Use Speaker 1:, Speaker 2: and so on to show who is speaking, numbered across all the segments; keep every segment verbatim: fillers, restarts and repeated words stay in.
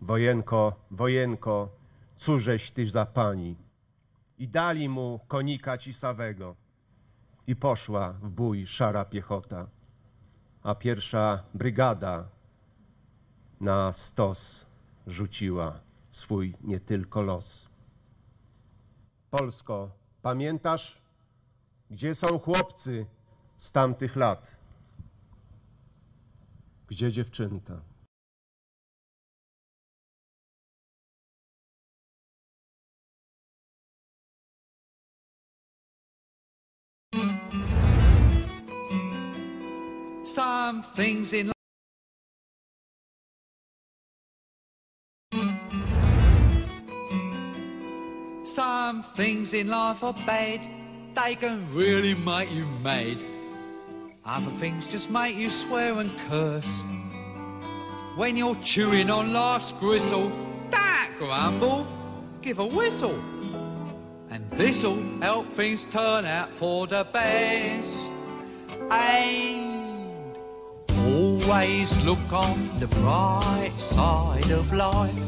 Speaker 1: Wojenko, wojenko, cóżeś tyś za pani? I dali mu konika cisawego. I poszła w bój szara piechota, a pierwsza brygada na stos rzuciła swój nie tylko los. Polsko, pamiętasz, gdzie są chłopcy z tamtych lat? Gdzie dziewczęta?
Speaker 2: Some things in Some things in life are bad. They can really make you mad. Other things just make you swear and curse. When you're chewing on life's gristle, don't grumble, give a whistle. And this'll help things turn out for the best. And always look on the bright side of life.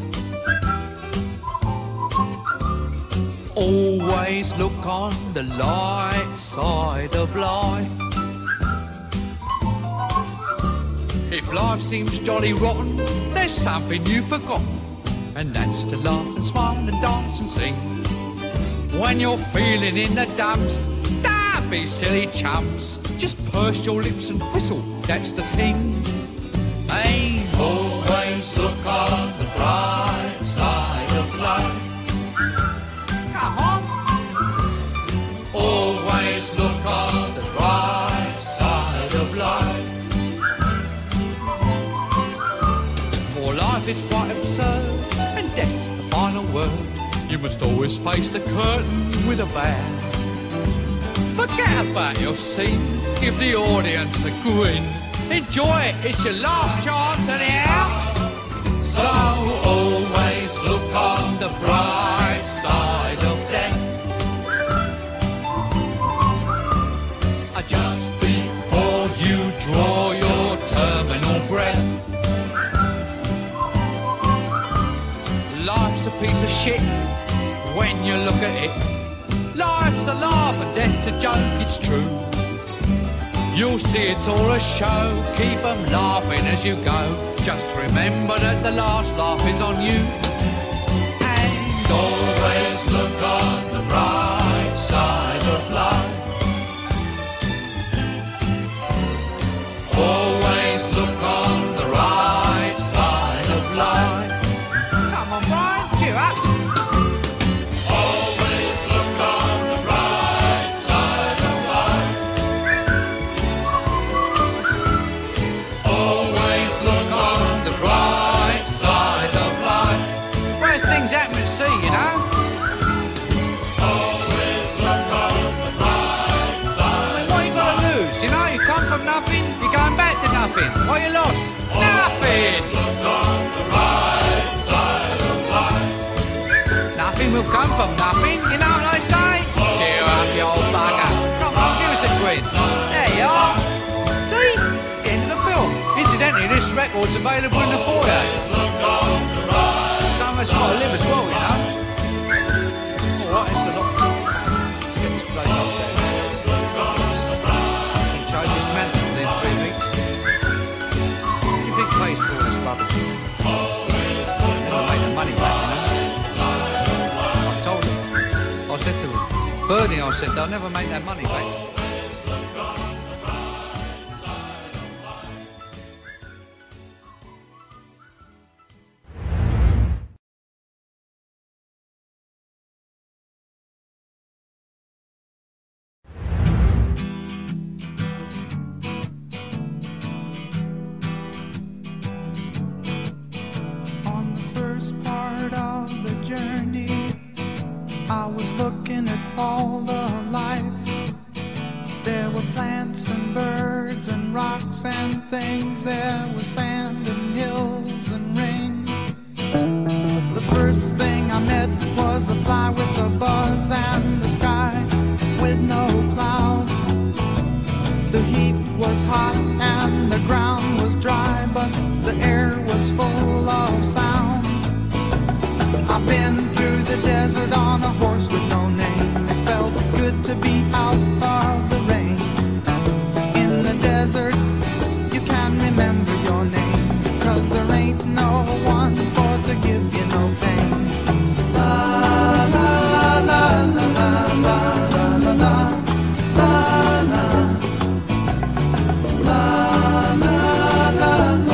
Speaker 2: Always look on the light side of life. If life seems jolly rotten, there's something you've forgotten, and that's to laugh and smile and dance and sing. When you're feeling in the dumps, don't be silly chumps. Just purse your lips and whistle, that's the thing. Hey, always look on the bright side of life. Come on. Always look on the bright side of life. For life is quite absurd, and death's the final word. You must always face the curtain with a bow. Forget about your scene, give the audience a grin. Enjoy it, it's your last chance anyhow. So always look on the bright side of death. Just before you draw your terminal breath. Life's a piece of shit when you look at it. Life's a laugh and death's a joke, it's true. You'll see it's all a show, keep 'em laughing as you go. Just remember that the last laugh is on you. And always look on the bright side of life. Always look on the right side of life. Come on, Brian, cheer up. Always look on the right side of life. Always look on the right side of life. Worst things happen at sea, you know. Always look on the right side. I mean, what you got to lose? You know, you come from nothing, you're going back to nothing. What you lost? Nothing. Look on the right side of life. Nothing will come from nothing, you know what I say? Cheer up, you old bugger. Come on, give us a quiz. There you are. See? The end of the film. Incidentally, this record's available in the foyer. Someone's got to live as well, you know. Alright, it's a lot. Let's get this place up there. I can change this mantle within three weeks. What do you think pays for all this rubbish? Never make the money back, you know. I told him. I said to him, Bernie, I said, they'll never make that money back.
Speaker 3: I was looking at all the life. There were plants and birds and rocks and things. There was sand and hills and rain. The first thing I met was a fly with a buzz and the sky with no clouds. The heat was hot and the ground was dry, but the air was full of sound. the desert on a horse with no name. It felt good to be out of the rain. In the desert, you can remember your name, 'cause there ain't no one for to give you no pain. La la la la la la la la la la la la la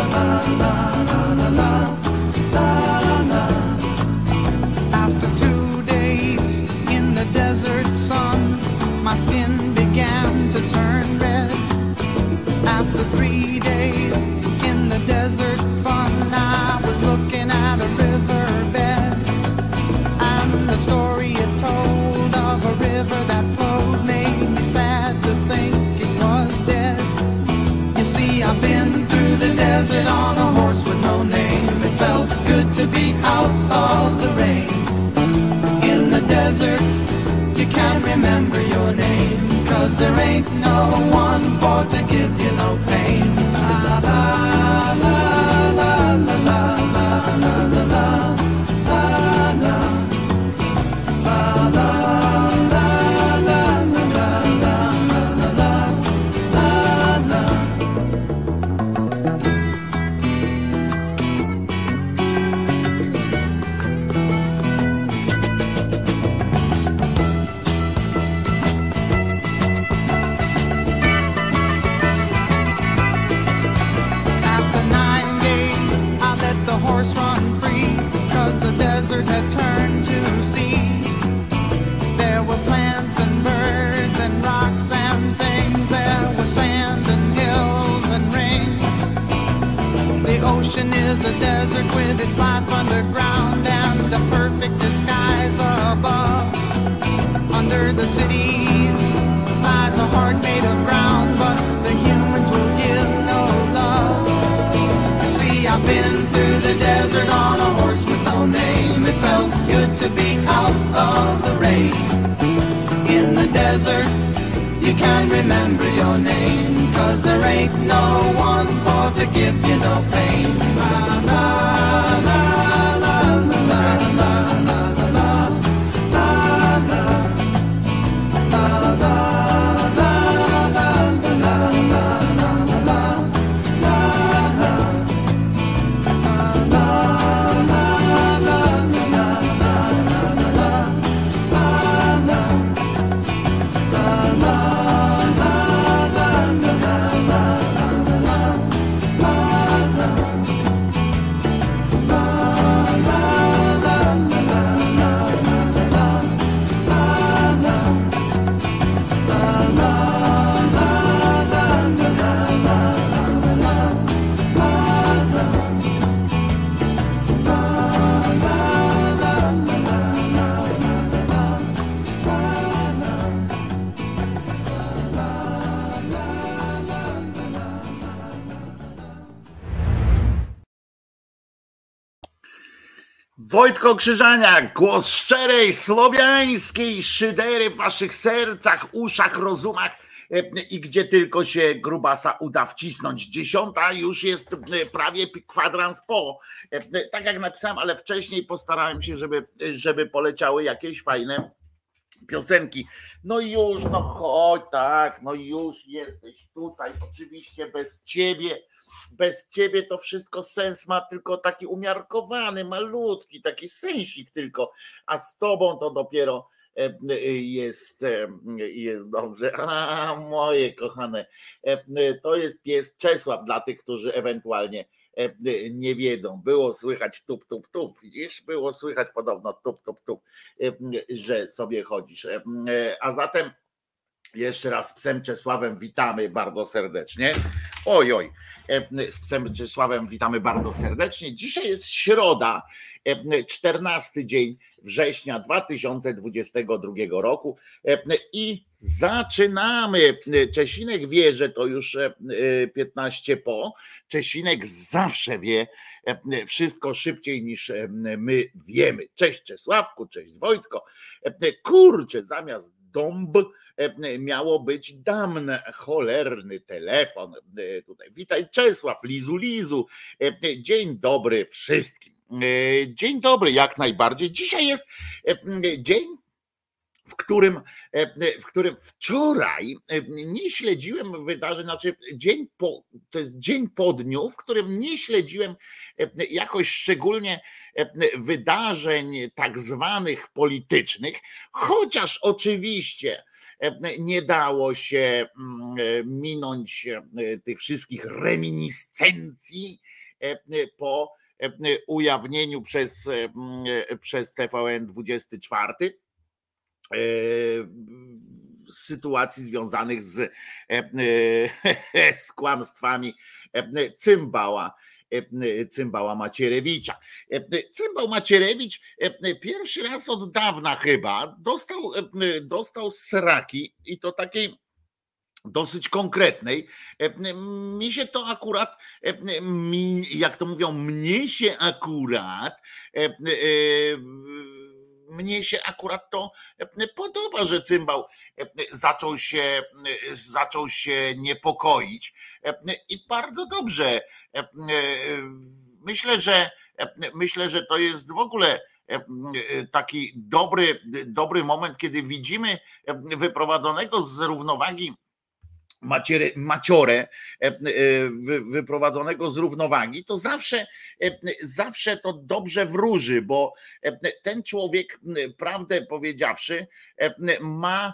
Speaker 3: la la. After two days in the desert sun, my skin began to turn red. After three days in the desert fun, I was looking at a riverbed, and the story it told of a river that flowed made me sad to think it was dead. You see, I've been through the desert on a horse with no name. It felt good to be out of the rain. In the desert, you can't remember your name, 'cause there ain't no one for to give you no pain. La la la la la la la la la la la la la la la la la la. After nine days, I let the horse run free, 'cause the desert had turned to sea. There were plants and birds and rocks and things. There was sand and hills and rings. The ocean is a desert with its life underground and a perfect disguise above. Under the cities lies a heart made of ground, but the humans will give no love. You see, I've been through the desert on a horse with no name. It felt good to be out of the rain. In the desert, you can remember your name, 'cause there ain't no one for to give you no pain. La la la la la la la la la la la la la la
Speaker 4: Wojtko Krzyżaniak, głos szczerej, słowiańskiej szydery w waszych sercach, uszach, rozumach i gdzie tylko się grubasa uda wcisnąć. Dziesiąta już jest prawie kwadrans po. Tak jak napisałem, ale wcześniej postarałem się, żeby, żeby poleciały jakieś fajne piosenki. No i już, no chodź, tak, no już jesteś tutaj, oczywiście bez ciebie. Bez ciebie to wszystko sens ma tylko taki umiarkowany, malutki, taki sensik tylko, a z tobą to dopiero jest, jest dobrze. A moje kochane, to jest pies Czesław dla tych, którzy ewentualnie nie wiedzą. Było słychać tup, tup, tup, widzisz? Było słychać podobno tup, tup, tup, że sobie chodzisz. A zatem jeszcze raz z psem Czesławem witamy bardzo serdecznie. Oj, oj, z psem Czesławem witamy bardzo serdecznie. Dzisiaj jest środa, czternasty dzień września dwa tysiące dwudziestego drugiego roku i zaczynamy. Czesinek wie, że to już piętnaście po. Czesinek zawsze wie wszystko szybciej niż my wiemy. Cześć Czesławku, cześć Wojtko. Kurczę, zamiast dąb miało być damn, cholerny telefon tutaj. Witaj Czesław, Lizu Lizu, dzień dobry wszystkim. Dzień dobry, jak najbardziej. Dzisiaj jest dzień, w którym, w którym wczoraj nie śledziłem wydarzeń, znaczy dzień po, to jest dzień po dniu, w którym nie śledziłem jakoś szczególnie wydarzeń tak zwanych politycznych, chociaż oczywiście nie dało się minąć tych wszystkich reminiscencji po ujawnieniu przez, przez T V N dwudziesty czwarty sytuacji związanych z, z kłamstwami Cymbała, Cymbała Macierewicza. Cymbał Macierewicz pierwszy raz od dawna chyba dostał, dostał sraki i to takiej dosyć konkretnej. Mi się to akurat, mi, jak to mówią, mnie się akurat Mnie się akurat to podoba, że Cymbał zaczął się, zaczął się niepokoić i bardzo dobrze. Myślę, że myślę, że to jest w ogóle taki dobry, dobry moment, kiedy widzimy wyprowadzonego z równowagi Macierę, maciorę wyprowadzonego z równowagi, to zawsze, zawsze to dobrze wróży, bo ten człowiek, prawdę powiedziawszy, ma,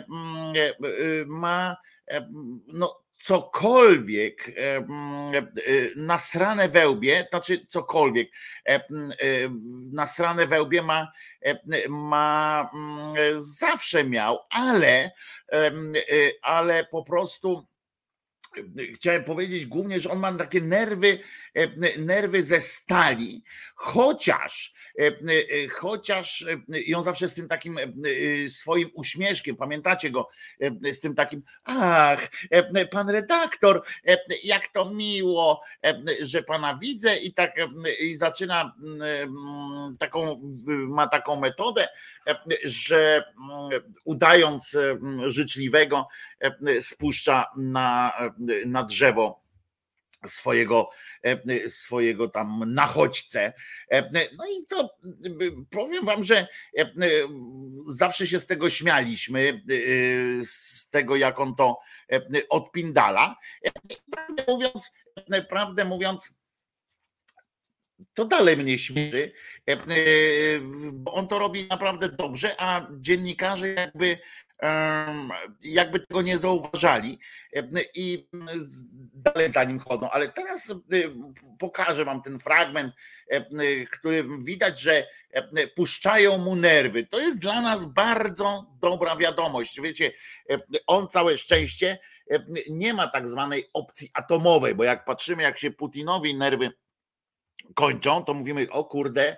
Speaker 4: ma no, cokolwiek nasrane wełbie, znaczy cokolwiek nasrane wełbie ma, ma zawsze miał, ale, ale po prostu chciałem powiedzieć głównie, że on ma takie nerwy, nerwy ze stali, chociaż, chociaż i on zawsze z tym takim swoim uśmieszkiem, pamiętacie go, z tym takim, ach, pan redaktor, jak to miło, że pana widzę i tak i zaczyna taką, ma taką metodę, że udając życzliwego spuszcza na na drzewo swojego, swojego tam nachodźcę. No i to powiem wam, że zawsze się z tego śmialiśmy, z tego jak on to odpindala. Prawdę mówiąc, prawdę mówiąc, to dalej mnie śmieszy, bo on to robi naprawdę dobrze, a dziennikarze jakby jakby tego nie zauważali i dalej za nim chodzą. Ale teraz pokażę wam ten fragment, który widać, że puszczają mu nerwy. To jest dla nas bardzo dobra wiadomość. Wiecie, on całe szczęście nie ma tak zwanej opcji atomowej, bo jak patrzymy, jak się Putinowi nerwy kończą, to mówimy, o kurde,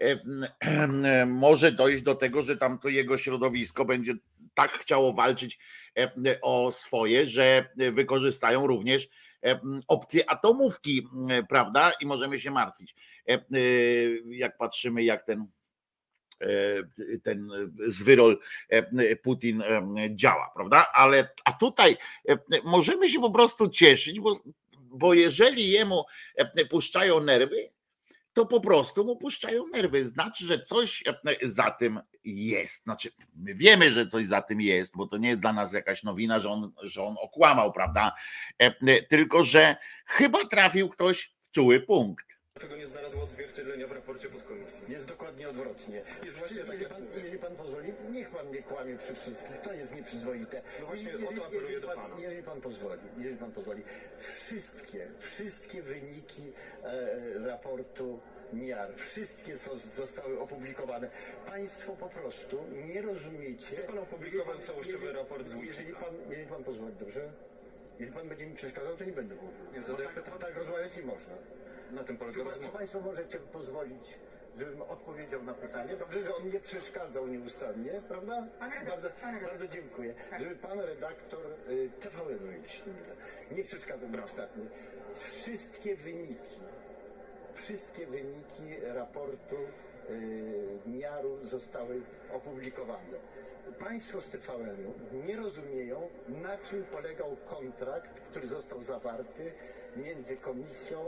Speaker 4: może dojść do tego, że tam to jego środowisko będzie tak chciało walczyć o swoje, że wykorzystają również opcję atomówki, prawda? I możemy się martwić, jak patrzymy, jak ten ten zwyrol Putin działa, prawda? Ale a tutaj możemy się po prostu cieszyć, bo, bo jeżeli jemu puszczają nerwy, to po prostu mu puszczają nerwy. Znaczy, że coś za tym jest. Znaczy, my wiemy, że coś za tym jest, bo to nie jest dla nas jakaś nowina, że on, że on okłamał, prawda? Tylko, że chyba trafił ktoś w czuły punkt.
Speaker 5: Dlaczego nie znalazło odzwierciedlenia w raporcie podkomisji?
Speaker 6: Jest dokładnie odwrotnie.
Speaker 5: Jest właśnie tak,
Speaker 6: jeżeli,
Speaker 5: jak
Speaker 6: pan,
Speaker 5: mówię.
Speaker 6: jeżeli pan pozwoli, niech pan nie kłamie przy wszystkich. To jest nieprzyzwoite.
Speaker 5: No właśnie
Speaker 6: jeżeli,
Speaker 5: o to apeluję
Speaker 6: jeżeli
Speaker 5: do
Speaker 6: pan,
Speaker 5: pana.
Speaker 6: jeżeli pan pozwoli, jeżeli pan pozwoli, wszystkie, wszystkie wyniki e, raportu miar, wszystkie są, zostały opublikowane. Państwo po prostu nie rozumiecie.
Speaker 5: Chce pan opublikować całościowy raport z
Speaker 6: Jeżeli
Speaker 5: Wójcika?
Speaker 6: pan, jeżeli pan pozwoli, dobrze? Jeżeli pan będzie mi przeszkadzał, to nie będę mówił.
Speaker 5: Nie
Speaker 6: Bo
Speaker 5: zadaję
Speaker 6: tak,
Speaker 5: pytań.
Speaker 6: bo tak rozmawiać nie można.
Speaker 5: Na tym polega
Speaker 6: Czy
Speaker 5: rozmowa.
Speaker 6: Państwo możecie pozwolić, żebym odpowiedział na pytanie? Dobrze, że on nie przeszkadzał nieustannie, prawda?
Speaker 7: Pan redaktor,
Speaker 6: Bardzo,
Speaker 7: pan redaktor.
Speaker 6: bardzo dziękuję.
Speaker 7: Tak.
Speaker 6: Żeby pan redaktor y, T V N-u, jeśli nie mylę, nie przeszkadzał nieustannie. Wszystkie wyniki, wszystkie wyniki raportu y, miaru zostały opublikowane. Państwo z T V N-u nie rozumieją, na czym polegał kontrakt, który został zawarty między komisją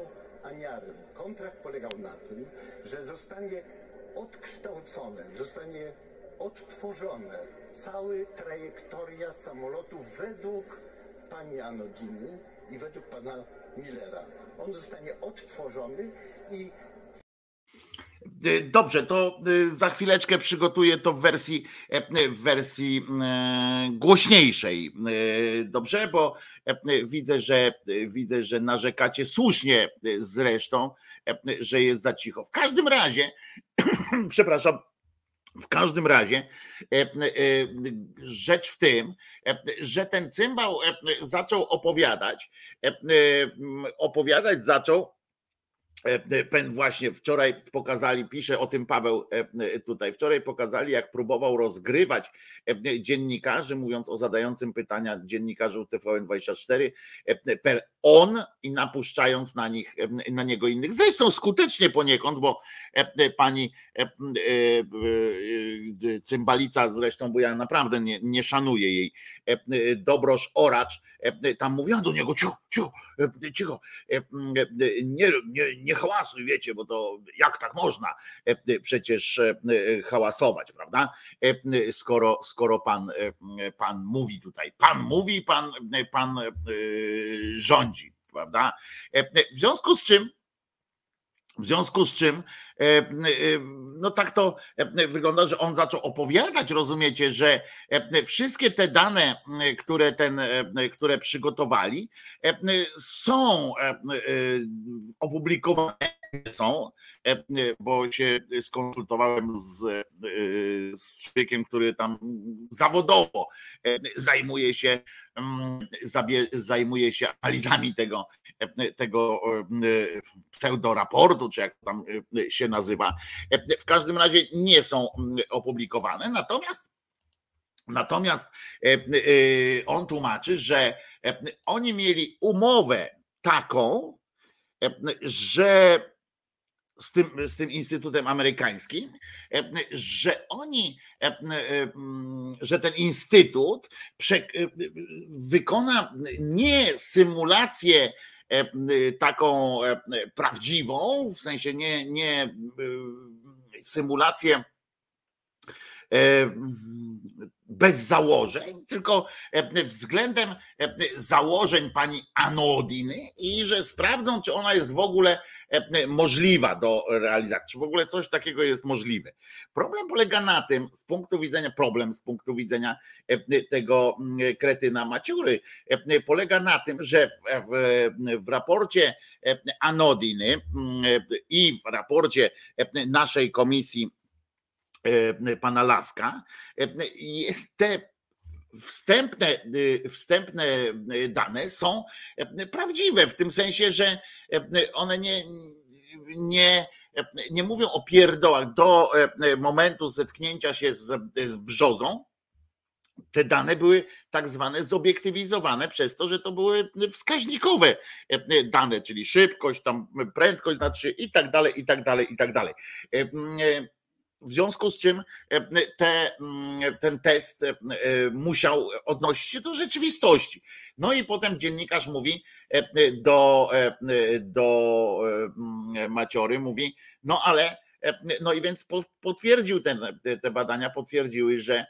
Speaker 6: Aniary. Kontrakt polegał na tym, że zostanie odkształcone, zostanie odtworzone cała trajektoria samolotu według pani Anodiny i według pana Millera. On zostanie odtworzony i
Speaker 4: Dobrze, to za chwileczkę przygotuję to w wersji, w wersji głośniejszej. Dobrze, bo widzę, że widzę, że narzekacie słusznie zresztą, że jest za cicho. W każdym razie, przepraszam, w każdym razie rzecz w tym, że ten cymbał zaczął opowiadać, opowiadać zaczął. Właśnie wczoraj pokazali, pisze o tym Paweł tutaj, wczoraj pokazali, jak próbował rozgrywać dziennikarzy, mówiąc o zadającym pytania dziennikarzy T V N dwadzieścia cztery, per on i napuszczając na nich, na niego innych. Zresztą skutecznie poniekąd, bo pani Cymbalica zresztą, bo ja naprawdę nie, nie szanuję jej, Dobrosz Oracz, tam mówiła do niego, cicho, cicho, cicho, nie, nie, nie hałasuj, wiecie, bo to jak tak można przecież hałasować, prawda? Skoro, skoro pan, pan mówi tutaj, pan mówi, pan, pan rządzi, prawda? W związku z czym W związku z czym, no tak to wygląda, że on zaczął opowiadać, rozumiecie, że wszystkie te dane, które, ten, które przygotowali, są opublikowane, są, bo się skonsultowałem z, z człowiekiem, który tam zawodowo zajmuje się, zajmuje się analizami tego, tego pseudoraportu, czy jak to tam się nazywa. W każdym razie nie są opublikowane, natomiast natomiast on tłumaczy, że oni mieli umowę taką, że z tym, z tym Instytutem Amerykańskim, że oni, że ten instytut wykona nie symulację taką prawdziwą, w sensie nie, nie symulację bez założeń, tylko względem założeń pani Anodiny i że sprawdzą, czy ona jest w ogóle możliwa do realizacji, czy w ogóle coś takiego jest możliwe. Problem polega na tym, z punktu widzenia, problem z punktu widzenia tego kretyna Maciury, polega na tym, że w, w, w raporcie Anodiny i w raporcie naszej komisji pana Laska jest te wstępne, wstępne dane są prawdziwe, w tym sensie, że one nie, nie, nie mówią o pierdołach. Do momentu zetknięcia się z, z brzozą te dane były tak zwane zobiektywizowane przez to, że to były wskaźnikowe dane, czyli szybkość, tam prędkość na trzy i tak dalej, i tak dalej, i tak dalej. W związku z czym te, ten test musiał odnosić się do rzeczywistości. No i potem dziennikarz mówi do, do Maciory, mówi, no ale, no i więc potwierdził ten, te badania, potwierdziły, że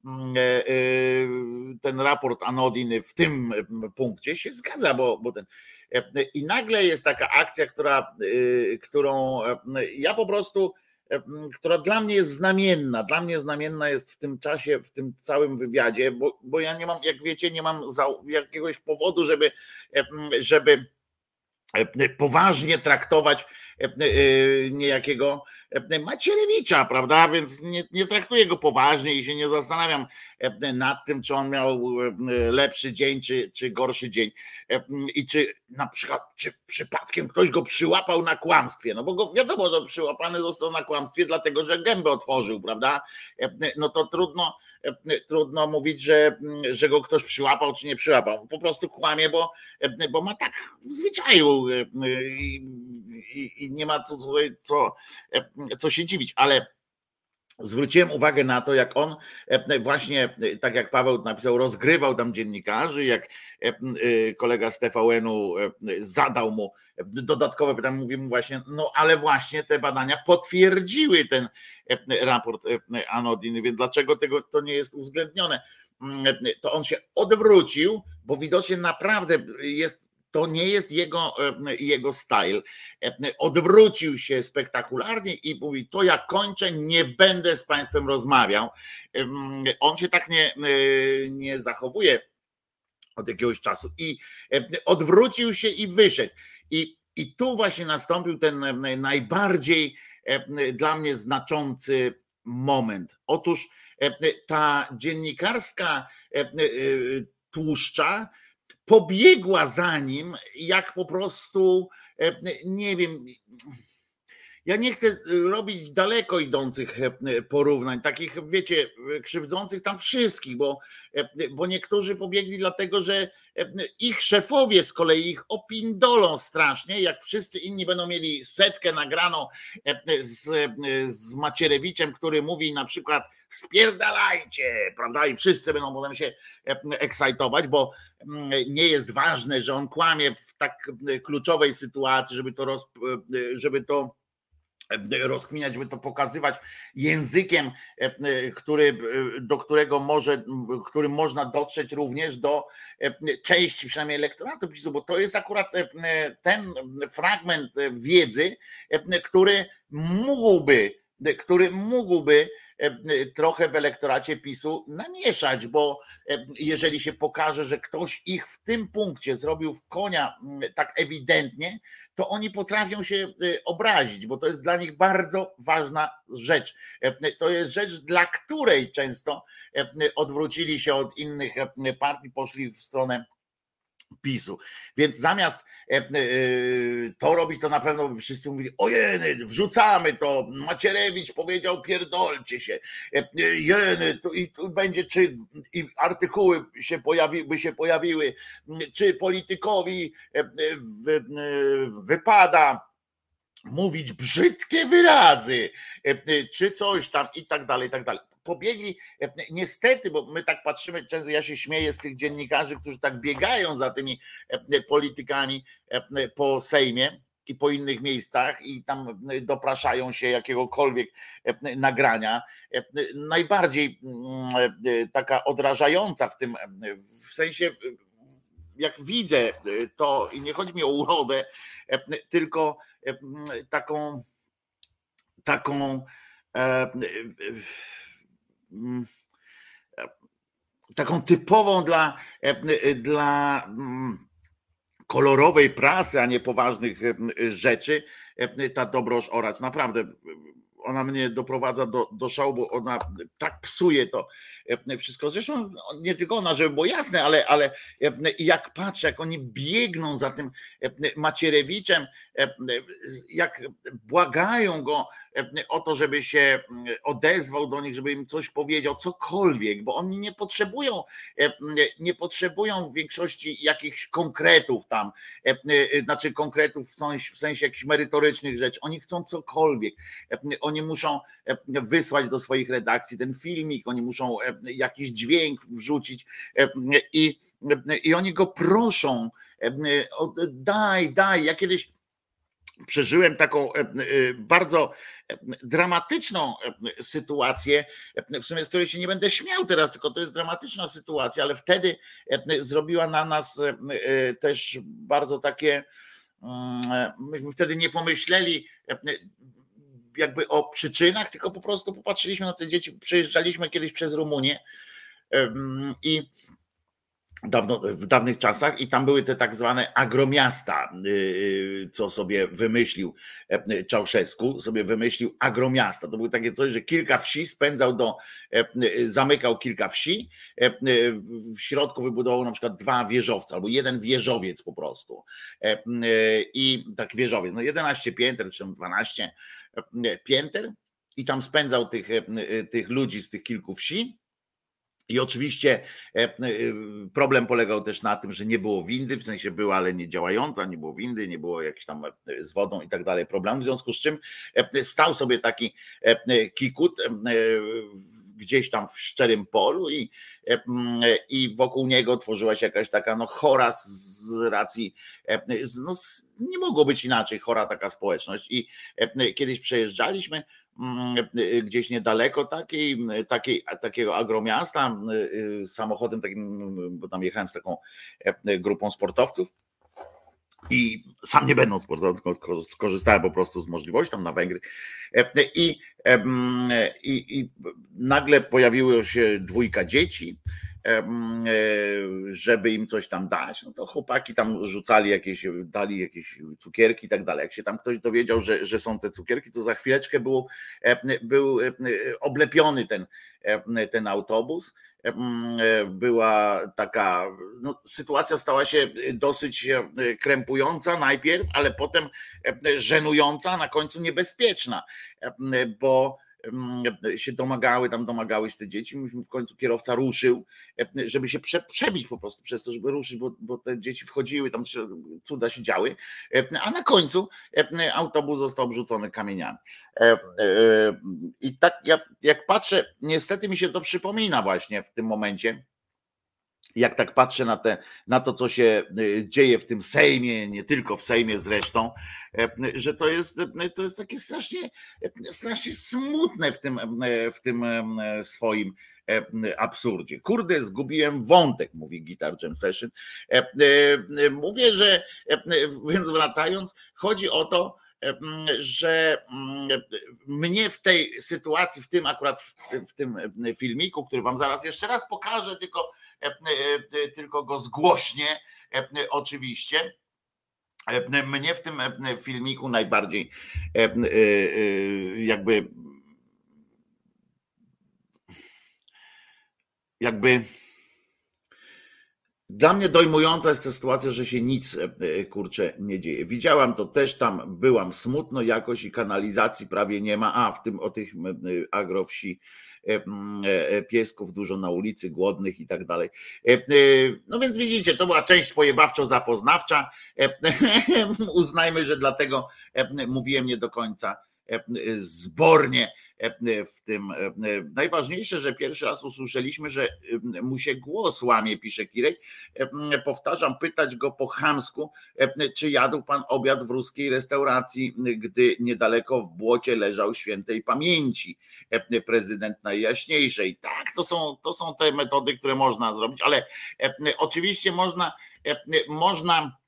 Speaker 4: ten raport Anodiny w tym punkcie się zgadza, bo, bo ten i nagle jest taka akcja, która, którą ja po prostu która dla mnie jest znamienna, dla mnie znamienna jest w tym czasie, w tym całym wywiadzie, bo, bo ja nie mam, jak wiecie, nie mam za, jakiegoś powodu, żeby, żeby poważnie traktować niejakiego Macierewicza, prawda, więc nie, nie traktuję go poważnie i się nie zastanawiam nad tym, czy on miał lepszy dzień, czy, czy gorszy dzień i czy na przykład, czy przypadkiem ktoś go przyłapał na kłamstwie, no bo go wiadomo, że przyłapany został na kłamstwie, dlatego, że gębę otworzył, prawda, no to trudno, trudno mówić, że, że go ktoś przyłapał, czy nie przyłapał, po prostu kłamie, bo, bo ma tak w zwyczaju i, i, i nie ma co, co, co się dziwić, ale zwróciłem uwagę na to, jak on właśnie, tak jak Paweł napisał, rozgrywał tam dziennikarzy, jak kolega z T V N-u zadał mu dodatkowe pytanie, mówi mu właśnie, no ale właśnie te badania potwierdziły ten raport Anodin, więc dlaczego tego to nie jest uwzględnione? To on się odwrócił, bo widocznie naprawdę jest, to nie jest jego, jego style. Odwrócił się spektakularnie i mówi, to ja kończę, nie będę z państwem rozmawiał. On się tak nie, nie zachowuje od jakiegoś czasu i odwrócił się i wyszedł. I, i tu właśnie nastąpił ten najbardziej dla mnie znaczący moment. Otóż ta dziennikarska tłuszcza pobiegła za nim, jak po prostu, nie wiem, ja nie chcę robić daleko idących porównań, takich, wiecie, krzywdzących tam wszystkich, bo, bo niektórzy pobiegli dlatego, że ich szefowie z kolei ich opindolą strasznie, jak wszyscy inni będą mieli setkę nagraną z, z Macierewiciem, który mówi na przykład spierdalajcie, prawda? I wszyscy będą potem się ekscytować, bo nie jest ważne, że on kłamie w tak kluczowej sytuacji, żeby to, roz, żeby to rozkminiać, żeby to pokazywać językiem, który, do którego może, którym można dotrzeć również do części przynajmniej elektoratu PiSu, bo to jest akurat ten fragment wiedzy, który mógłby który mógłby trochę w elektoracie PiSu namieszać, bo jeżeli się pokaże, że ktoś ich w tym punkcie zrobił w konia tak ewidentnie, to oni potrafią się obrazić, bo to jest dla nich bardzo ważna rzecz. To jest rzecz, dla której często odwrócili się od innych partii, poszli w stronę PiSu. Więc zamiast to robić, to na pewno by wszyscy mówili, ojeny, wrzucamy to, Macierewicz powiedział, pierdolcie się, jeny, tu, i tu będzie, czy i artykuły się pojawi, by się pojawiły, czy politykowi wypada mówić brzydkie wyrazy, czy coś tam i tak dalej, i tak dalej. Pobiegli, niestety, bo my tak patrzymy, często ja się śmieję z tych dziennikarzy, którzy tak biegają za tymi politykami po Sejmie i po innych miejscach i tam dopraszają się jakiegokolwiek nagrania. Najbardziej taka odrażająca w tym, w sensie, jak widzę to, i nie chodzi mi o urodę, tylko taką taką taką typową dla, dla kolorowej prasy, a nie poważnych rzeczy, ta Dobrosz Oracz, naprawdę ona mnie doprowadza do, do szału, bo ona tak psuje to wszystko. Zresztą nie tylko ona, żeby było jasne, ale, ale jak patrzę, jak oni biegną za tym Macierewiczem, jak błagają go o to, żeby się odezwał do nich, żeby im coś powiedział, cokolwiek, bo oni nie potrzebują, nie potrzebują w większości jakichś konkretów tam, znaczy konkretów w sensie, w sensie jakichś merytorycznych rzeczy. Oni chcą cokolwiek. Oni muszą wysłać do swoich redakcji ten filmik, oni muszą jakiś dźwięk wrzucić i, i oni go proszą, daj, daj. Ja kiedyś przeżyłem taką bardzo dramatyczną sytuację, w sumie z której się nie będę śmiał teraz, tylko to jest dramatyczna sytuacja, ale wtedy zrobiła na nas też bardzo takie, myśmy wtedy nie pomyśleli jakby o przyczynach, tylko po prostu popatrzyliśmy na te dzieci, przejeżdżaliśmy kiedyś przez Rumunię i dawno, w dawnych czasach i tam były te tak zwane agromiasta, co sobie wymyślił Czałszewsku, sobie wymyślił agromiasta. To było takie coś, że kilka wsi spędzał do, zamykał kilka wsi, w środku wybudował na przykład dwa wieżowce albo jeden wieżowiec po prostu i tak wieżowiec, no jedenaście pięter czy dwanaście pięter i tam spędzał tych, tych ludzi z tych kilku wsi I oczywiście problem polegał też na tym, że nie było windy, w sensie była, ale nie działająca, nie było windy, nie było jakiś tam z wodą i tak dalej problem, w związku z czym stał sobie taki kikut gdzieś tam w szczerym polu i, i wokół niego tworzyła się jakaś taka no chora z racji, no nie mogło być inaczej, chora taka społeczność. I kiedyś przejeżdżaliśmy gdzieś niedaleko takiej, takiej, takiego agromiasta samochodem takim, bo tam jechałem z taką grupą sportowców i sam nie będąc sportowcem, skorzystałem po prostu z możliwości tam na Węgry i, i, i nagle pojawiło się dwójka dzieci, żeby im coś tam dać, no to chłopaki tam rzucali jakieś, dali jakieś cukierki i tak dalej. Jak się tam ktoś dowiedział, że, że są te cukierki, to za chwileczkę był, był oblepiony ten, ten autobus. Była taka, no, sytuacja stała się dosyć krępująca najpierw, ale potem żenująca, a na końcu niebezpieczna, bo się domagały, tam domagały się te dzieci. W końcu kierowca ruszył, żeby się prze, przebić po prostu przez to, żeby ruszyć, bo, bo te dzieci wchodziły, tam cuda się działy, a na końcu autobus został obrzucony kamieniami. I tak jak, jak patrzę, niestety mi się to przypomina właśnie w tym momencie, jak tak patrzę na, te, na to, co się dzieje w tym Sejmie, nie tylko w Sejmie zresztą, że to jest, to jest takie strasznie, strasznie smutne w tym, w tym swoim absurdzie. Kurde, zgubiłem wątek, mówi Guitar Jam Session. Mówię, że, więc wracając, chodzi o to, że mnie w tej sytuacji, w tym akurat w, w tym filmiku, który wam zaraz jeszcze raz pokażę, tylko, tylko go zgłośnie oczywiście, mnie w tym filmiku najbardziej jakby jakby dla mnie dojmująca jest ta sytuacja, że się nic, kurczę, nie dzieje. Widziałam to też, tam byłam smutno jakoś i kanalizacji prawie nie ma. A, w tym o tych agrowsi piesków dużo na ulicy, głodnych i tak dalej. No więc widzicie, to była część pojebawczo-zapoznawcza. Uznajmy, że dlatego mówiłem nie do końca zbornie w tym. Najważniejsze, że pierwszy raz usłyszeliśmy, że mu się głos łamie, pisze Kirej. Powtarzam, pytać go po chamsku, czy jadł pan obiad w ruskiej restauracji, gdy niedaleko w błocie leżał świętej pamięci prezydent Najjaśniejszej. Tak, to są, to są te metody, które można zrobić, ale oczywiście można, można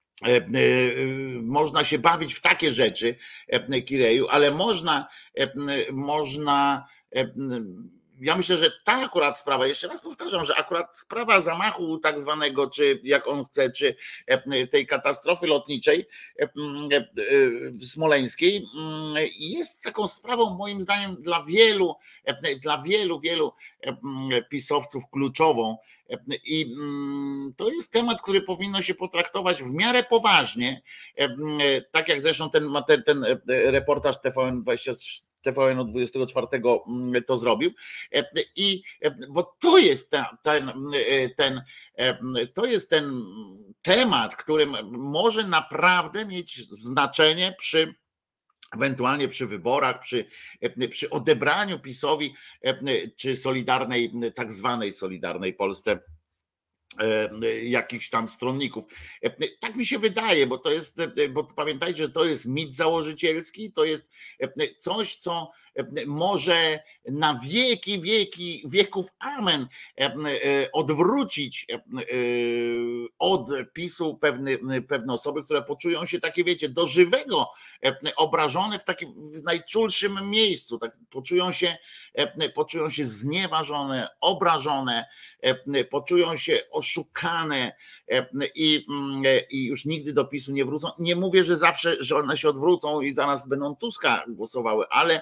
Speaker 4: Można się bawić w takie rzeczy, Kireju, ale można, można, ja myślę, że ta akurat sprawa, jeszcze raz powtarzam, że akurat sprawa zamachu tak zwanego, czy jak on chce, czy tej katastrofy lotniczej smoleńskiej jest taką sprawą moim zdaniem dla wielu, dla wielu, wielu pisowców kluczową. I to jest temat, który powinno się potraktować w miarę poważnie, tak jak zresztą ten, ten reportaż T V N dwadzieścia trzy T V N dwudziestego czwartego to zrobił. I bo to jest ten, ten, to jest ten temat, którym może naprawdę mieć znaczenie przy ewentualnie przy wyborach, przy, przy odebraniu PiS-owi czy Solidarnej, tak zwanej Solidarnej Polsce jakichś tam stronników. Tak mi się wydaje, bo to jest, bo pamiętajcie, że to jest mit założycielski, to jest coś, co może na wieki, wieki, wieków amen odwrócić od PiS-u pewne, pewne osoby, które poczują się takie, wiecie, do żywego obrażone w takim w najczulszym miejscu, tak, poczują się, poczują się znieważone, obrażone, poczują się oszukane i, i już nigdy do PiS-u nie wrócą. Nie mówię, że zawsze, że one się odwrócą i za nas będą Tuska głosowały, ale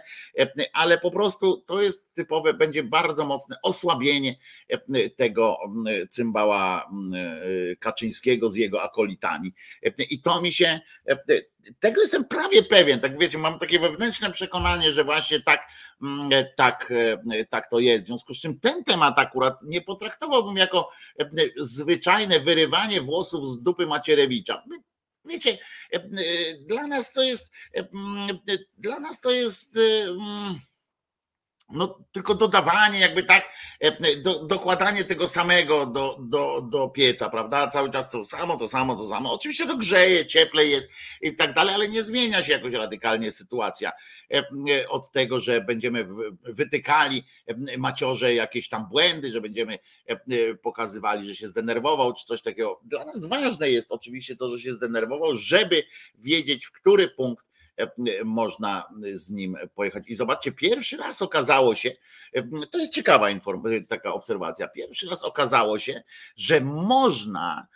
Speaker 4: ale po prostu to jest typowe, będzie bardzo mocne osłabienie tego cymbała Kaczyńskiego z jego akolitami. I to mi się, tego jestem prawie pewien, tak wiecie, mam takie wewnętrzne przekonanie, że właśnie tak, tak, tak to jest. W związku z czym ten temat akurat nie potraktowałbym jako zwyczajne wyrywanie włosów z dupy Macierewicza. Wiecie, dla nas to jest, dla nas to jest no tylko dodawanie, jakby tak, do, dokładanie tego samego do, do, do pieca, prawda? Cały czas to samo, to samo, to samo. Oczywiście to grzeje, cieplej jest i tak dalej, ale nie zmienia się jakoś radykalnie sytuacja od tego, że będziemy wytykali Maciorze jakieś tam błędy, że będziemy pokazywali, że się zdenerwował, czy coś takiego. Dla nas ważne jest oczywiście to, że się zdenerwował, żeby wiedzieć, w który punkt można z nim pojechać. I zobaczcie, pierwszy raz okazało się, to jest ciekawa informacja, taka obserwacja, pierwszy raz okazało się, że można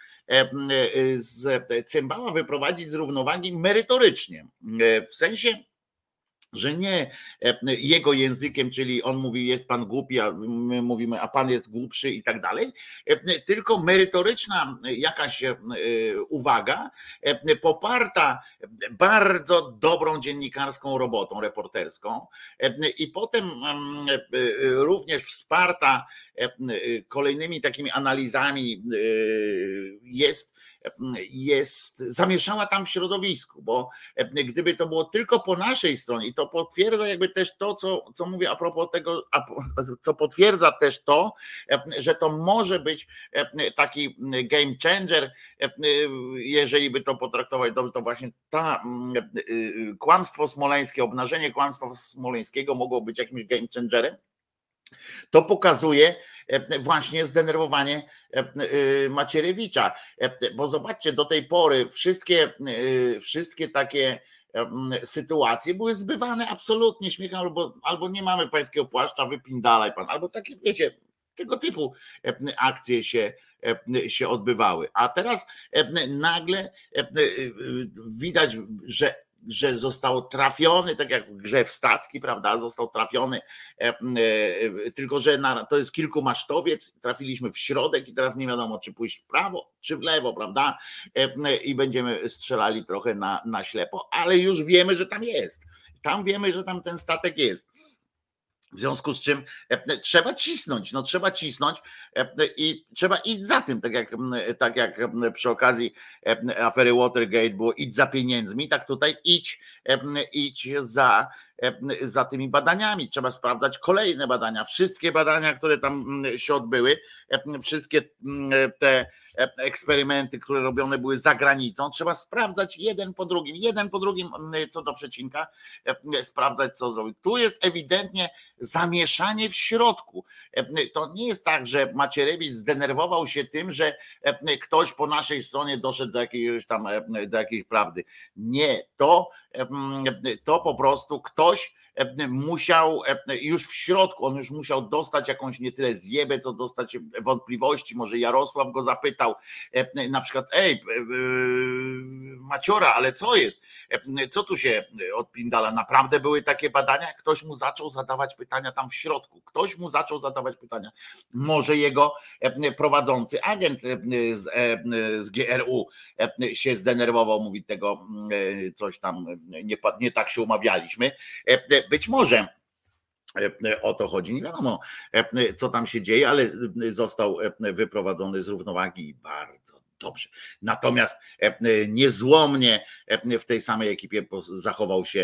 Speaker 4: z cymbała wyprowadzić z równowagi merytorycznie. W sensie, że nie jego językiem, czyli on mówi, jest pan głupi, a my mówimy, a pan jest głupszy i tak dalej, tylko merytoryczna jakaś uwaga, poparta bardzo dobrą dziennikarską robotą reporterską i potem również wsparta kolejnymi takimi analizami jest jest, zamieszała tam w środowisku, bo gdyby to było tylko po naszej stronie, i to potwierdza jakby też to, co, co mówię a propos tego, a, co potwierdza też to, że to może być taki game changer, jeżeli by to potraktować dobrze, to właśnie ta kłamstwo smoleńskie, obnażenie kłamstwa smoleńskiego mogło być jakimś game changerem. To pokazuje właśnie zdenerwowanie Macierewicza, bo zobaczcie, do tej pory wszystkie, wszystkie takie sytuacje były zbywane absolutnie śmiechem, albo, albo nie mamy pańskiego płaszcza, wypindalaj pan, albo takie, wiecie, tego typu akcje się, się odbywały. A teraz nagle widać, że że został trafiony, tak jak w grze w statki, prawda, został trafiony, tylko że na, to jest kilkumasztowiec, trafiliśmy w środek i teraz nie wiadomo, czy pójść w prawo, czy w lewo, prawda, i będziemy strzelali trochę na, na ślepo, ale już wiemy, że tam jest, tam wiemy, że tam ten statek jest. W związku z czym trzeba cisnąć, no trzeba cisnąć i trzeba iść za tym, tak jak, tak jak przy okazji afery Watergate było idź za pieniędzmi, tak tutaj idź, idź za, za tymi badaniami. Trzeba sprawdzać kolejne badania, wszystkie badania, które tam się odbyły, wszystkie te eksperymenty, które robione były za granicą, trzeba sprawdzać jeden po drugim, jeden po drugim co do przecinka, sprawdzać co zrobić. Tu jest ewidentnie zamieszanie w środku. To nie jest tak, że Macierewicz zdenerwował się tym, że ktoś po naszej stronie doszedł do jakiejś tam, do jakiejś prawdy. Nie, to, to po prostu ktoś musiał już w środku, on już musiał dostać jakąś nie tyle zjebę, co dostać wątpliwości, może Jarosław go zapytał, na przykład ej, Maciora, ale co jest? Co tu się odpindala? Naprawdę były takie badania? Ktoś mu zaczął zadawać pytania tam w środku, ktoś mu zaczął zadawać pytania. Może jego prowadzący agent z, z G R U się zdenerwował, mówi tego coś tam, nie, nie tak się umawialiśmy. Być może o to chodzi, nie wiadomo co tam się dzieje, ale został wyprowadzony z równowagi bardzo dobrze. Natomiast niezłomnie w tej samej ekipie zachował się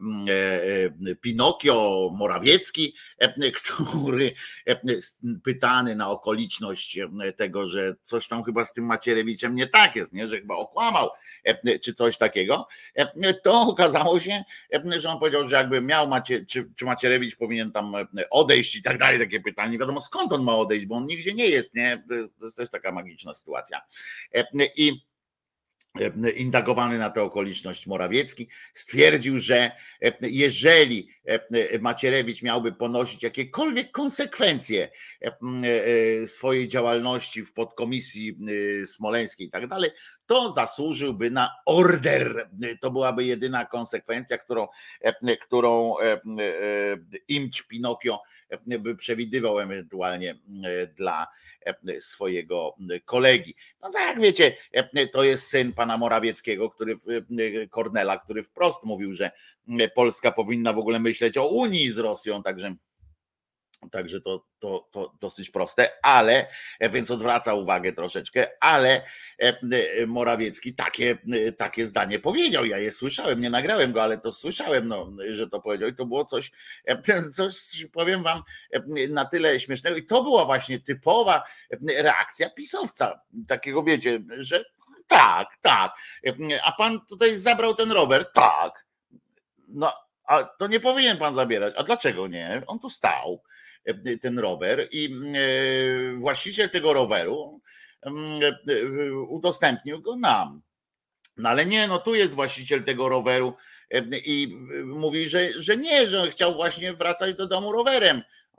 Speaker 4: Pinokio Morawiecki, który pytany na okoliczność tego, że coś tam chyba z tym Macierewiczem nie tak jest, nie? Że chyba okłamał czy coś takiego, to okazało się, że on powiedział, że jakby miał Macie, czy, czy Macierewicz powinien tam odejść i tak dalej, takie pytanie. Nie wiadomo skąd on ma odejść, bo on nigdzie nie jest, nie? To jest, to jest też taka magiczna sytuacja. I indagowany na tę okoliczność Morawiecki stwierdził, że jeżeli Macierewicz miałby ponosić jakiekolwiek konsekwencje swojej działalności w podkomisji smoleńskiej i tak dalej, to zasłużyłby na order. To byłaby jedyna konsekwencja, którą, którą imć Pinokio by przewidywał ewentualnie dla swojego kolegi. No tak jak wiecie, to jest syn pana Morawieckiego, który Kornela, który wprost mówił, że Polska powinna w ogóle myśleć o Unii z Rosją, także Także to, to, to dosyć proste, ale, więc odwraca uwagę troszeczkę, ale Morawiecki takie, takie zdanie powiedział. Ja je słyszałem, nie nagrałem go, ale to słyszałem, no, że to powiedział i to było coś, coś, powiem wam, na tyle śmiesznego i to była właśnie typowa reakcja pisowca. Takiego wiecie, że tak, tak, a pan tutaj zabrał ten rower? Tak. No, a to nie powinien pan zabierać. A dlaczego nie? On tu stał, ten rower, i właściciel tego roweru udostępnił go nam. No ale nie, no tu jest właściciel tego roweru i mówi, że, że nie, że chciał właśnie wracać do domu rowerem.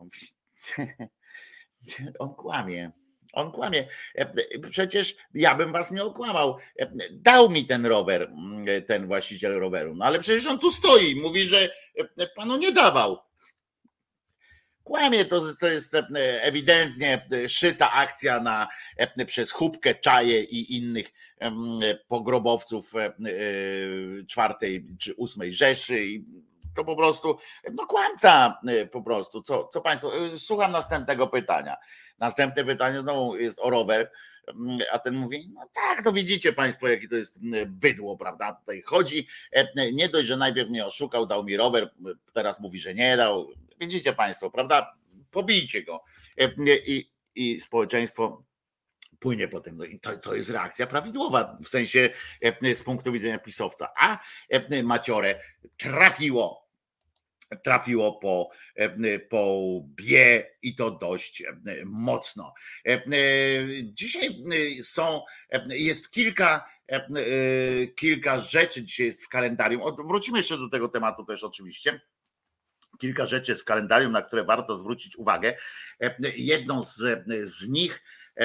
Speaker 4: On kłamie. On kłamie. Przecież ja bym was nie okłamał. Dał mi ten rower, ten właściciel roweru. No ale przecież on tu stoi. Mówi, że panu nie dawał. Kłamie, to, to jest ewidentnie szyta akcja na, przez Chubkę, Czaję i innych pogrobowców czwartej czy ósmej Rzeszy. I to po prostu, no kłamca po prostu. Co, co państwo, słucham następnego pytania. Następne pytanie znowu jest o rower, a ten mówi, no tak, no widzicie państwo, jakie to jest bydło, prawda, tutaj chodzi, nie dość, że najpierw mnie oszukał, dał mi rower, teraz mówi, że nie dał, widzicie państwo, prawda, pobijcie go i, i społeczeństwo płynie potem, no i to, to jest reakcja prawidłowa, w sensie z punktu widzenia pisowca, a Maciorę trafiło, trafiło po, po bie i to dość mocno. Dzisiaj są, jest kilka, kilka rzeczy dzisiaj jest w kalendarium. Wrócimy jeszcze do tego tematu też oczywiście. Kilka rzeczy jest w kalendarium, na które warto zwrócić uwagę. Jedną z, z nich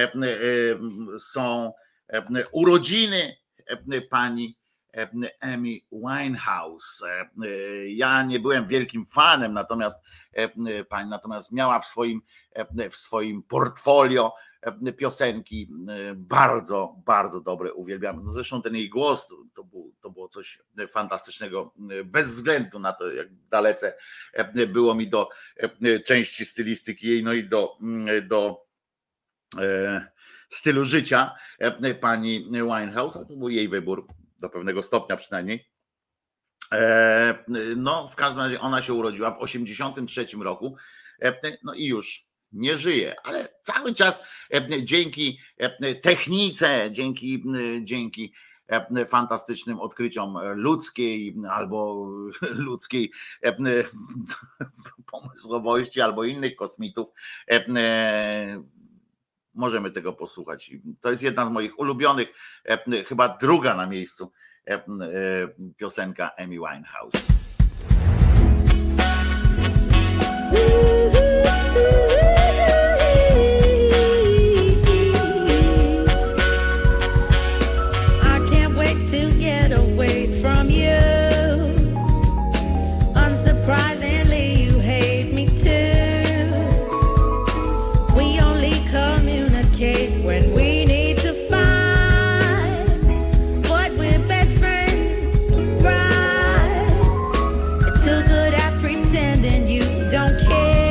Speaker 4: są urodziny pani Amy Winehouse. Ja nie byłem wielkim fanem, natomiast pani natomiast miała w swoim, w swoim portfolio piosenki bardzo, bardzo dobre, uwielbiam. Zresztą ten jej głos to, był, to było coś fantastycznego, bez względu na to, jak dalece było mi do części stylistyki jej, no i do, do stylu życia pani Winehouse, a to był jej wybór. Do pewnego stopnia przynajmniej. No, w każdym razie ona się urodziła w osiemdziesiątym trzecim roku, no i już nie żyje, ale cały czas dzięki technice, dzięki, dzięki fantastycznym odkryciom ludzkiej albo ludzkiej pomysłowości albo innych kosmitów, możemy tego posłuchać. To jest jedna z moich ulubionych, chyba druga na miejscu piosenka Amy Winehouse.
Speaker 7: I can't wait to get away from you. Unsurprisingly, you hate me too. We only communicate when we need to fight, but we're best friends, right? Too good at pretending you don't care.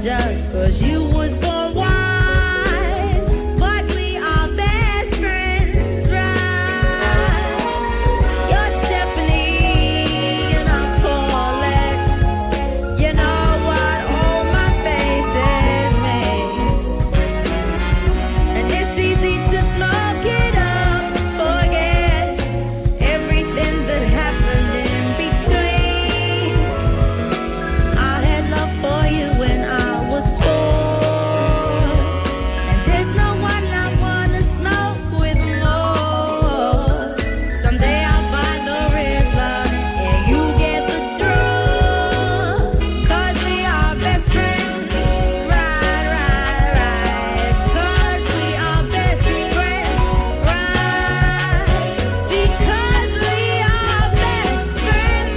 Speaker 7: just 'cause you was born wise, but we are best friends, right? You're Stephanie and I'm Paulette. You know what? Oh, my face is made, and it's easy to smoke it up, forget everything that happened in between. I had love for you when I was four, and there's no one I wanna smoke with more. Someday I'll find the river and you get the drum, 'cause we are best friends, right, right, right. 'Cause we are best friends, right. Because we are best friends,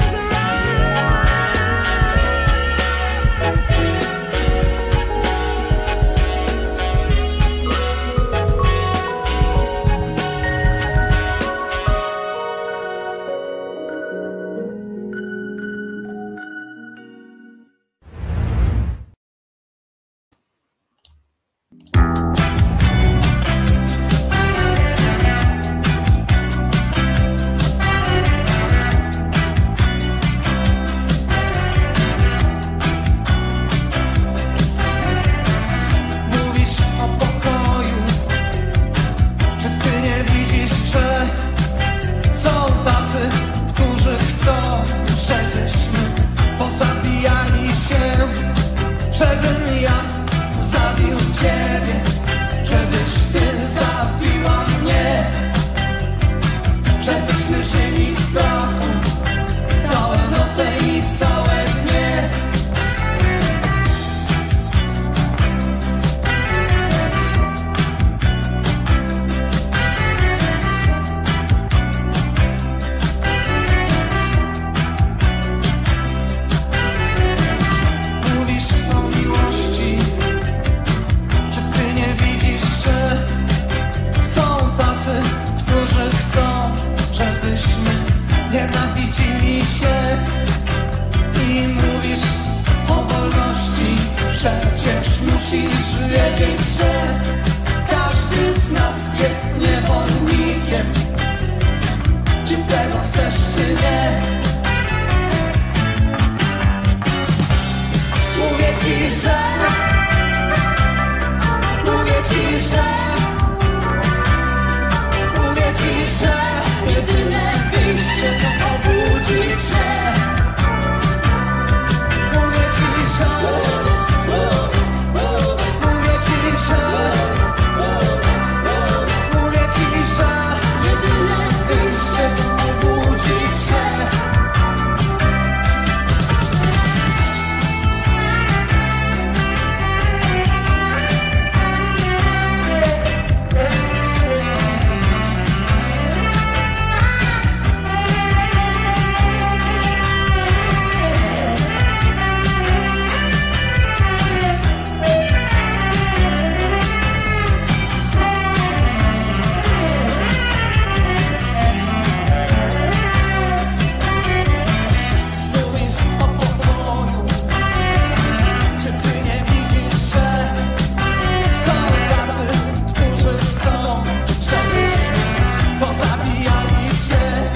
Speaker 3: Mówisz o pokoju, czy ty nie widzisz, że są tacy, którzy chcą, żebyśmy pozabijali się, żebym ja zabił ciebie, żebyś ty zabiła mnie, żebyśmy żyli w strachu całe noce i całe dnie. Mówisz o miłości, czy ty nie widzisz, że są tacy, którzy chcą, żebyśmy nienawidzili się? I mówisz o wolności, przecież musisz wiedzieć, że każdy z nas jest niewolnikiem. Czy tego chcesz, czy nie? Mówię ci, że Mówię ci, że Mówię ci, że jedyne wyjście to obudzić się. Mówię ci, że Mówię ci, że Mówię ci, że jedyne wyjście to obudzić się. Mówisz o pokoju, czy ty nie widzisz, że są tacy, którzy chcą, żebyśmy pozabijali się?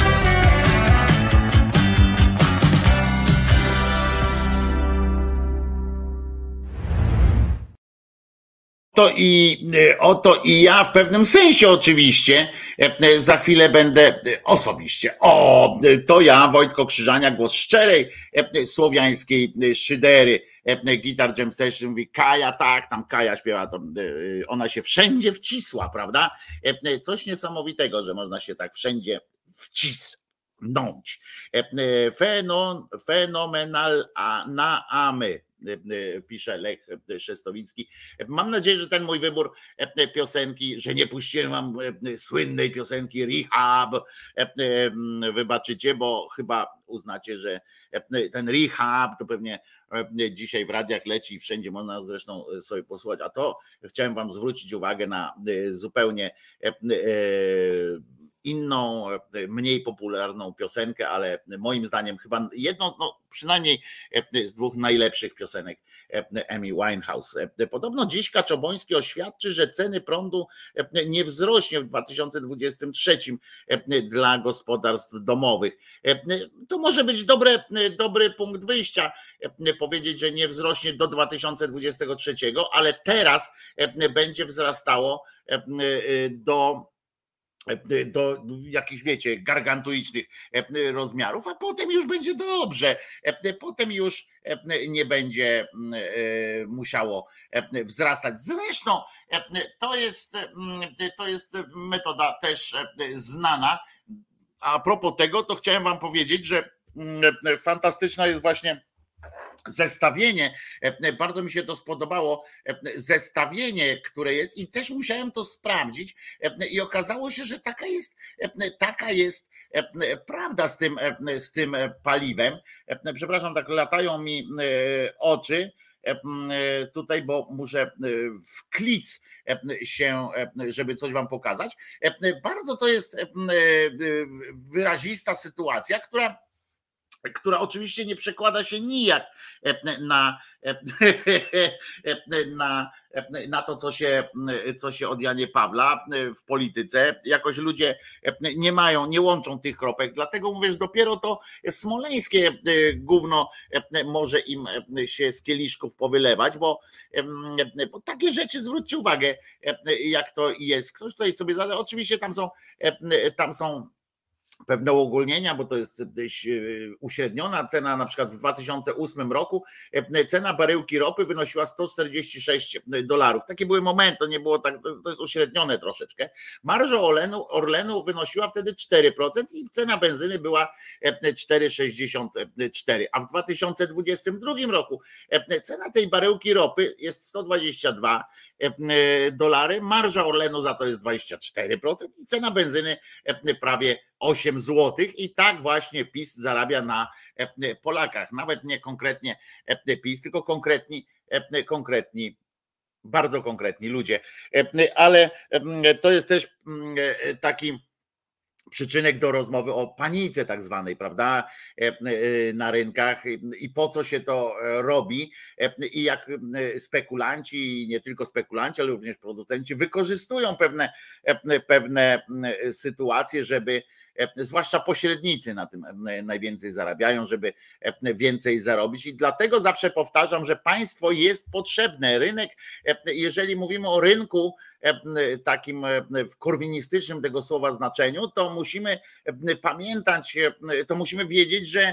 Speaker 4: To i e, oto i ja w pewnym sensie oczywiście e, e, za chwilę będę e, osobiście. O, e, to ja, Wojtko Krzyżania, głos szczerej e, słowiańskiej e, szydery. e, Guitar Jam Session mówi Kaja, tak, tam Kaja śpiewa, to, e, ona się wszędzie wcisła, prawda? E, e, Coś niesamowitego, że można się tak wszędzie wcisnąć. E, e, Fenon, fenomenal a, na amy. Pisze Lech Szestowicki. Mam nadzieję, że ten mój wybór piosenki, że nie puściłem wam słynnej piosenki Rehab, wybaczycie, bo chyba uznacie, że ten Rehab to pewnie dzisiaj w radiach leci i wszędzie można zresztą sobie posłuchać, a to chciałem wam zwrócić uwagę na zupełnie inną, mniej popularną piosenkę, ale moim zdaniem chyba jedną, no przynajmniej z dwóch najlepszych piosenek Amy Winehouse. Podobno dziś Kaczoboński oświadczy, że ceny prądu nie wzrośnie w dwa tysiące dwudziestym trzecim dla gospodarstw domowych. To może być dobre, dobry punkt wyjścia, powiedzieć, że nie wzrośnie do dwa tysiące dwudziestego trzeciego, ale teraz będzie wzrastało do do jakichś, wiecie, gargantuicznych rozmiarów, a potem już będzie dobrze. Potem już nie będzie musiało wzrastać. Zresztą to jest, to jest metoda też znana. A propos tego, to chciałem wam powiedzieć, że fantastyczna jest właśnie zestawienie, bardzo mi się to spodobało, zestawienie, które jest, i też musiałem to sprawdzić i okazało się, że taka jest, taka jest prawda z tym, z tym paliwem. Przepraszam, tak latają mi oczy tutaj, bo muszę w klic się, żeby coś wam pokazać. Bardzo to jest wyrazista sytuacja, która która oczywiście nie przekłada się nijak na, na, na to, co się, co się od Janie Pawla w polityce. Jakoś ludzie nie mają, nie łączą tych kropek, dlatego mówię, że dopiero to smoleńskie gówno może im się z kieliszków powylewać, bo, bo takie rzeczy, zwróćcie uwagę, jak to jest. Ktoś tutaj sobie zada, oczywiście tam są, tam są pewne uogólnienia, bo to jest dość uśredniona cena. Na przykład w dwa tysiące ósmym roku cena baryłki ropy wynosiła sto czterdzieści sześć dolarów. Takie były momenty, to nie było tak, to jest uśrednione troszeczkę. Marża Orlenu, Orlenu wynosiła wtedy cztery procent i cena benzyny była cztery sześćdziesiąt cztery, a w dwa tysiące dwudziestym drugim roku cena tej baryłki ropy jest sto dwadzieścia dwa dolary, marża Orlenu za to jest dwadzieścia cztery procent i cena benzyny prawie osiem złotych, i tak właśnie PiS zarabia na Polakach. Nawet nie konkretnie PiS, tylko konkretni, konkretni, bardzo konkretni ludzie. Ale to jest też taki przyczynek do rozmowy o panice tak zwanej, prawda, na rynkach i po co się to robi i jak spekulanci, i nie tylko spekulanci, ale również producenci wykorzystują pewne, pewne sytuacje, żeby, zwłaszcza pośrednicy na tym najwięcej zarabiają, żeby więcej zarobić, i dlatego zawsze powtarzam, że państwo jest potrzebne. Rynek, jeżeli mówimy o rynku takim w korwinistycznym tego słowa znaczeniu, to musimy pamiętać, to musimy wiedzieć, że,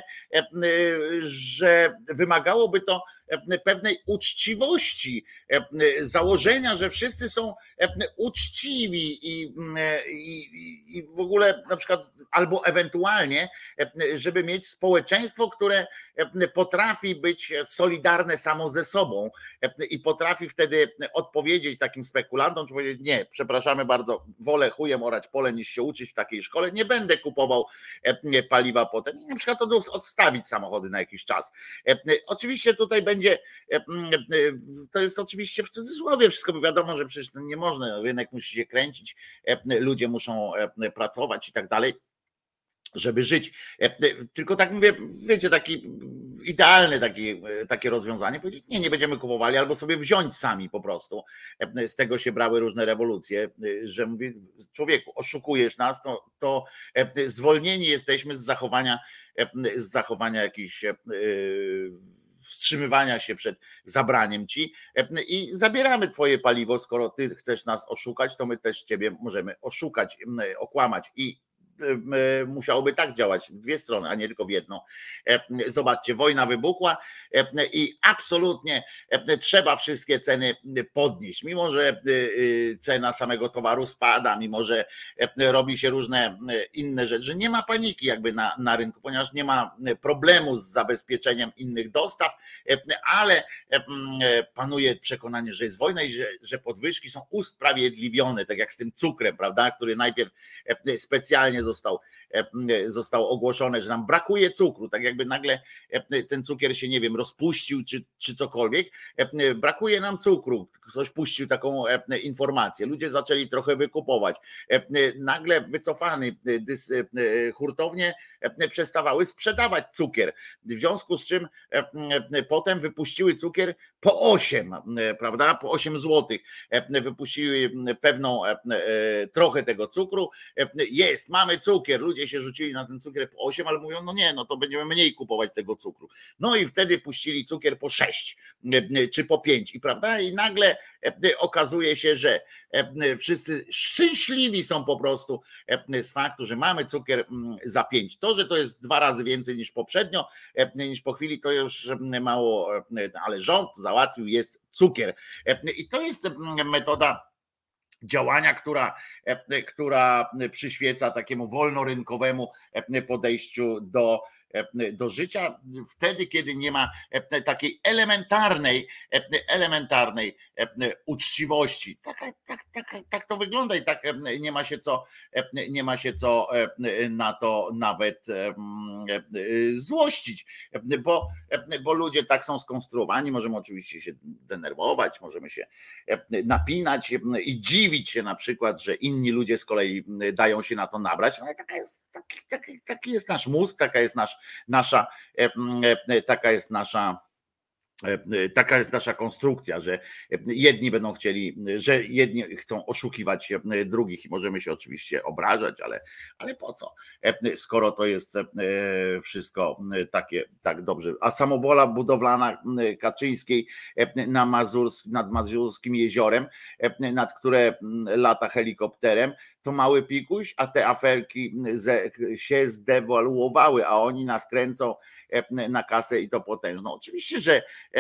Speaker 4: że wymagałoby to pewnej uczciwości, założenia, że wszyscy są uczciwi i, i, i w ogóle na przykład, albo ewentualnie, żeby mieć społeczeństwo, które potrafi być solidarne samo ze sobą i potrafi wtedy odpowiedzieć takim spekulantom, czy powiedzieć: nie, przepraszamy bardzo, wolę chujem orać pole niż się uczyć w takiej szkole, nie będę kupował paliwa potem i na przykład odstawić samochody na jakiś czas. Oczywiście tutaj będzie, to jest oczywiście w cudzysłowie wszystko, bo wiadomo, że przecież nie można, rynek musi się kręcić, ludzie muszą pracować i tak dalej, żeby żyć. Tylko tak mówię, wiecie, taki idealne takie, takie rozwiązanie, powiedzieć: nie, nie będziemy kupowali, albo sobie wziąć sami po prostu. Z tego się brały różne rewolucje, że mówię: człowieku, oszukujesz nas, to, to zwolnieni jesteśmy z zachowania, z zachowania jakichś wstrzymywania się przed zabraniem ci i zabieramy twoje paliwo. Skoro ty chcesz nas oszukać, to my też ciebie możemy oszukać, okłamać. I musiałoby tak działać w dwie strony, a nie tylko w jedną. Zobaczcie, wojna wybuchła i absolutnie trzeba wszystkie ceny podnieść, mimo że cena samego towaru spada, mimo że robi się różne inne rzeczy, że nie ma paniki jakby na, na rynku, ponieważ nie ma problemu z zabezpieczeniem innych dostaw, ale panuje przekonanie, że jest wojna i że, że podwyżki są usprawiedliwione, tak jak z tym cukrem, prawda, który najpierw specjalnie został zostało ogłoszone, że nam brakuje cukru, tak jakby nagle ten cukier się, nie wiem, rozpuścił czy, czy cokolwiek, brakuje nam cukru, ktoś puścił taką informację, ludzie zaczęli trochę wykupować, nagle wycofany dys, hurtownie przestawały sprzedawać cukier, w związku z czym potem wypuściły cukier po osiem, prawda, po osiem złotych, wypuściły pewną trochę tego cukru, jest, mamy cukier, ludzie się rzucili na ten cukier po osiem, ale mówią, no nie, no to będziemy mniej kupować tego cukru, no i wtedy puścili cukier po sześć czy po pięć i prawda, i nagle okazuje się, że wszyscy szczęśliwi są po prostu z faktu, że mamy cukier za pięć. To, że to jest dwa razy więcej niż poprzednio, niż po chwili, to już mało, ale rząd załatwił, jest cukier. I to jest metoda działania, która, która przyświeca takiemu wolnorynkowemu podejściu do do życia, wtedy, kiedy nie ma takiej elementarnej, elementarnej uczciwości. Tak, tak, tak, tak to wygląda i tak nie ma się co, nie ma się co na to nawet złościć, bo, bo ludzie tak są skonstruowani, możemy oczywiście się denerwować, możemy się napinać i dziwić się na przykład, że inni ludzie z kolei dają się na to nabrać, no ale taka jest, taki, taki, taki jest nasz mózg, taka jest nasz Nasza, taka jest nasza, taka jest nasza konstrukcja, że jedni będą chcieli, że jedni chcą oszukiwać drugich i możemy się oczywiście obrażać, ale, ale po co, skoro to jest wszystko takie tak dobrze. A samobola budowlana Kaczyńskiej na Mazurs, nad Mazurskim jeziorem, nad które lata helikopterem, to mały pikuś, a te aferki się zdewaluowały, a oni nas kręcą na kasę i to potężną. Oczywiście, że,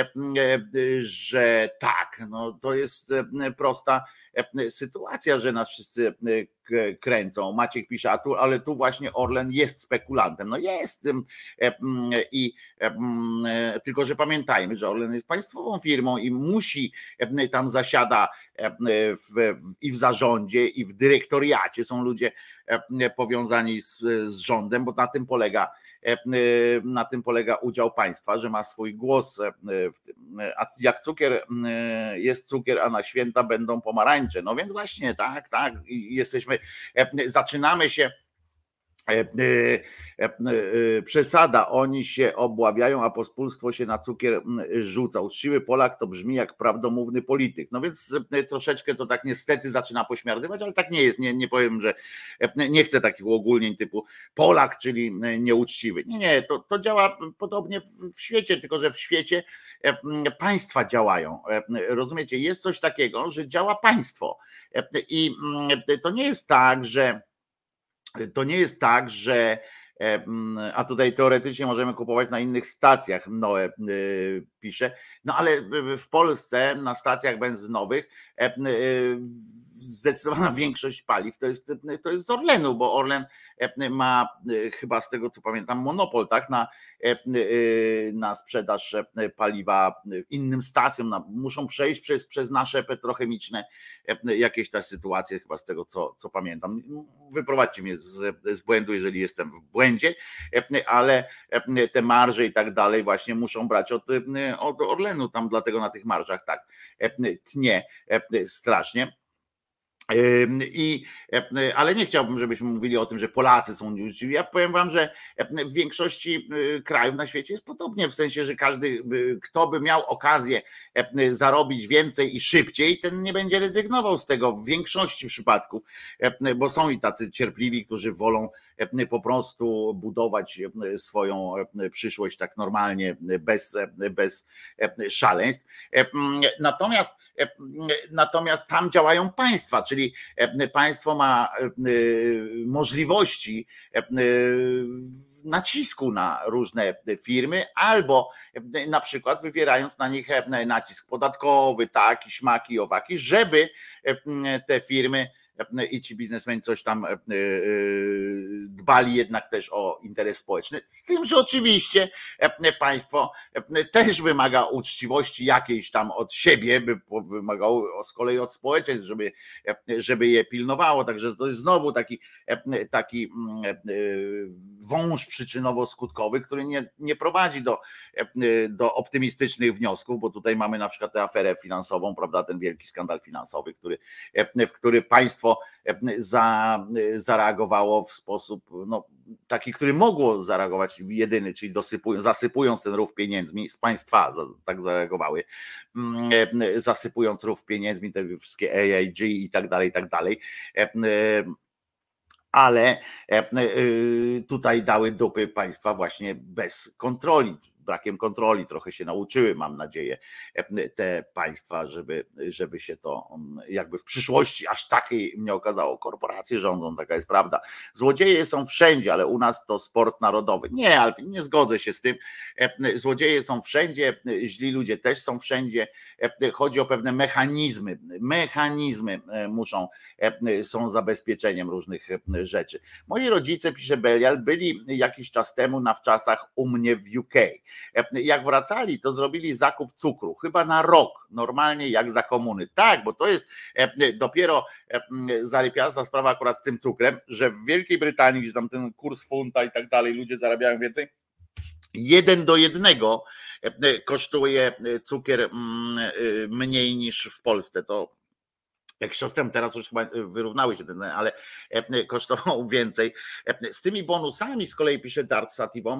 Speaker 4: że tak, no to jest prosta sytuacja, że nas wszyscy kręcą. Maciek pisze, a tu, ale tu właśnie Orlen jest spekulantem. No jest. I tylko, że pamiętajmy, że Orlen jest państwową firmą i musi, tam zasiada w, i w zarządzie, i w dyrektoriacie są ludzie powiązani z, z rządem, bo na tym polega na tym polega udział państwa, że ma swój głos w tym. A jak cukier jest cukier, a na święta będą pomarańcze. No więc właśnie tak, tak, jesteśmy, zaczynamy się. Przesada, oni się obławiają, a pospólstwo się na cukier rzuca. Uczciwy Polak to brzmi jak prawdomówny polityk. No więc troszeczkę to tak niestety zaczyna pośmiardywać, ale tak nie jest. Nie, nie powiem, że nie chcę takich uogólnień typu Polak, czyli nieuczciwy. Nie, nie, to, to działa podobnie w świecie, tylko że w świecie państwa działają. Rozumiecie, jest coś takiego, że działa państwo. I to nie jest tak, że To nie jest tak, że a tutaj teoretycznie możemy kupować na innych stacjach, Noe pisze, no ale w Polsce na stacjach benzynowych zdecydowana większość paliw to jest, to jest z Orlenu, bo Orlen ma chyba z tego co pamiętam monopol, tak, na, na sprzedaż paliwa innym stacjom, na, muszą przejść przez, przez nasze petrochemiczne jakieś te sytuacje, chyba z tego co, co pamiętam. Wyprowadźcie mnie z, z błędu, jeżeli jestem w błędzie, ale te marże i tak dalej właśnie muszą brać od, od Orlenu, tam dlatego na tych marżach tak tnie strasznie. I, ale nie chciałbym, żebyśmy mówili o tym, że Polacy są nieuczciwi. Ja powiem wam, że w większości krajów na świecie jest podobnie, w sensie, że każdy, kto by miał okazję zarobić więcej i szybciej, ten nie będzie rezygnował z tego w większości przypadków, bo są i tacy cierpliwi, którzy wolą po prostu budować swoją przyszłość tak normalnie, bez, bez szaleństw. Natomiast, natomiast tam działają państwa, czyli państwo ma możliwości nacisku na różne firmy, albo na przykład wywierając na nich nacisk podatkowy, taki, śmaki, owaki, żeby te firmy i ci biznesmeni coś tam dbali jednak też o interes społeczny. Z tym, że oczywiście państwo też wymaga uczciwości jakiejś tam od siebie, by wymagało z kolei od społeczeństw, żeby, żeby je pilnowało. Także to jest znowu taki, taki wąż przyczynowo-skutkowy, który nie, nie prowadzi do, do optymistycznych wniosków, bo tutaj mamy na przykład tę aferę finansową, prawda, ten wielki skandal finansowy, który, w który państwo za, zareagowało w sposób no, taki, który mogło zareagować jedyny, czyli dosypują, zasypując ten rów pieniędzmi, z państwa tak zareagowały, zasypując rów pieniędzmi, te wszystkie A I G i tak dalej, i tak dalej. Ale tutaj dały dupy państwa właśnie bez kontroli, brakiem kontroli, trochę się nauczyły, mam nadzieję, te państwa, żeby, żeby się to jakby w przyszłości aż takiej nie okazało. Korporacje rządzą, taka jest prawda. Złodzieje są wszędzie, ale u nas to sport narodowy. Nie, ale nie zgodzę się z tym. Złodzieje są wszędzie, źli ludzie też są wszędzie. Chodzi o pewne mechanizmy. Mechanizmy muszą, są zabezpieczeniem różnych rzeczy. Moi rodzice, pisze Belial, byli jakiś czas temu na wczasach u mnie w U K. Jak wracali, to zrobili zakup cukru, chyba na rok, normalnie jak za komuny. Tak, bo to jest dopiero zarypiasta sprawa akurat z tym cukrem, że w Wielkiej Brytanii, gdzie tam ten kurs funta i tak dalej, ludzie zarabiają więcej, jeden do jednego kosztuje cukier mniej niż w Polsce. To jak siostrem teraz już chyba wyrównały się ten, ale kosztował więcej. Z tymi bonusami z kolei, pisze Dart Sativon,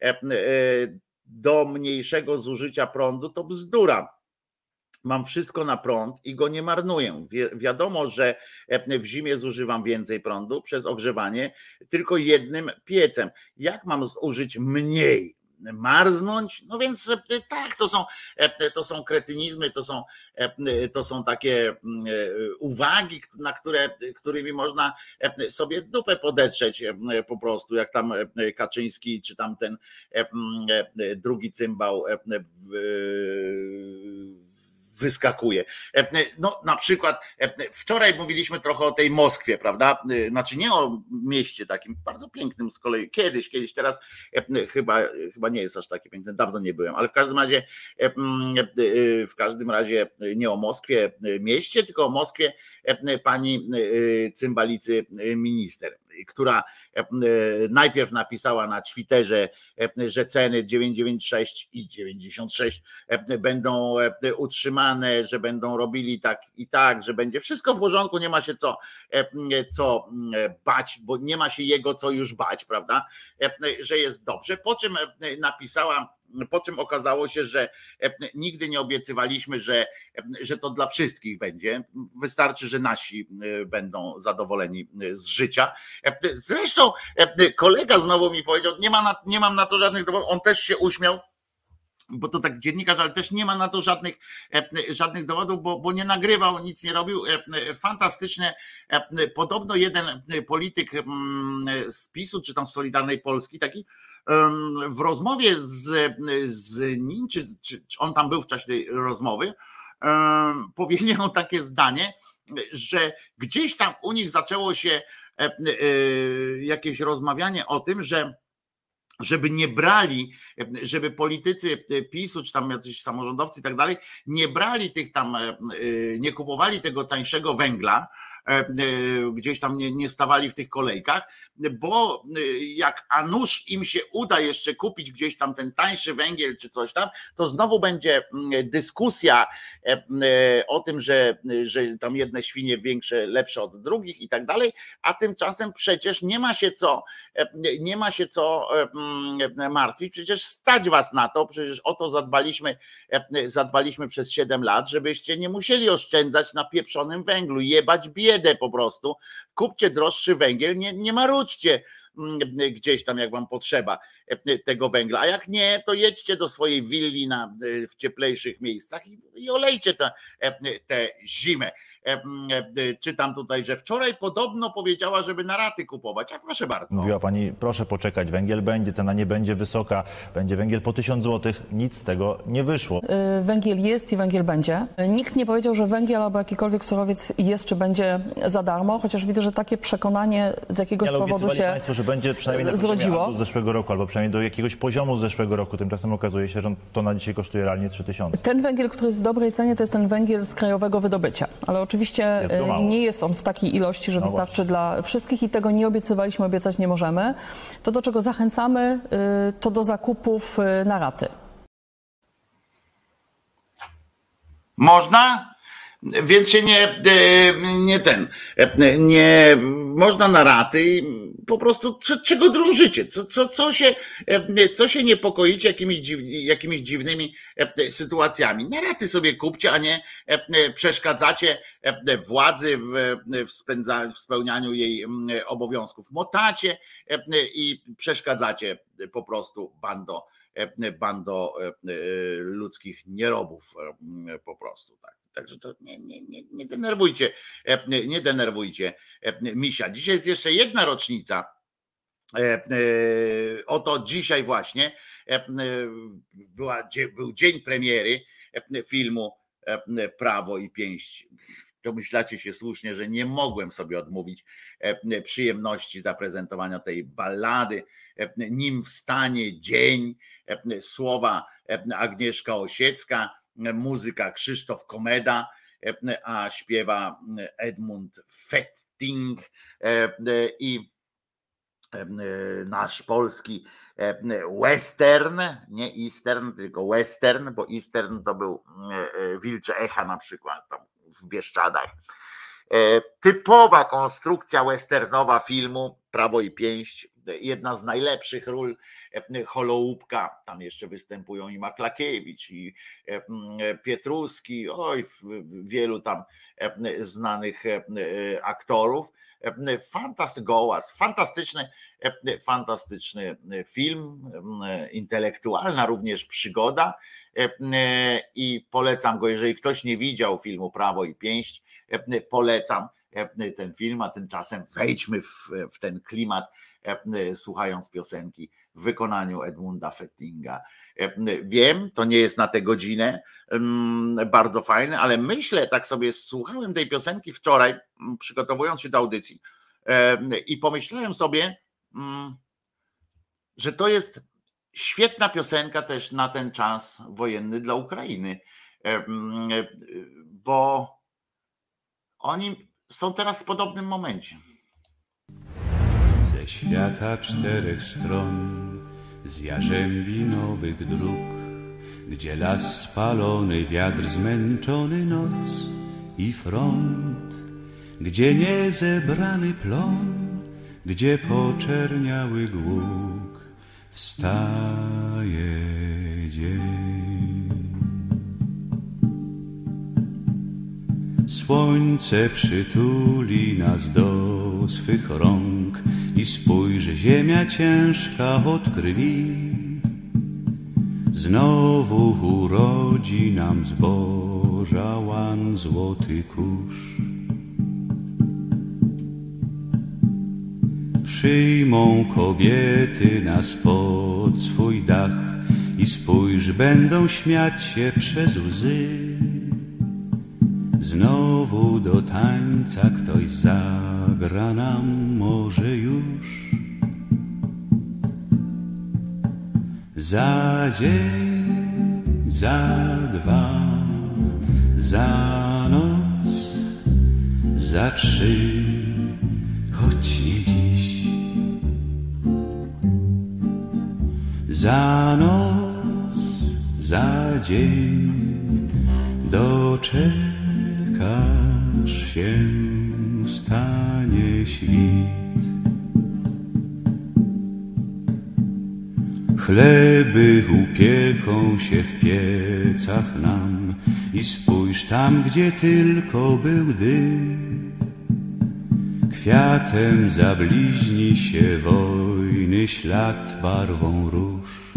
Speaker 4: do mniejszego zużycia prądu to bzdura. Mam wszystko na prąd i go nie marnuję. Wi- wiadomo, że w zimie zużywam więcej prądu przez ogrzewanie tylko jednym piecem. Jak mam zużyć mniej? Marznąć? No więc tak, to są, to są kretynizmy, to są, to są takie uwagi, na które, którymi można sobie dupę podetrzeć po prostu, jak tam Kaczyński, czy tam ten drugi cymbał wyskakuje. No na przykład wczoraj mówiliśmy trochę o tej Moskwie, prawda? Znaczy nie o mieście takim bardzo pięknym z kolei, kiedyś, kiedyś, teraz chyba, chyba nie jest aż taki piękny, dawno nie byłem, ale w każdym razie w każdym razie nie o Moskwie mieście, tylko o Moskwie pani cymbalicy minister, która najpierw napisała na Twitterze, że ceny dziewięćset dziewięćdziesiąt sześć i dziewięćdziesiąt sześć będą utrzymane, że będą robili tak i tak, że będzie wszystko w porządku, nie ma się co, co bać, bo nie ma się jego co już bać, prawda, że jest dobrze, po czym napisała, po czym okazało się, że nigdy nie obiecywaliśmy, że, że to dla wszystkich będzie. Wystarczy, że nasi będą zadowoleni z życia. Zresztą kolega znowu mi powiedział, nie, ma na, nie mam na to żadnych dowodów, on też się uśmiał, bo to tak dziennikarz, ale też nie ma na to żadnych, żadnych dowodów, bo, bo nie nagrywał, nic nie robił. Fantastyczne. Podobno jeden polityk z PiSu, czy tam z Solidarnej Polski, taki w rozmowie z, z nim, czy, czy on tam był w czasie tej rozmowy, powiedział takie zdanie, że gdzieś tam u nich zaczęło się jakieś rozmawianie o tym, że żeby nie brali, żeby politycy PiSu, czy tam jacyś samorządowcy i tak dalej, nie brali tych tam, nie kupowali tego tańszego węgla, gdzieś tam nie, nie stawali w tych kolejkach, bo jak a nuż im się uda jeszcze kupić gdzieś tam ten tańszy węgiel czy coś tam, to znowu będzie dyskusja o tym, że, że tam jedne świnie większe, lepsze od drugich i tak dalej, a tymczasem przecież nie ma się co, nie ma się co martwić, przecież stać was na to, przecież o to zadbaliśmy, zadbaliśmy przez siedem lat, żebyście nie musieli oszczędzać na pieprzonym węglu, jebać biedę po prostu, kupcie droższy węgiel, nie, nie marudźcie gdzieś tam jak wam potrzeba tego węgla, a jak nie, to jedźcie do swojej willi na, w cieplejszych miejscach i, i olejcie tę te zimę. Czytam tutaj, że wczoraj podobno powiedziała, żeby na raty kupować. A proszę bardzo.
Speaker 8: Mówiła pani, proszę poczekać, węgiel będzie, cena nie będzie wysoka, będzie węgiel po tysiąc złotych. Nic z tego nie wyszło.
Speaker 9: Węgiel jest i węgiel będzie. Nikt nie powiedział, że węgiel albo jakikolwiek surowiec jest czy będzie za darmo, chociaż widzę, że takie przekonanie z jakiegoś
Speaker 8: Nie,
Speaker 9: powodu się
Speaker 8: państwo, że będzie przynajmniej na
Speaker 9: zrodziło.
Speaker 8: z zeszłego roku, albo przynajmniej do jakiegoś poziomu z zeszłego roku. Tymczasem okazuje się, że to na dzisiaj kosztuje realnie trzy tysiące.
Speaker 9: Ten węgiel, który jest w dobrej cenie, to jest ten węgiel z krajowego wydobycia. Ale oczywiście
Speaker 8: Jest go mało.
Speaker 9: nie jest on w takiej ilości, że
Speaker 8: No
Speaker 9: wystarczy
Speaker 8: właśnie.
Speaker 9: dla wszystkich i tego nie obiecywaliśmy, obiecać nie możemy. To, do czego zachęcamy, y, to do zakupów y, na raty.
Speaker 4: Można? Więc się nie, nie ten, nie można na raty, po prostu czego drążycie, co, co, co, się, co się niepokoicie jakimiś, dziw, jakimiś dziwnymi sytuacjami. Na raty sobie kupcie, a nie przeszkadzacie władzy w, w, spędza, w spełnianiu jej obowiązków. Motacie i przeszkadzacie po prostu bando, bando ludzkich nierobów po prostu, tak. Także to nie, nie, nie, nie denerwujcie, nie denerwujcie misia. Dzisiaj jest jeszcze jedna rocznica. Oto dzisiaj właśnie była, był dzień premiery filmu Prawo i Pięść. Domyślacie się słusznie, że nie mogłem sobie odmówić przyjemności zaprezentowania tej ballady. Nim wstanie dzień, słowa Agnieszka Osiecka, muzyka Krzysztof Komeda, a śpiewa Edmund Fetting i nasz polski western, nie eastern, tylko western, bo eastern to był Wilcze Echa na przykład tam w Bieszczadach. Typowa konstrukcja westernowa filmu Prawo i Pięść, jedna z najlepszych ról Holoubka, tam jeszcze występują i Maklakiewicz, i Pietruski, oj, wielu tam znanych aktorów. Fantastyczny gołas, fantastyczny, fantastyczny film, intelektualna również przygoda i polecam go, jeżeli ktoś nie widział filmu Prawo i Pięść, polecam ten film, a tymczasem wejdźmy w, w ten klimat, słuchając piosenki w wykonaniu Edmunda Fettinga. Wiem, to nie jest na tę godzinę bardzo fajne, ale myślę, tak sobie słuchałem tej piosenki wczoraj, przygotowując się do audycji i pomyślałem sobie, że to jest świetna piosenka też na ten czas wojenny dla Ukrainy, bo oni są teraz w podobnym momencie.
Speaker 10: Ze świata czterech stron, z jarzębi nowych dróg, gdzie las spalony, wiatr zmęczony, noc i front, gdzie niezebrany plon, gdzie poczerniały głuk, wstaje dzień. Słońce przytuli nas do swych rąk i spójrz, ziemia ciężka od krwi znowu urodzi nam zboża łan złoty kurz. Przyjmą kobiety nas pod swój dach i spójrz, będą śmiać się przez łzy. Znowu do tańca ktoś zagra nam może już. Za dzień, za dwa, za noc, za trzy, choć nie dziś. Za noc, za dzień, doczekasz się, stanie świt. Chleby upieką się w piecach nam i spójrz tam, gdzie tylko był dym. Kwiatem zabliźni się wojny ślad barwą róż.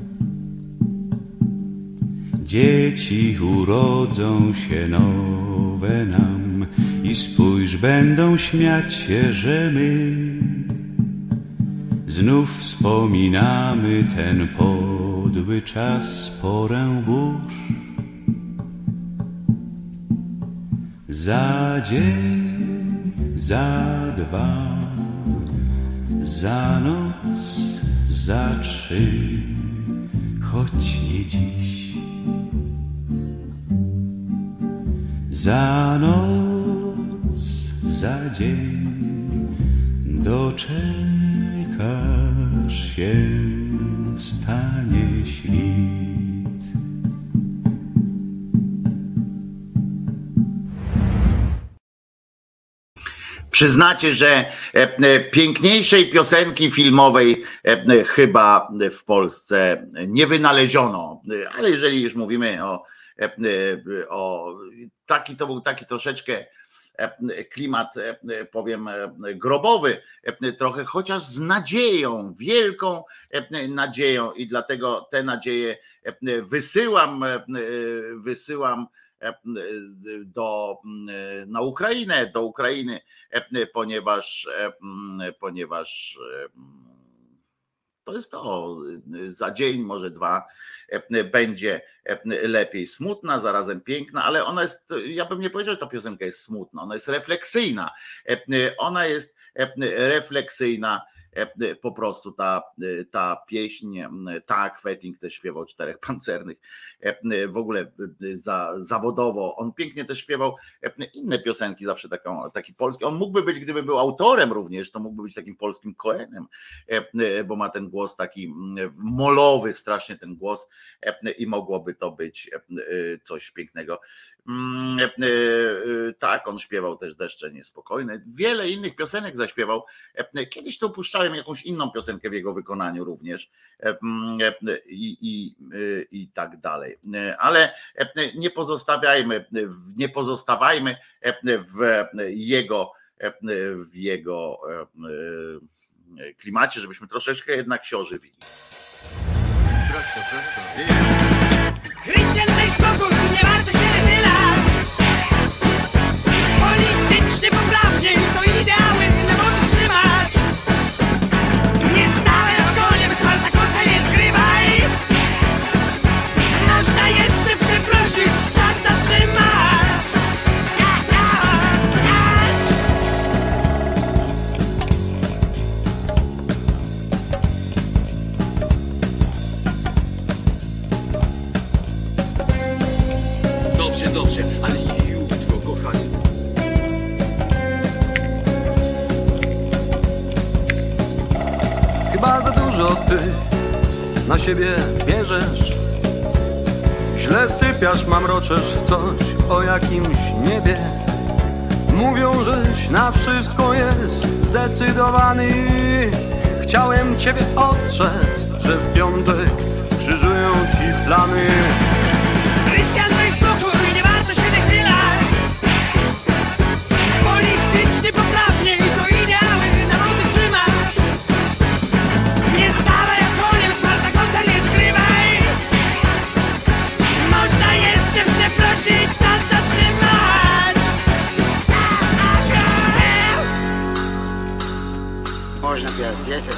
Speaker 10: Dzieci urodzą się nowe nowe nam i spójrz, będą śmiać się, że my znów wspominamy ten podły czas, porę burz. Za dzień, za dwa, za noc, za trzy, choć nie dziś. Za noc, za dzień doczekasz się, wstanie świt.
Speaker 4: Przyznacie, że piękniejszej piosenki filmowej chyba w Polsce nie wynaleziono, ale jeżeli już mówimy o, o taki, to był taki troszeczkę klimat, powiem, grobowy trochę, chociaż z nadzieją, wielką nadzieją, i dlatego te nadzieje wysyłam, wysyłam do, na Ukrainę, do Ukrainy, ponieważ, ponieważ to jest to, za dzień, może dwa będzie lepiej. Smutna, zarazem piękna, ale ona jest, ja bym nie powiedział, że ta piosenka jest smutna, ona jest refleksyjna. Ona jest refleksyjna, po prostu ta, ta pieśń, tak, Wetting też śpiewał Czterech Pancernych, w ogóle za, zawodowo, on pięknie też śpiewał inne piosenki, zawsze taką, taki polski, on mógłby być, gdyby był autorem również, to mógłby być takim polskim Cohenem, bo ma ten głos taki molowy, strasznie ten głos, i mogłoby to być coś pięknego. Tak, on śpiewał też Deszcze niespokojne, wiele innych piosenek zaśpiewał, kiedyś to puszczałem jakąś inną piosenkę w jego wykonaniu również i, i, i tak dalej, ale nie pozostawiajmy, nie pozostawajmy w jego, w jego klimacie, żebyśmy troszeczkę jednak się ożywili.
Speaker 11: Prosto, prosto.
Speaker 12: Krystian, daj spokój, nie warto się wychylać. Politycznie poprawnie to ideały nie mogą trzymać. Nie stałe z koniem, Spartakusa nie zgrywaj. Można jeszcze przeprosić, czas zatrzymać.
Speaker 11: Dobrze, dobrze, ale jutro, kochani.
Speaker 13: Chyba za dużo ty na siebie bierzesz. Źle sypiasz, mamroczesz coś o jakimś niebie. Mówią, żeś na wszystko jest zdecydowany. Chciałem ciebie ostrzec, że w piątek krzyżują ci plany.
Speaker 12: Krystian, daj spokój, nie warto się wychylać. Politycznie poprawnie to ideały na mogę trzymać. Nie stawaj z koniem, Spartakusa nie zgrywaj. Można jeszcze przeprosić, czas zatrzymać.
Speaker 14: Można piać, dziesięć.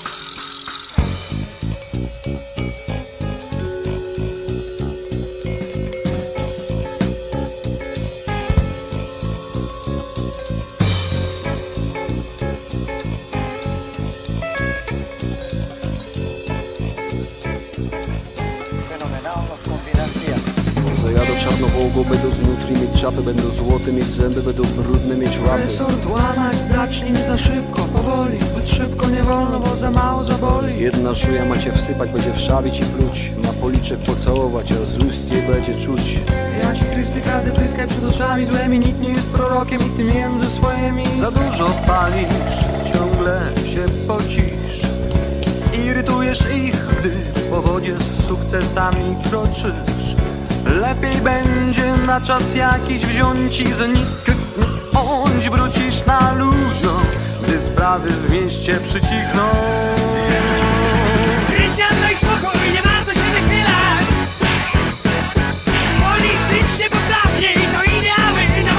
Speaker 15: Zajadą czarnowłogą, będą z nutri mieć czapy, będą złote mieć zęby, będą brudne mieć łapy.
Speaker 3: Resort łamać zacznij nie za szybko, powoli, zbyt szybko nie wolno, bo za mało zaboli.
Speaker 15: Jedna szuja macie wsypać, będzie wszawić i pluć, na policzek pocałować, a z ust je będzie czuć.
Speaker 3: Ja ci Chrysty kadzę, pryskaj przed oczami złymi, nikt nie jest prorokiem i ty między swoimi.
Speaker 13: Za dużo palisz, ciągle się pocisz. Irytujesz ich, gdy po wodzie z sukcesami kroczysz. Lepiej będzie na czas jakiś wziąć i zniknąć. Wrócisz na luźno, gdy sprawy w mieście przycichną.
Speaker 12: Krystian, daj spokój, nie warto się wychylać. Politycznie poprawnie to ideały na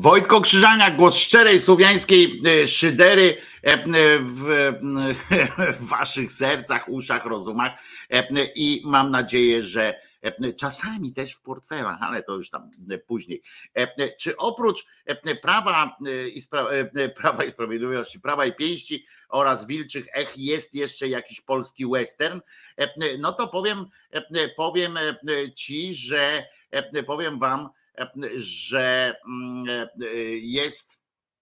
Speaker 4: Wojtko Krzyżaniak, głos szczerej słowiańskiej szydery w, w waszych sercach, uszach, rozumach i mam nadzieję, że czasami też w portfelach, ale to już tam później. Czy oprócz Prawa i, Spra- Prawa i Sprawiedliwości, Prawa i Pięści oraz Wilczych Ech jest jeszcze jakiś polski western? No to powiem, powiem ci, że powiem wam, że jest,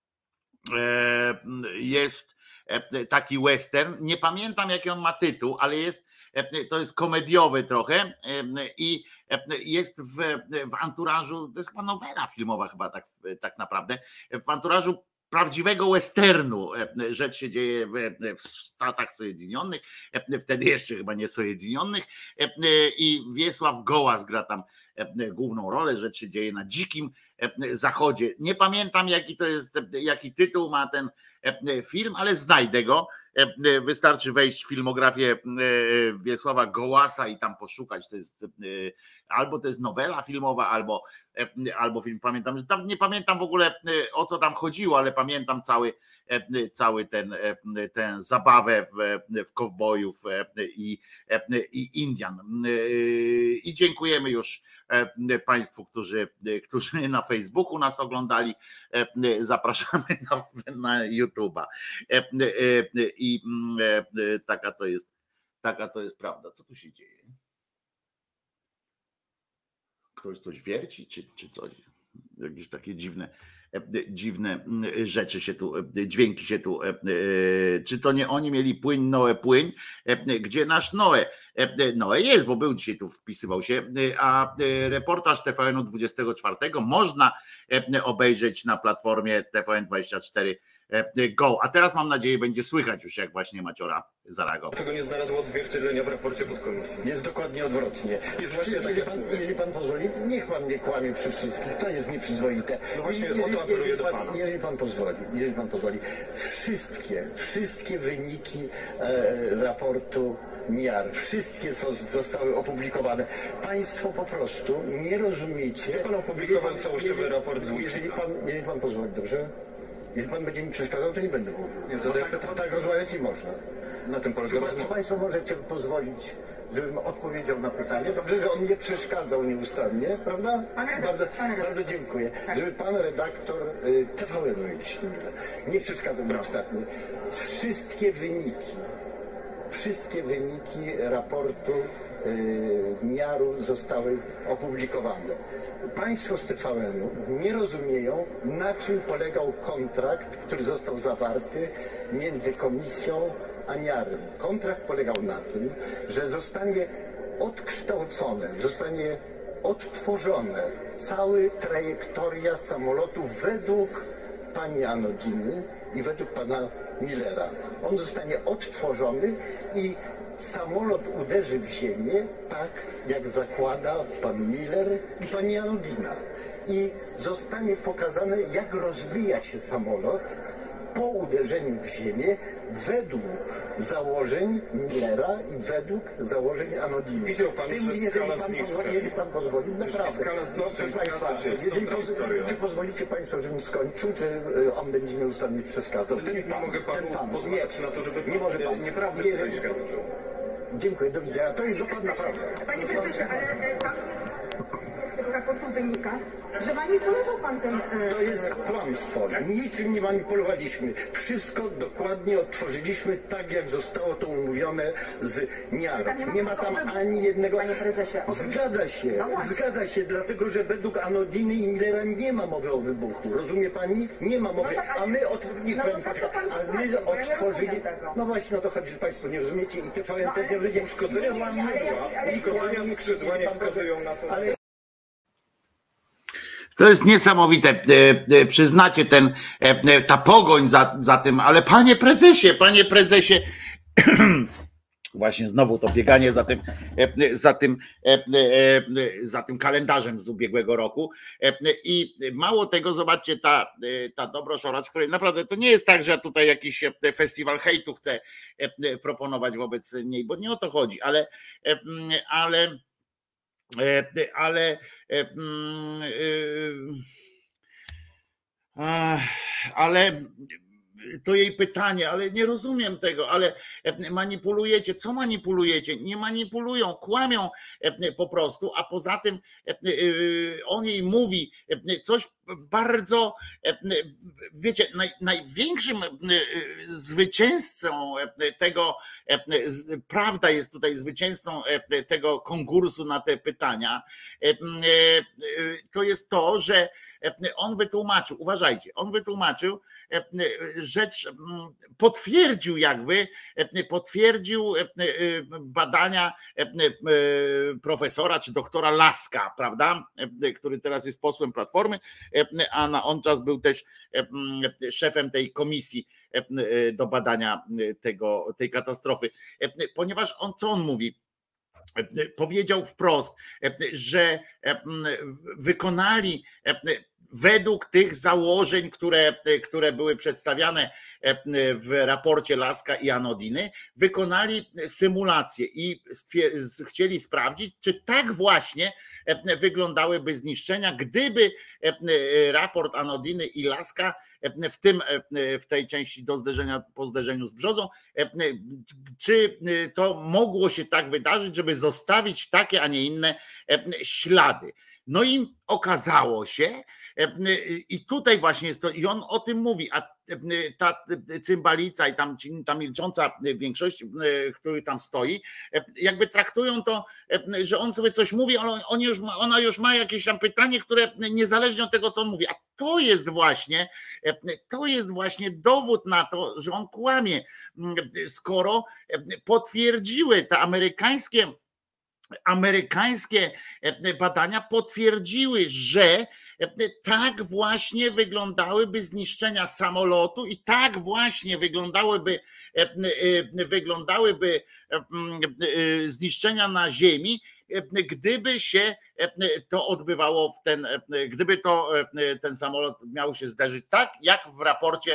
Speaker 4: jest taki western, nie pamiętam jaki on ma tytuł, ale jest, to jest komediowy trochę i jest w, w anturażu, to jest chyba nowela filmowa chyba tak, tak naprawdę, w anturażu prawdziwego westernu. Rzecz się dzieje w, w Stanach Zjednoczonych, wtedy jeszcze chyba nie Zjednoczonych, i Wiesław Gołas gra tam główną rolę. Rzecz się dzieje na dzikim zachodzie. Nie pamiętam jaki to jest, jaki tytuł ma ten film, ale znajdę go. Wystarczy wejść w filmografię Wiesława Gołasa i tam poszukać. To jest albo to jest nowela filmowa, albo, albo film. Pamiętam, że tam nie pamiętam w ogóle o co tam chodziło, ale pamiętam cały, cały ten, tę zabawę w, w kowbojów i, i Indian. I dziękujemy już Państwu, którzy, którzy na Facebooku nas oglądali. Zapraszamy na, na YouTube'a. I taka to jest, taka to jest prawda. Co tu się dzieje? Ktoś coś wierci, czy, czy coś? Jakieś takie dziwne, dziwne rzeczy się tu, dźwięki się tu. Czy to nie oni mieli płyn Noe płyń? Gdzie nasz Noe? Noe jest, bo był dzisiaj tu, wpisywał się, a reportaż T V N-u dwudziestego czwartego można obejrzeć na platformie T V N dwadzieścia cztery Go. A teraz mam nadzieję będzie słychać już, jak właśnie Maciora zareagował.
Speaker 5: Czego nie znalazło odzwierciedlenia w raporcie podkomisji?
Speaker 6: Jest dokładnie odwrotnie.
Speaker 5: Jest właśnie tak,
Speaker 6: jeżeli,
Speaker 5: jak
Speaker 6: pan,
Speaker 5: mówię.
Speaker 6: jeżeli pan pozwoli, niech pan nie kłamie przy wszystkich. To jest nieprzyzwoite.
Speaker 5: No właśnie
Speaker 6: jeżeli,
Speaker 5: o to apeluję
Speaker 6: jeżeli
Speaker 5: do
Speaker 6: pan,
Speaker 5: pana.
Speaker 6: jeżeli pan pozwoli, jeżeli pan pozwoli, wszystkie, wszystkie wyniki e, raportu miar, wszystkie są, zostały opublikowane. Państwo po prostu nie rozumiecie.
Speaker 5: Czy pan opublikował całościowy raport z
Speaker 6: jeżeli,
Speaker 5: Wójcika?
Speaker 6: jeżeli, pan, jeżeli pan pozwoli, dobrze? Jeżeli pan będzie mi przeszkadzał, to nie będę mówił.
Speaker 5: Nie,
Speaker 6: Bo
Speaker 5: zadaję
Speaker 6: tak,
Speaker 5: pytanie.
Speaker 6: tak rozmawiać nie można.
Speaker 5: Na tym polega
Speaker 6: Czy
Speaker 5: rozmowa.
Speaker 6: Państwo możecie pozwolić, żebym odpowiedział na pytanie? Dobrze, że on nie przeszkadzał nieustannie, prawda? Bardzo, bardzo dziękuję. Żeby pan redaktor y, T V N-u, jeśli nie mylę, nie przeszkadzał nieustannie. Wszystkie wyniki, wszystkie wyniki raportu y, miaru zostały opublikowane. Państwo z T V N-u nie rozumieją, na czym polegał kontrakt, który został zawarty między komisją a miarem. Kontrakt polegał na tym, że zostanie odkształcone, zostanie odtworzone cała trajektoria samolotu według pani Anodiny i według pana Millera. On zostanie odtworzony i samolot uderzy w ziemię tak, jak zakłada pan Miller i pani Anodina. I zostanie pokazane, jak rozwija się samolot po uderzeniu w ziemię według założeń Millera i według założeń Anodiny.
Speaker 5: Widział pan,
Speaker 6: Tym,
Speaker 5: że
Speaker 6: jeżeli
Speaker 5: skala
Speaker 6: pan
Speaker 5: zniszczeń.
Speaker 6: pozwoli, jeżeli pan pozwoli, naprawdę.
Speaker 5: skala zniszczeń
Speaker 6: Proszę
Speaker 5: zgadza
Speaker 6: państwa,
Speaker 5: się z tą
Speaker 6: jeżeli poz,
Speaker 5: trajektorią.
Speaker 6: czy pozwolicie państwo, żebym skończył, czy y, on będzie nieustannie przeszkadzał?
Speaker 5: Ale nie mogę panu
Speaker 6: ten pan.
Speaker 5: pozwalać na to, żeby
Speaker 6: nie może pan.
Speaker 5: nieprawdę
Speaker 6: Nie,
Speaker 5: tutaj świadczył.
Speaker 6: Dziękuję, do widzenia. To jest dokładna prawda.
Speaker 16: Panie prezesie, ale e, tam jest z tego raportu wynika, że manipulował pan ten... e,
Speaker 6: To jest kłamstwo. Niczym nie manipulowaliśmy. Wszystko dokładnie odtworzyliśmy tak, jak zostało to umówione z miarą. Nie ma tam ani jednego...
Speaker 16: Panie prezesie, o-
Speaker 6: Zgadza się,
Speaker 16: No właśnie.
Speaker 6: zgadza się, dlatego że według Anodiny i Millera nie ma mowy o wybuchu. Rozumie pani? Nie ma mowy.
Speaker 16: No tak, ale-
Speaker 6: A my, otw- niech
Speaker 16: no
Speaker 6: pani
Speaker 16: to co
Speaker 6: poczeka.
Speaker 16: pan
Speaker 6: a my
Speaker 16: sprawdził, bo ja nie
Speaker 6: otworzyli...
Speaker 16: rozumiem tego.
Speaker 6: No właśnie o to chodzi, że państwo nie rozumiecie i T V N
Speaker 16: No
Speaker 6: też nie
Speaker 16: ale-
Speaker 6: rozumie.
Speaker 5: Uszkodzenia
Speaker 16: Nie, nie, ale
Speaker 5: skrzydła,
Speaker 16: jaki- ale-
Speaker 5: uszkodzenia skrzydła nie wskazują na to,
Speaker 6: Ale
Speaker 4: To jest niesamowite, e, e, przyznacie ten, e, ta pogoń za, za tym, ale panie prezesie, panie prezesie, właśnie znowu to bieganie za tym, e, za tym, e, e, za tym kalendarzem z ubiegłego roku. E, I mało tego, zobaczcie, ta, e, ta Dobrosz Oracz, której naprawdę to nie jest tak, że ja tutaj jakiś e, festiwal hejtu chcę e, proponować wobec niej, bo nie o to chodzi, ale, e, ale ale Ale to jej pytanie, ale nie rozumiem tego, ale manipulujecie. Co manipulujecie? Nie manipulują, kłamią po prostu, a poza tym on jej mówi coś bardzo, wiecie, naj, największym zwycięzcą tego, prawda jest tutaj zwycięzcą tego konkursu na te pytania, to jest to, że on wytłumaczył, uważajcie, on wytłumaczył rzecz, potwierdził jakby, potwierdził badania profesora czy doktora Laska, prawda, który teraz jest posłem Platformy, a na on czas był też szefem tej komisji do badania tego, tej katastrofy, ponieważ on, co on mówi? Powiedział wprost, że wykonali według tych założeń, które, które były przedstawiane w raporcie Laska i Anodiny, wykonali symulację i chcieli sprawdzić, czy tak właśnie wyglądałyby zniszczenia, gdyby raport Anodiny i Laska w tym, w tej części do zderzenia, po zderzeniu z Brzozą, czy to mogło się tak wydarzyć, żeby zostawić takie, a nie inne ślady. No i okazało się, i tutaj właśnie jest to, i on o tym mówi, a ta cymbalica i tam, ta milcząca większość, który tam stoi, jakby traktują to, że on sobie coś mówi, ale on już ma, ona już ma jakieś tam pytanie, które niezależnie od tego, co on mówi, a to jest właśnie, to jest właśnie dowód na to, że on kłamie, skoro potwierdziły te amerykańskie Amerykańskie badania potwierdziły, że tak właśnie wyglądałyby zniszczenia samolotu i tak właśnie wyglądałyby, wyglądałyby zniszczenia na ziemi, gdyby się to odbywało w ten, gdyby to ten samolot miał się zderzyć tak, jak w raporcie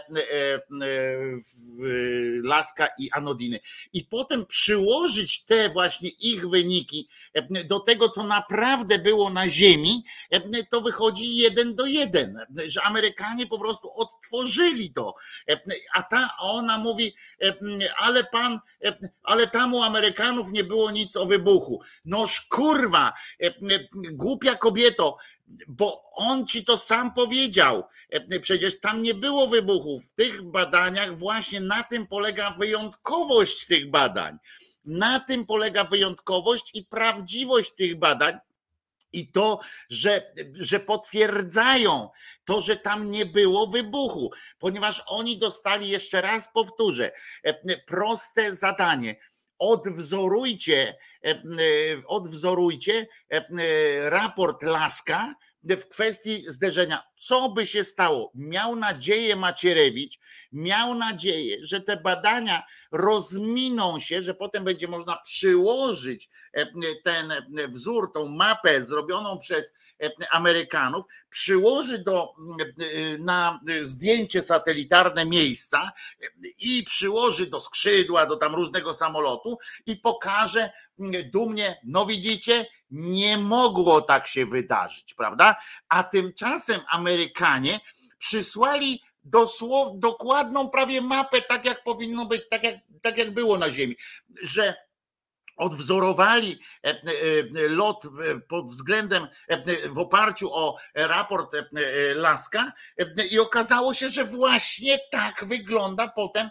Speaker 4: Laska i Anodiny. I potem przyłożyć te właśnie ich wyniki do tego, co naprawdę było na ziemi, to wychodzi jeden do jeden, że Amerykanie po prostu odtworzyli to. A ta ona mówi, ale pan, ale tam u Amerykanów nie było nic o wybuchu. Noż kurwa, głupia kobieto, bo on ci to sam powiedział. Przecież tam nie było wybuchów. W tych badaniach właśnie na tym polega wyjątkowość tych badań. Na tym polega wyjątkowość i prawdziwość tych badań. I to, że, że potwierdzają to, że tam nie było wybuchu, ponieważ oni dostali, jeszcze raz powtórzę, proste zadanie. Odwzorujcie, odwzorujcie raport Laska w kwestii zderzenia. Co by się stało? Miał nadzieję Macierewicz, miał nadzieję, że te badania rozminą się, że potem będzie można przyłożyć ten wzór, tą mapę zrobioną przez Amerykanów, przyłoży do, na zdjęcie satelitarne miejsca i przyłoży do skrzydła, do tam różnego samolotu i pokaże dumnie, no widzicie, nie mogło tak się wydarzyć, prawda? A tymczasem Amerykanie przysłali dosłownie dokładną prawie mapę, tak jak powinno być, tak jak, tak jak było na Ziemi, że odwzorowali lot pod względem, w oparciu o raport Laska i okazało się, że właśnie tak wygląda potem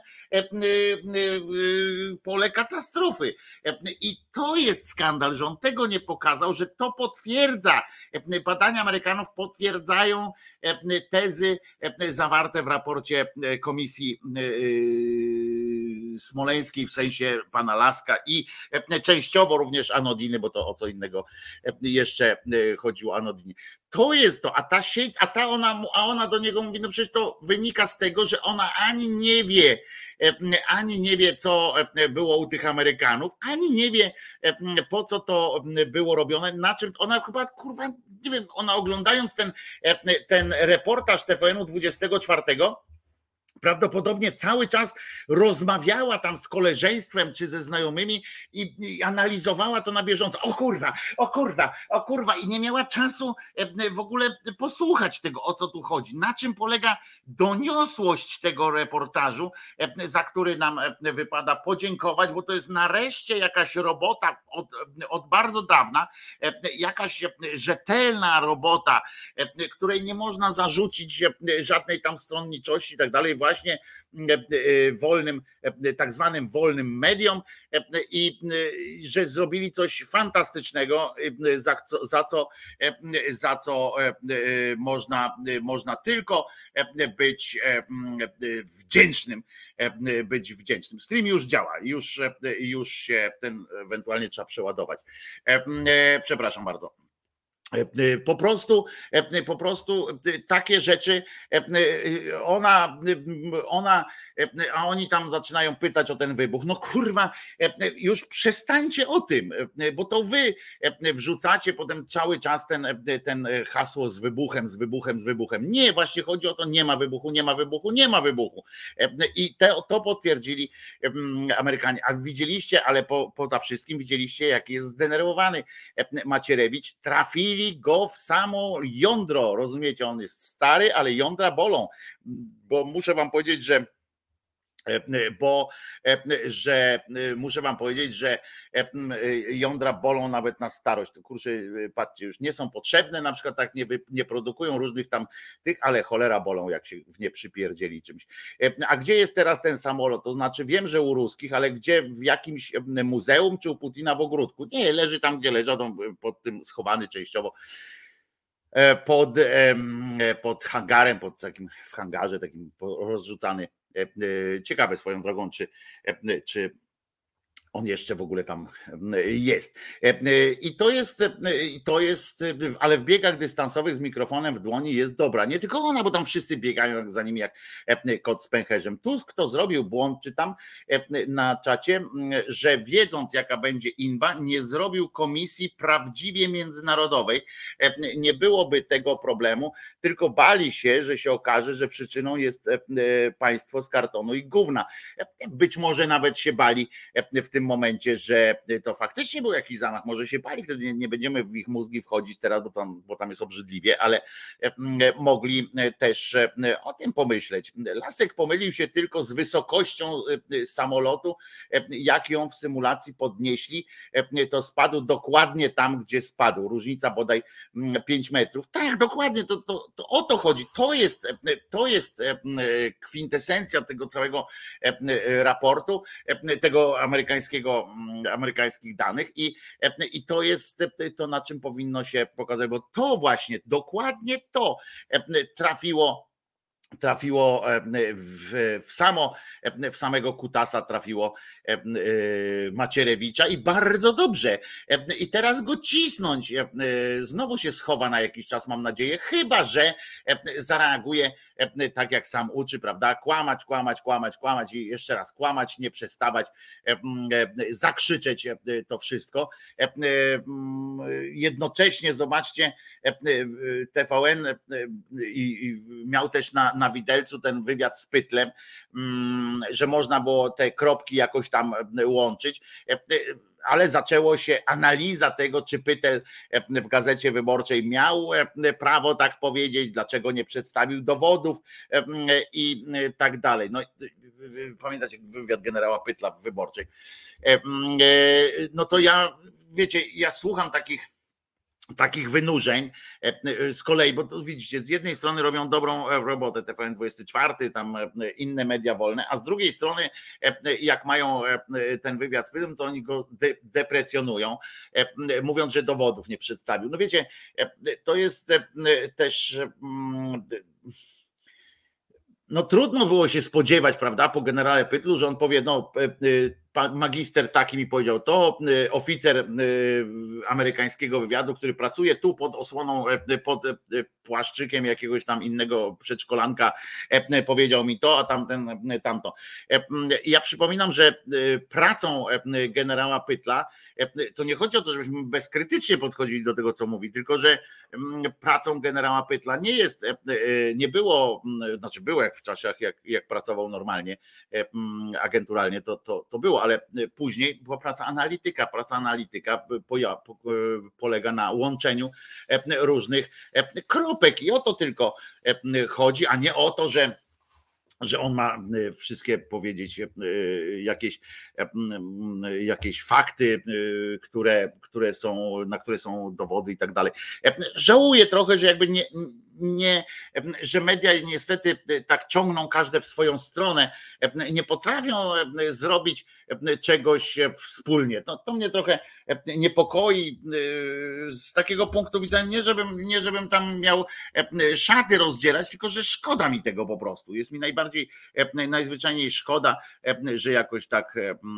Speaker 4: pole katastrofy. I to jest skandal, że on tego nie pokazał, że to potwierdza, badania Amerykanów potwierdzają tezy zawarte w raporcie Komisji Smoleńskiej, w sensie pana Laska i częściowo również Anodiny, bo to o co innego jeszcze chodziło o Anodinie. To jest to, a ta sieć, a ta ona, a ona do niego mówi, no przecież to wynika z tego, że ona ani nie wie, ani nie wie, co było u tych Amerykanów, ani nie wie, po co to było robione, na czym ona chyba, kurwa, nie wiem, ona oglądając ten, ten reportaż T V N-u dwudziestego czwartego Prawdopodobnie cały czas rozmawiała tam z koleżeństwem czy ze znajomymi i, i analizowała to na bieżąco. O kurwa, o kurwa, o kurwa i nie miała czasu w ogóle posłuchać tego, o co tu chodzi. Na czym polega doniosłość tego reportażu, za który nam wypada podziękować, bo to jest nareszcie jakaś robota od, od bardzo dawna, jakaś rzetelna robota, której nie można zarzucić żadnej tam stronniczości i tak dalej, właśnie wolnym, tak zwanym wolnym mediom i że zrobili coś fantastycznego, za co, za co, za co można, można tylko być wdzięcznym, być wdzięcznym. Stream już działa, już, już się ten ewentualnie trzeba przeładować. Przepraszam bardzo. Po prostu, po prostu takie rzeczy, ona, ona, a oni tam zaczynają pytać o ten wybuch. No kurwa, już przestańcie o tym, bo to wy wrzucacie potem cały czas ten, ten hasło z wybuchem, z wybuchem, z wybuchem. Nie, właśnie chodzi o to, nie ma wybuchu, nie ma wybuchu, nie ma wybuchu. I te, to potwierdzili Amerykanie. A widzieliście, ale po, poza wszystkim widzieliście, jak jest zdenerwowany Macierewicz. Trafili go w samo jądro, rozumiecie, on jest stary, ale jądra bolą, bo muszę wam powiedzieć, że bo że muszę wam powiedzieć, że jądra bolą nawet na starość. To kurczę, patrzcie, już nie są potrzebne, na przykład tak nie, nie produkują różnych tam tych, ale cholera bolą, jak się w nie przypierdzieli czymś. A gdzie jest teraz ten samolot? To znaczy wiem, że u ruskich, ale gdzie, w jakimś muzeum czy u Putina w ogródku? Nie, leży tam, gdzie leżał, pod tym schowany częściowo pod, pod hangarem, pod takim, w hangarze takim rozrzucany. Ciekawe swoją drogą, czy, czy on jeszcze w ogóle tam jest. I to jest, to jest, ale w biegach dystansowych z mikrofonem w dłoni jest dobra. Nie tylko ona, bo tam wszyscy biegają za nimi jak kot z pęcherzem. Tusk to zrobił błąd, czytam na czacie, że wiedząc jaka będzie inba, nie zrobił komisji prawdziwie międzynarodowej. Nie byłoby tego problemu, tylko bali się, że się okaże, że przyczyną jest państwo z kartonu i gówna. Być może nawet się bali w tym momencie, że to faktycznie był jakiś zamach, może się bali, wtedy nie będziemy w ich mózgi wchodzić teraz, bo tam, bo tam jest obrzydliwie, ale mogli też o tym pomyśleć. Lasek pomylił się tylko z wysokością samolotu, jak ją w symulacji podnieśli, to spadł dokładnie tam, gdzie spadł, różnica bodaj pięć metrów. Tak, dokładnie, to, to, to o to chodzi, to jest, to jest kwintesencja tego całego raportu, tego amerykańskiego amerykańskich danych i, i to jest to, na czym powinno się pokazać, bo to właśnie, dokładnie to trafiło trafiło w, w samo, w samego kutasa trafiło Macierewicza i bardzo dobrze. I teraz go cisnąć. Znowu się schowa na jakiś czas, mam nadzieję, chyba że zareaguje tak jak sam uczy, prawda? Kłamać, kłamać, kłamać, kłamać i jeszcze raz kłamać, nie przestawać, zakrzyczeć to wszystko. Jednocześnie zobaczcie, T V N i miał też na, na widelcu ten wywiad z Pytlem, że można było te kropki jakoś tam łączyć, ale zaczęło się analiza tego, czy Pytel w Gazecie Wyborczej miał prawo tak powiedzieć, dlaczego nie przedstawił dowodów i tak dalej. No, pamiętacie wywiad generała Pytla w Wyborczej. No to ja, wiecie, ja słucham takich takich wynurzeń z kolei, bo to widzicie, z jednej strony robią dobrą robotę T V N dwadzieścia cztery, tam inne media wolne, a z drugiej strony jak mają ten wywiad z Pytlem, to oni go de- deprecjonują, mówiąc, że dowodów nie przedstawił. No wiecie, to jest też... No trudno było się spodziewać, prawda, po generale Pytlu, że on powie, no magister taki mi powiedział, to oficer amerykańskiego wywiadu, który pracuje tu pod osłoną, pod płaszczykiem jakiegoś tam innego przedszkolanka, powiedział mi to, a tamten tamto. Ja przypominam, że pracą generała Pytla to nie chodzi o to, żebyśmy bezkrytycznie podchodzili do tego, co mówi, tylko że pracą generała Pytla nie jest, nie było, znaczy było jak w czasach, jak, jak pracował normalnie, agenturalnie, to, to, to było, ale później była praca analityka. Praca analityka polega na łączeniu różnych kropek i o to tylko chodzi, a nie o to, że że on ma wszystkie powiedzieć jakieś, jakieś fakty, które, które są, na które są dowody i tak dalej. Żałuję trochę, że jakby nie, nie, że media niestety tak ciągną każde w swoją stronę, nie potrafią zrobić czegoś wspólnie. To, to mnie trochę niepokoi z takiego punktu widzenia, nie żebym, nie żebym tam miał szaty rozdzierać, tylko że szkoda mi tego po prostu. Jest mi najbardziej, najzwyczajniej szkoda, że jakoś tak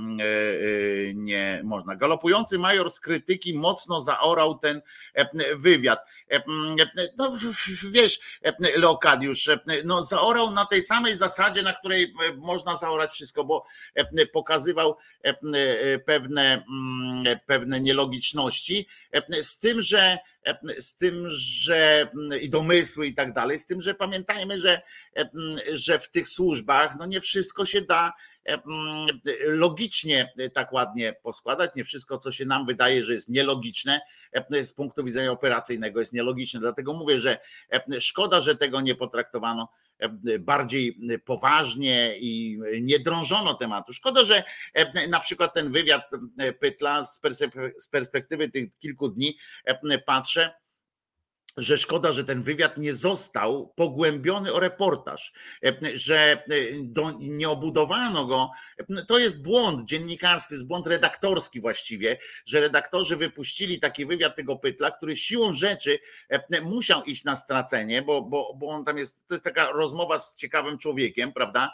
Speaker 4: nie można. Galopujący major z krytyki mocno zaorał ten wywiad. No wiesz, Leokadiusz, no zaorał na tej samej zasadzie, na której można zaorać wszystko, bo pokazywał pewne, pewne nielogiczności, z tym, że z tym, że i domysły i tak dalej, z tym, że pamiętajmy, że, że w tych służbach no nie wszystko się da logicznie tak ładnie poskładać, nie wszystko, co się nam wydaje, że jest nielogiczne, z punktu widzenia operacyjnego jest nielogiczne. Dlatego mówię, że szkoda, że tego nie potraktowano bardziej poważnie i nie drążono tematu. Szkoda, że na przykład ten wywiad Pytla z perspektywy tych kilku dni patrzę, że szkoda, że ten wywiad nie został pogłębiony o reportaż, że do, nie obudowano go. To jest błąd dziennikarski, to jest błąd redaktorski właściwie, że redaktorzy wypuścili taki wywiad tego Pytla, który siłą rzeczy musiał iść na stracenie, bo, bo, bo on tam jest, to jest taka rozmowa z ciekawym człowiekiem, prawda,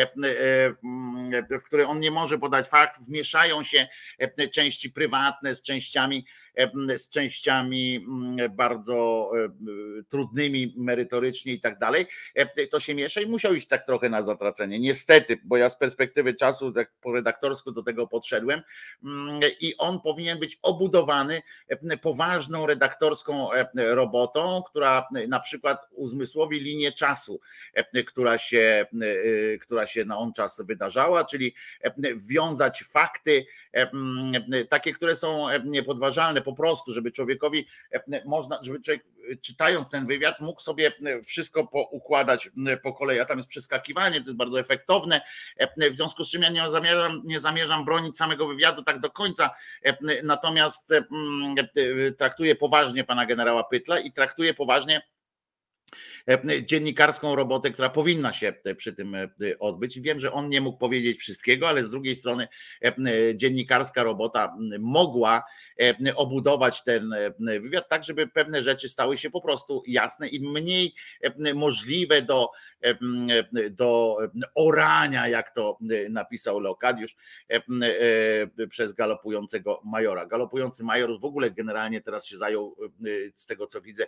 Speaker 4: w której on nie może podać faktów, mieszają się części prywatne z częściami z częściami bardzo trudnymi merytorycznie i tak dalej, to się miesza i musiał iść tak trochę na zatracenie. Niestety, bo ja z perspektywy czasu tak po redaktorsku do tego podszedłem i on powinien być obudowany poważną redaktorską robotą, która na przykład uzmysłowi linię czasu, która się, która się na on czas wydarzała, czyli wiązać fakty takie, które są niepodważalne, po prostu, żeby człowiekowi można, żeby człowiek czytając ten wywiad mógł sobie wszystko poukładać po kolei, a tam jest przeskakiwanie, to jest bardzo efektowne, w związku z czym ja nie zamierzam, nie zamierzam bronić samego wywiadu tak do końca, natomiast traktuję poważnie pana generała Pytla i traktuję poważnie dziennikarską robotę, która powinna się przy tym odbyć. Wiem, że on nie mógł powiedzieć wszystkiego, ale z drugiej strony dziennikarska robota mogła obudować ten wywiad tak, żeby pewne rzeczy stały się po prostu jasne i mniej możliwe do, do orania, jak to napisał Leokadiusz, przez galopującego majora. Galopujący major w ogóle generalnie teraz się zajął, z tego co widzę,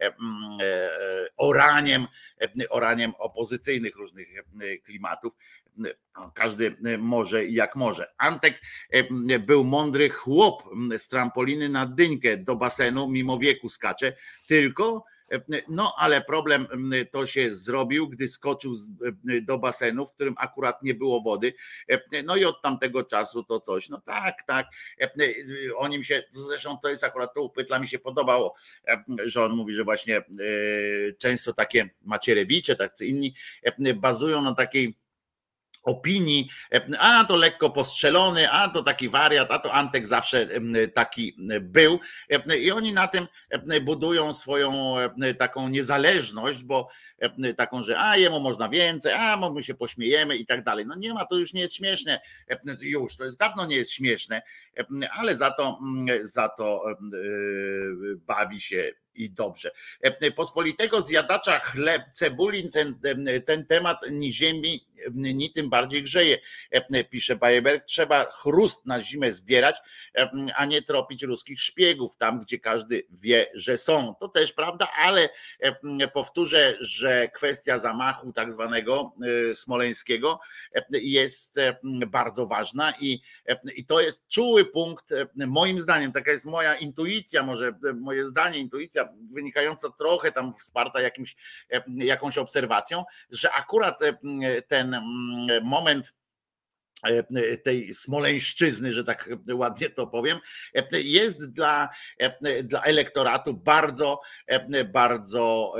Speaker 4: oraniem, oraniem opozycyjnych różnych klimatów. Każdy może i jak może. Antek był mądry chłop z trampoliny na dyńkę do basenu, mimo wieku skacze, tylko no ale problem to się zrobił, gdy skoczył do basenu, w którym akurat nie było wody, no i od tamtego czasu to coś, no tak, tak, o nim się, zresztą to jest akurat, to u Pytla mi się podobało, że on mówi, że właśnie często takie Macierewicze, tacy inni bazują na takiej opinii, a to lekko postrzelony, a to taki wariat, a to Antek zawsze taki był i oni na tym budują swoją taką niezależność, bo taką, że a jemu można więcej, a my się pośmiejemy i tak dalej. No nie ma, to już nie jest śmieszne, już to jest dawno nie jest śmieszne, ale za to, za to bawi się i dobrze. Pospolitego zjadacza chleb, cebuli, ten, ten temat ni ziemi, ni tym bardziej grzeje, pisze Bajeberg. Trzeba chrust na zimę zbierać, a nie tropić ruskich szpiegów tam, gdzie każdy wie, że są. To też prawda, ale powtórzę, że kwestia zamachu tak zwanego smoleńskiego jest bardzo ważna i, i to jest czuły punkt, moim zdaniem, taka jest moja intuicja, może moje zdanie, intuicja wynikająca trochę tam wsparta jakimś, jakąś obserwacją, że akurat ten moment tej smoleńszczyzny, że tak ładnie to powiem, jest dla, dla elektoratu bardzo, bardzo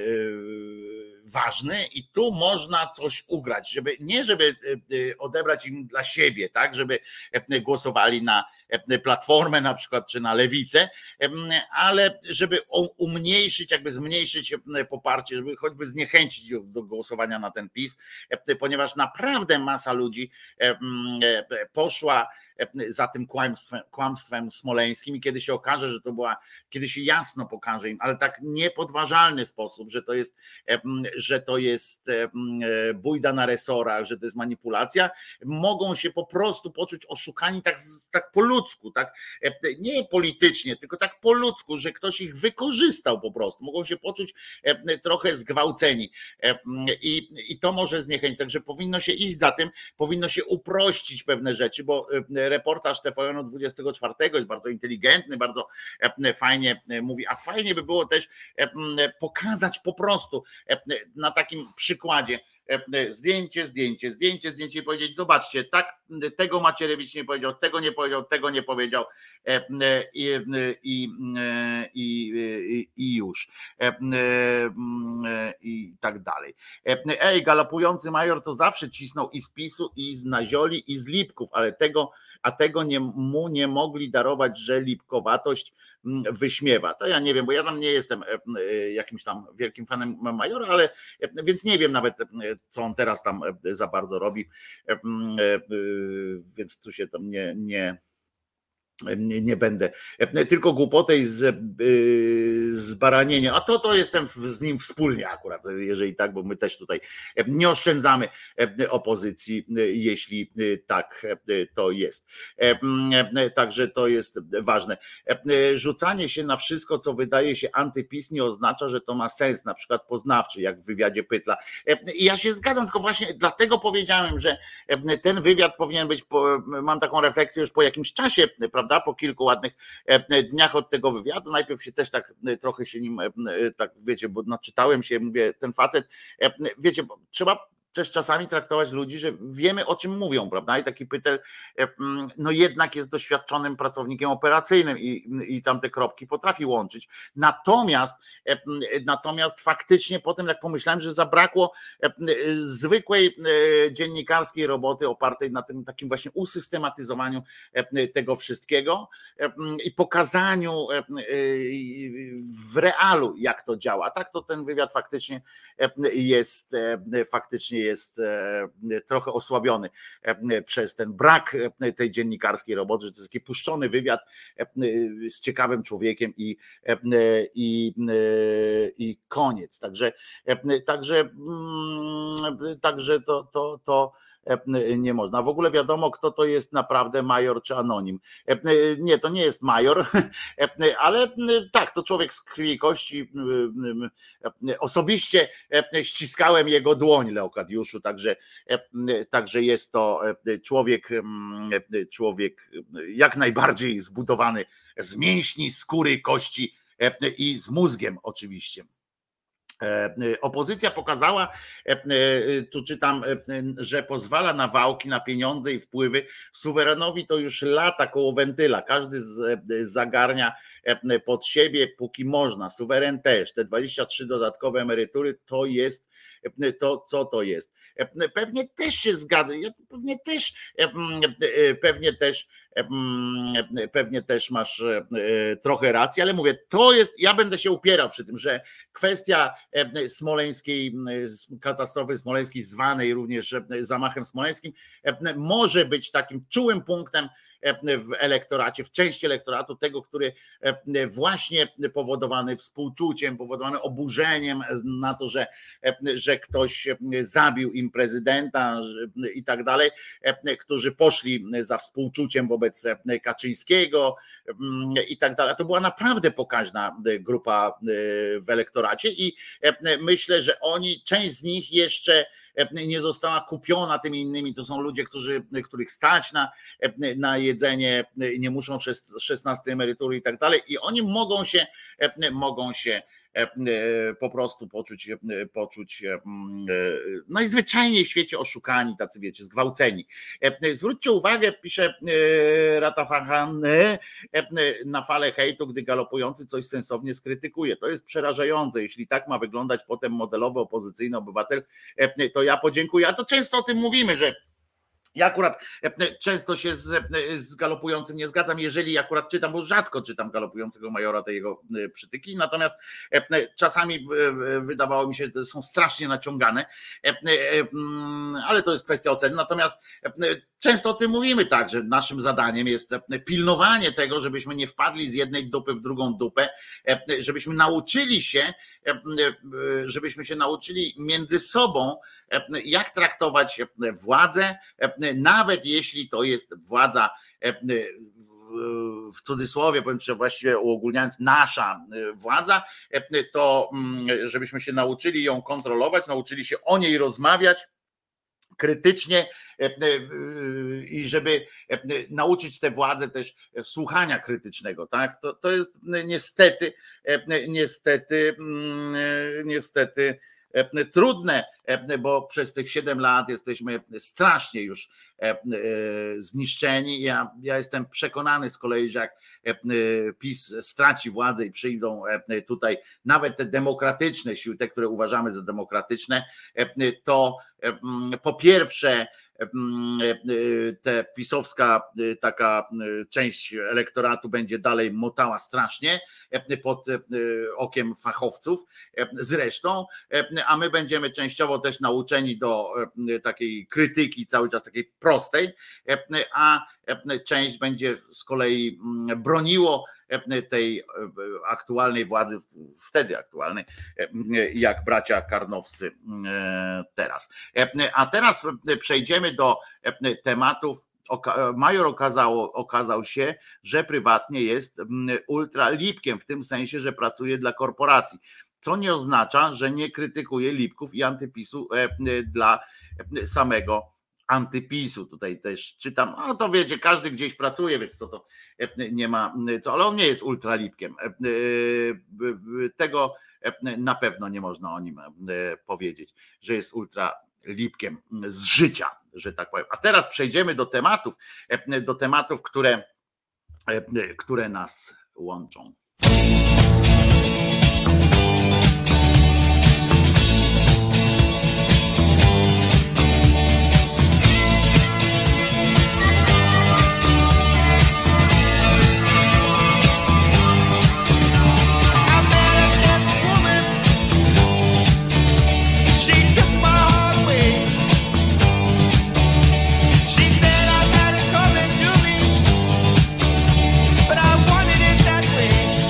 Speaker 4: ważny i tu można coś ugrać, żeby nie żeby odebrać im dla siebie, tak, żeby głosowali na Platformę na przykład, czy na Lewicę, ale żeby umniejszyć, jakby zmniejszyć poparcie, żeby choćby zniechęcić do głosowania na ten PiS, ponieważ naprawdę masa ludzi poszła za tym kłamstwem, kłamstwem smoleńskim i kiedy się okaże, że to była, kiedy się jasno pokaże im, ale tak niepodważalny sposób, że to jest, że to jest bujda na resorach, że to jest manipulacja, mogą się po prostu poczuć oszukani tak, tak po ludzku, tak, nie politycznie, tylko tak po ludzku, że ktoś ich wykorzystał po prostu, mogą się poczuć trochę zgwałceni i, i to może zniechęcić, także powinno się iść za tym, powinno się uprościć pewne rzeczy, bo reportaż T V N dwudziestego czwartego jest bardzo inteligentny, bardzo fajnie mówi, a fajnie by było też pokazać po prostu na takim przykładzie zdjęcie, zdjęcie, zdjęcie, zdjęcie i powiedzieć, zobaczcie, tak, tego Macierewicz nie powiedział, tego nie powiedział, tego nie powiedział i, i, i, i już i tak dalej. Ej, galopujący major to zawsze cisnął i z PiSu, i z Nazioli, i z Lipków, ale tego, a tego nie, mu nie mogli darować, że lipkowatość wyśmiewa. To ja nie wiem, bo ja tam nie jestem jakimś tam wielkim fanem majora, ale więc nie wiem nawet, co on teraz tam za bardzo robi, więc tu się tam nie, nie Nie, nie będę, tylko głupotę i z, zbaranienie, a to to jestem z nim wspólnie akurat, jeżeli tak, bo my też tutaj nie oszczędzamy opozycji, jeśli tak to jest. Także to jest ważne. Rzucanie się na wszystko, co wydaje się antyPiS, nie oznacza, że to ma sens, na przykład poznawczy, jak w wywiadzie Pytla. I ja się zgadzam, tylko właśnie dlatego powiedziałem, że ten wywiad powinien być, mam taką refleksję już po jakimś czasie, prawda, po kilku ładnych dniach od tego wywiadu. Najpierw się też tak trochę się nim, tak wiecie, bo naczytałem się, mówię, ten facet, wiecie, bo trzeba też czasami traktować ludzi, że wiemy, o czym mówią, prawda? I taki Pytel, no jednak jest doświadczonym pracownikiem operacyjnym i, i tam te kropki potrafi łączyć. Natomiast, natomiast faktycznie potem, jak pomyślałem, że zabrakło zwykłej dziennikarskiej roboty opartej na tym takim właśnie usystematyzowaniu tego wszystkiego i pokazaniu w realu, jak to działa. Tak to ten wywiad faktycznie jest, faktycznie jest trochę osłabiony przez ten brak tej dziennikarskiej roboty, że to jest taki puszczony wywiad z ciekawym człowiekiem i, i, i koniec. Także, także, także to, to, to nie można. W ogóle wiadomo, kto to jest naprawdę major czy anonim. Nie, to nie jest major, ale tak, to człowiek z krwi i kości. Osobiście ściskałem jego dłoń, Leokadiuszu, także, także jest to człowiek, człowiek jak najbardziej zbudowany z mięśni, skóry, kości i z mózgiem oczywiście. Opozycja pokazała, tu czytam, że pozwala na wałki, na pieniądze i wpływy. Suwerenowi to już lata koło wentyla. Każdy zagarnia pod siebie, póki można. Suweren też. Te dwadzieścia trzy dodatkowe emerytury to jest to, co to jest. Pewnie też się zgadzam. Pewnie też, pewnie też, pewnie też masz trochę racji, ale mówię, to jest, ja będę się upierał przy tym, że kwestia smoleńskiej, katastrofy smoleńskiej, zwanej również zamachem smoleńskim, może być takim czułym punktem w elektoracie, w części elektoratu tego, który właśnie powodowany współczuciem, powodowany oburzeniem na to, że, że ktoś zabił im prezydenta i tak dalej, którzy poszli za współczuciem wobec Kaczyńskiego i tak dalej. To była naprawdę pokaźna grupa w elektoracie i myślę, że oni, część z nich jeszcze nie została kupiona tymi innymi. To są ludzie, którzy, których stać na, na jedzenie, nie muszą szesnastej emerytury i tak dalej. I oni mogą się, mogą się po prostu poczuć, poczuć najzwyczajniej w świecie oszukani, tacy wiecie, zgwałceni. Zwróćcie uwagę, pisze Ratafahan, na falę hejtu, gdy galopujący coś sensownie skrytykuje. To jest przerażające. Jeśli tak ma wyglądać potem modelowy opozycyjny obywatel, to ja podziękuję. A to często o tym mówimy, że ja akurat często się z, z galopującym nie zgadzam, jeżeli akurat czytam, bo rzadko czytam galopującego majora, te jego przytyki, natomiast czasami wydawało mi się, że są strasznie naciągane, ale to jest kwestia oceny, natomiast często o tym mówimy tak, że naszym zadaniem jest pilnowanie tego, żebyśmy nie wpadli z jednej dupy w drugą dupę, żebyśmy nauczyli się, żebyśmy się nauczyli między sobą, jak traktować władzę, nawet jeśli to jest władza, w cudzysłowie, powiem, że właściwie uogólniając, nasza władza, to żebyśmy się nauczyli ją kontrolować, nauczyli się o niej rozmawiać krytycznie i żeby nauczyć tę władzę też słuchania krytycznego, tak? To, to jest niestety, niestety, niestety trudne, bo przez tych siedem lat jesteśmy strasznie już zniszczeni. Ja, ja jestem przekonany z kolei, że jak PiS straci władzę i przyjdą tutaj nawet te demokratyczne siły, te, które uważamy za demokratyczne, to po pierwsze te pisowska taka część elektoratu będzie dalej motała strasznie pod okiem fachowców zresztą, a my będziemy częściowo też nauczeni do takiej krytyki cały czas takiej prostej, a część będzie z kolei broniło tej aktualnej władzy, wtedy aktualnej, jak bracia karnowscy teraz. A teraz przejdziemy do tematów. Major okazało, okazał się, że prywatnie jest ultralipkiem, w tym sensie, że pracuje dla korporacji, co nie oznacza, że nie krytykuje lipków i antypisu dla samego antypisu. Tutaj też czytam, no to wiecie, każdy gdzieś pracuje, więc to, to nie ma co, ale on nie jest ultralipkiem. Tego na pewno nie można o nim powiedzieć, że jest ultralipkiem z życia, że tak powiem. A teraz przejdziemy do tematów, do tematów, które, które nas łączą.
Speaker 12: But I wanted it that way.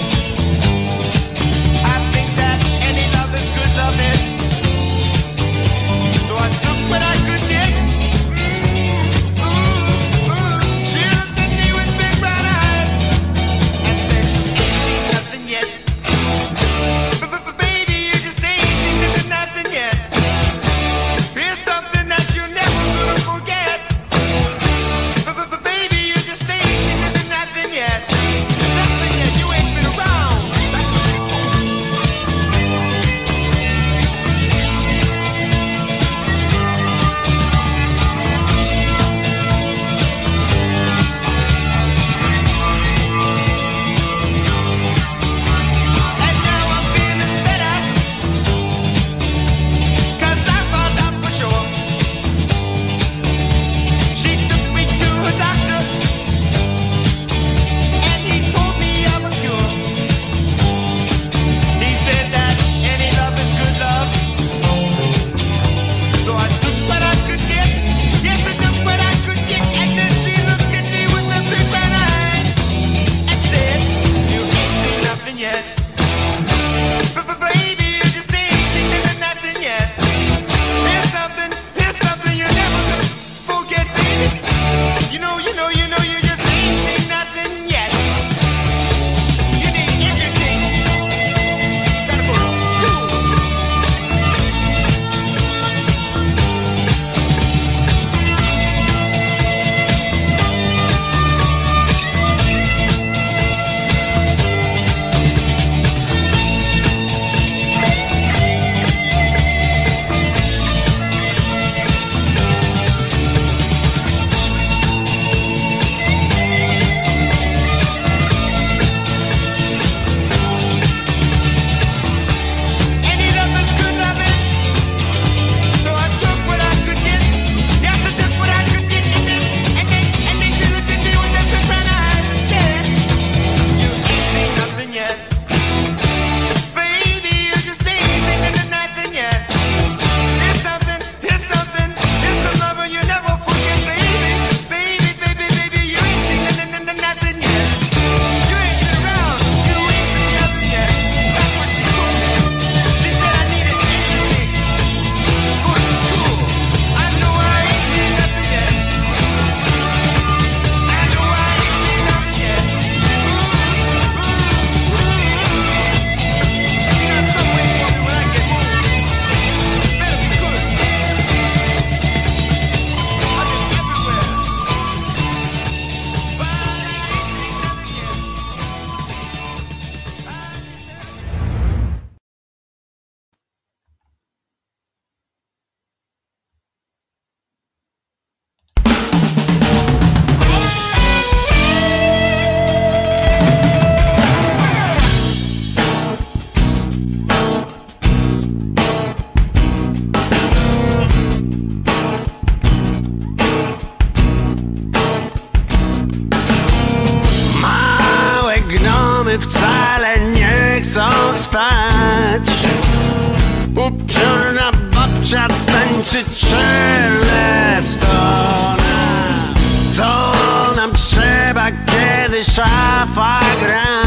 Speaker 17: Charlestona. Co nam trzeba, kiedy szafa gra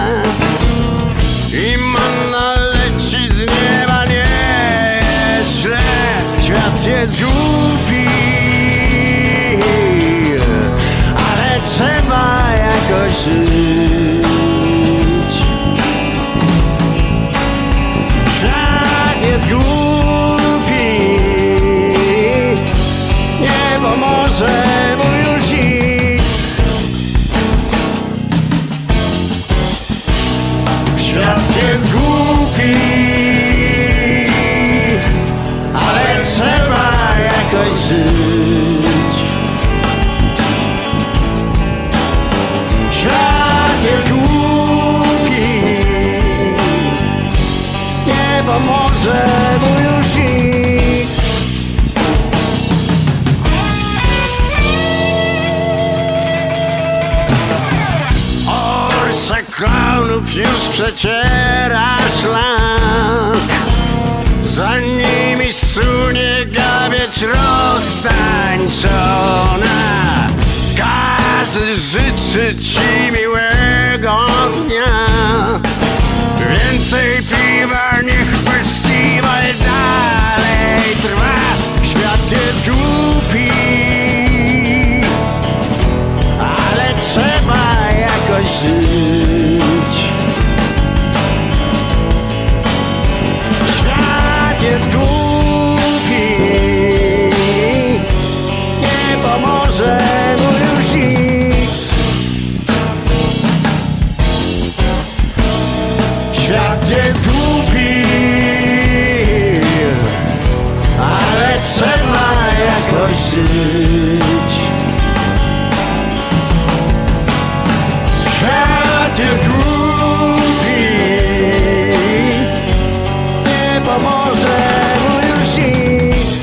Speaker 17: i manna leci z nieba, nie jest źle. Świat jest głupi, ale trzeba jakoś żyć. Świat jest głupi, nie pomoże mu już nic. Świat jest głupi, ale trzeba jakoś żyć. Świat jest głupi, nie pomoże mu już nic. Orszak klaunów już przeciera szlak, za nimi sunie gawieć roztańczona. Każdy życzy ci miłego dnia, więcej piwa, niech festiwal dalej trwa. Świat jest głupi, ale trzeba jakoś żyć. Świat jest głupi, nie pomoże mu już nic. Świat jest głupi, ale trzeba jakoś żyć. Świat jest głupi, nie pomoże mu już nic.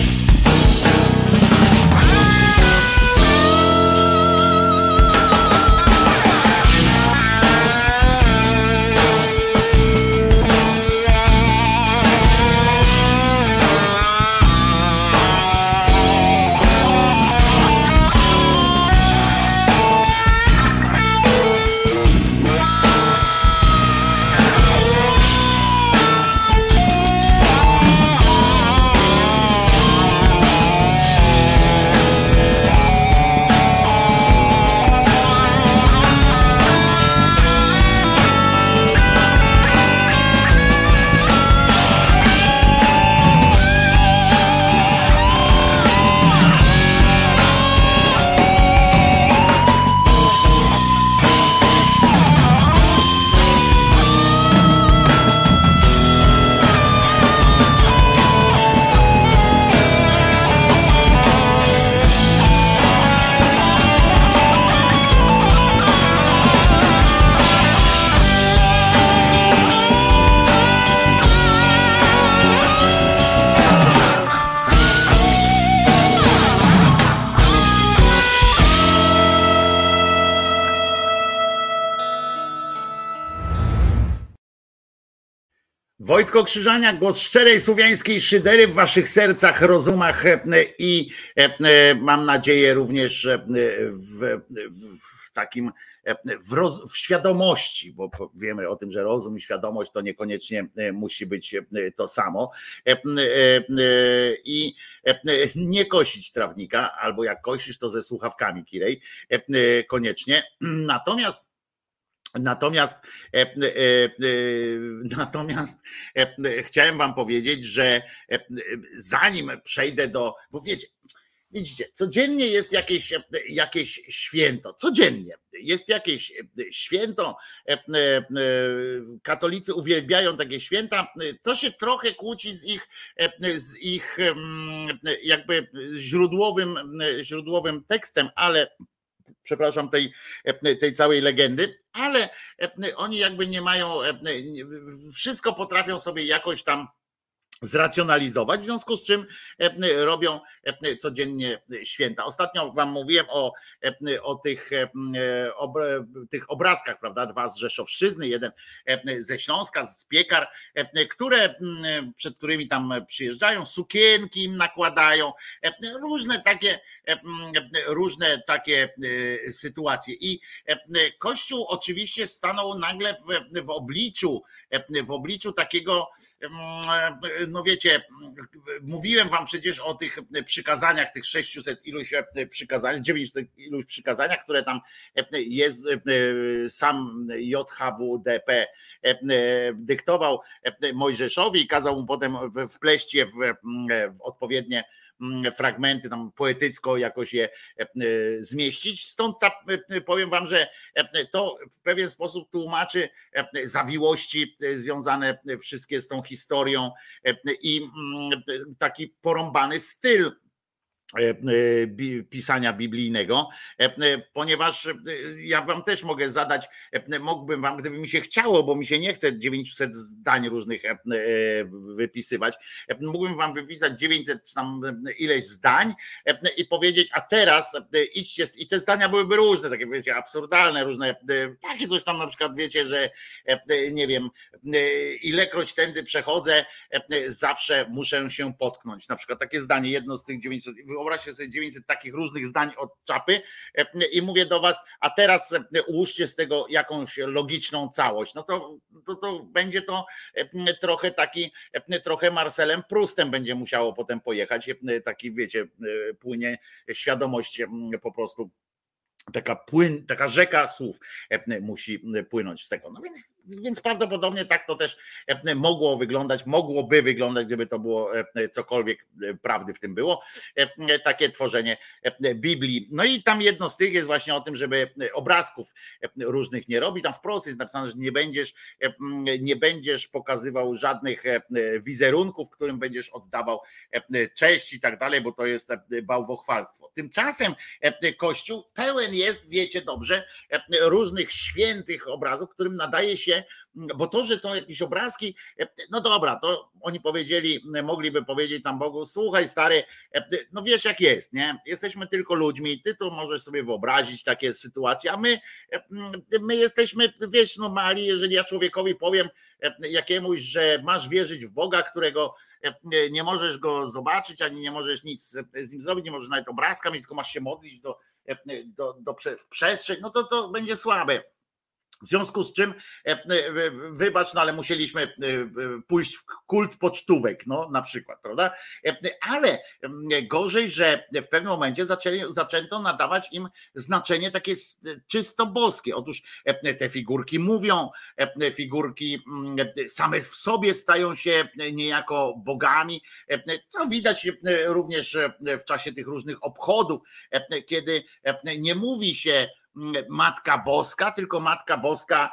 Speaker 4: Wojtko Krzyżaniak, głos szczerej słowiańskiej szydery w waszych sercach, rozumach i mam nadzieję również w, w takim w, roz, w świadomości, bo wiemy o tym, że rozum i świadomość to niekoniecznie musi być to samo. I nie kosić trawnika, albo jak kosisz, to ze słuchawkami, Kirej, koniecznie. Natomiast Natomiast, e, e, e, natomiast e, chciałem wam powiedzieć, że e, zanim przejdę do, bo wiecie, widzicie, codziennie jest jakieś, jakieś święto, codziennie jest jakieś święto, e, e, katolicy uwielbiają takie święta, to się trochę kłóci z ich, z ich jakby źródłowym, źródłowym tekstem, ale przepraszam, tej, tej całej legendy, ale oni jakby nie mają, wszystko potrafią sobie jakoś tam zracjonalizować, w związku z czym robią codziennie święta. Ostatnio wam mówiłem o, o tych, ob, tych obrazkach, prawda? Dwa z Rzeszowszczyzny, jeden ze Śląska, z Piekar, które, przed którymi tam przyjeżdżają, sukienki im nakładają, różne takie, różne takie sytuacje. I Kościół oczywiście stanął nagle w, w obliczu, w obliczu takiego, no wiecie, mówiłem wam przecież o tych przykazaniach, tych sześciuset iluś przykazaniach, dziewięćset iluś przykazaniach, które tam jest, sam J H W D P dyktował Mojżeszowi i kazał mu potem wpleść je w, w odpowiednie fragmenty, tam poetycko jakoś je zmieścić. Stąd ta, powiem wam, że to w pewien sposób tłumaczy zawiłości związane wszystkie z tą historią i taki porąbany styl pisania biblijnego, ponieważ ja wam też mogę zadać, mógłbym wam, gdyby mi się chciało, bo mi się nie chce dziewięćset zdań różnych wypisywać, mógłbym wam wypisać dziewięćset tam ileś zdań i powiedzieć, a teraz idźcie, i te zdania byłyby różne, takie wiecie, absurdalne, różne, takie coś tam na przykład wiecie, że nie wiem, ilekroć tędy przechodzę, zawsze muszę się potknąć, na przykład takie zdanie, jedno z tych dziewięćset, wyobraźcie sobie dziewięćset takich różnych zdań od czapy i mówię do was, a teraz ułóżcie z tego jakąś logiczną całość. No to, to, to będzie to trochę taki, trochę Marcelem Proustem będzie musiało potem pojechać. Taki, wiecie, płynie świadomość po prostu. Taka płyn, taka rzeka słów musi płynąć z tego. No więc, więc prawdopodobnie tak to też mogło wyglądać, mogłoby wyglądać, gdyby to było cokolwiek prawdy w tym było, takie tworzenie Biblii. No i tam jedno z tych jest właśnie o tym, żeby obrazków różnych nie robić. Tam wprost jest napisane, że nie będziesz, nie będziesz pokazywał żadnych wizerunków, którym będziesz oddawał cześć i tak dalej, bo to jest bałwochwalstwo. Tymczasem Kościół pełen jest, wiecie dobrze, różnych świętych obrazów, którym nadaje się, bo to, że są jakieś obrazki, no dobra, to oni powiedzieli, mogliby powiedzieć tam Bogu, słuchaj stary, no wiesz jak jest, nie? Jesteśmy tylko ludźmi, ty to możesz sobie wyobrazić takie sytuacje, a my, my jesteśmy, wiesz, no mali, jeżeli ja człowiekowi powiem jakiemuś, że masz wierzyć w Boga, którego nie możesz go zobaczyć, ani nie możesz nic z nim zrobić, nie możesz nawet obrazka mieć, tylko masz się modlić do Do, do, w przestrzeń, no to to będzie słabe. W związku z czym, wybacz, no ale musieliśmy pójść w kult pocztówek, no na przykład, prawda? Ale gorzej, że w pewnym momencie zaczęli, zaczęto nadawać im znaczenie takie czysto boskie. Otóż te figurki mówią, figurki same w sobie stają się niejako bogami. To widać również w czasie tych różnych obchodów, kiedy nie mówi się Matka Boska, tylko Matka Boska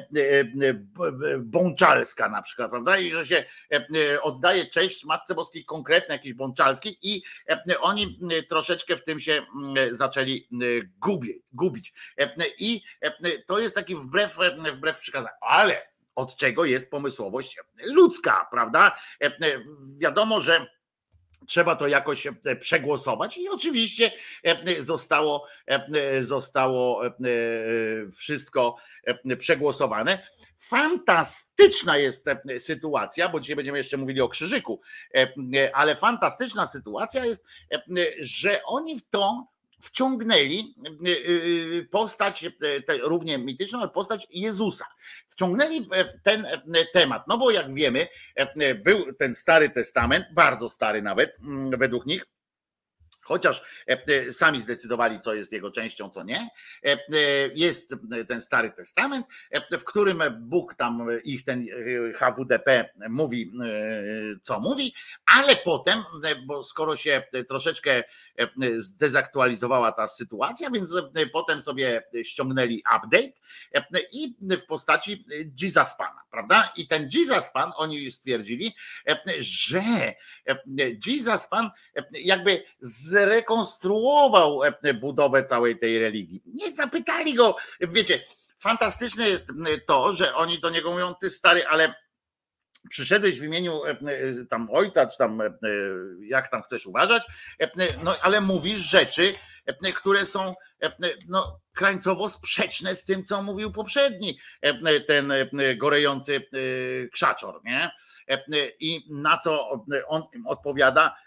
Speaker 4: Bączalska na przykład, prawda? I że się oddaje cześć Matce Boskiej konkretnej, jakiejś Bączalskiej i oni troszeczkę w tym się zaczęli gubić. gubić. I to jest taki wbrew, wbrew przykazaniu. Ale od czego jest pomysłowość ludzka, prawda? Wiadomo, że trzeba to jakoś przegłosować i oczywiście zostało, zostało wszystko przegłosowane. Fantastyczna jest sytuacja, bo dzisiaj będziemy jeszcze mówili o krzyżyku, ale fantastyczna sytuacja jest, że oni w to wciągnęli postać, równie mityczną, ale postać Jezusa. Wciągnęli w ten temat, no bo jak wiemy, był ten Stary Testament, bardzo stary nawet według nich, chociaż sami zdecydowali, co jest jego częścią, co nie. Jest ten Stary Testament, w którym Bóg tam, ich ten H W D P mówi, co mówi, ale potem, bo skoro się troszeczkę zdezaktualizowała ta sytuacja, więc potem sobie ściągnęli update i w postaci Jesus Pana, prawda? I ten Jesus Pan, oni stwierdzili, że Jesus Pan jakby zrekonstruował budowę całej tej religii. Nie zapytali go, wiecie, fantastyczne jest to, że oni do niego mówią, ty stary, ale przyszedłeś w imieniu tam ojca, czy tam jak tam chcesz uważać, no ale mówisz rzeczy, które są no, krańcowo sprzeczne z tym, co mówił poprzedni ten gorejący krzaczor, nie? I na co on im odpowiada,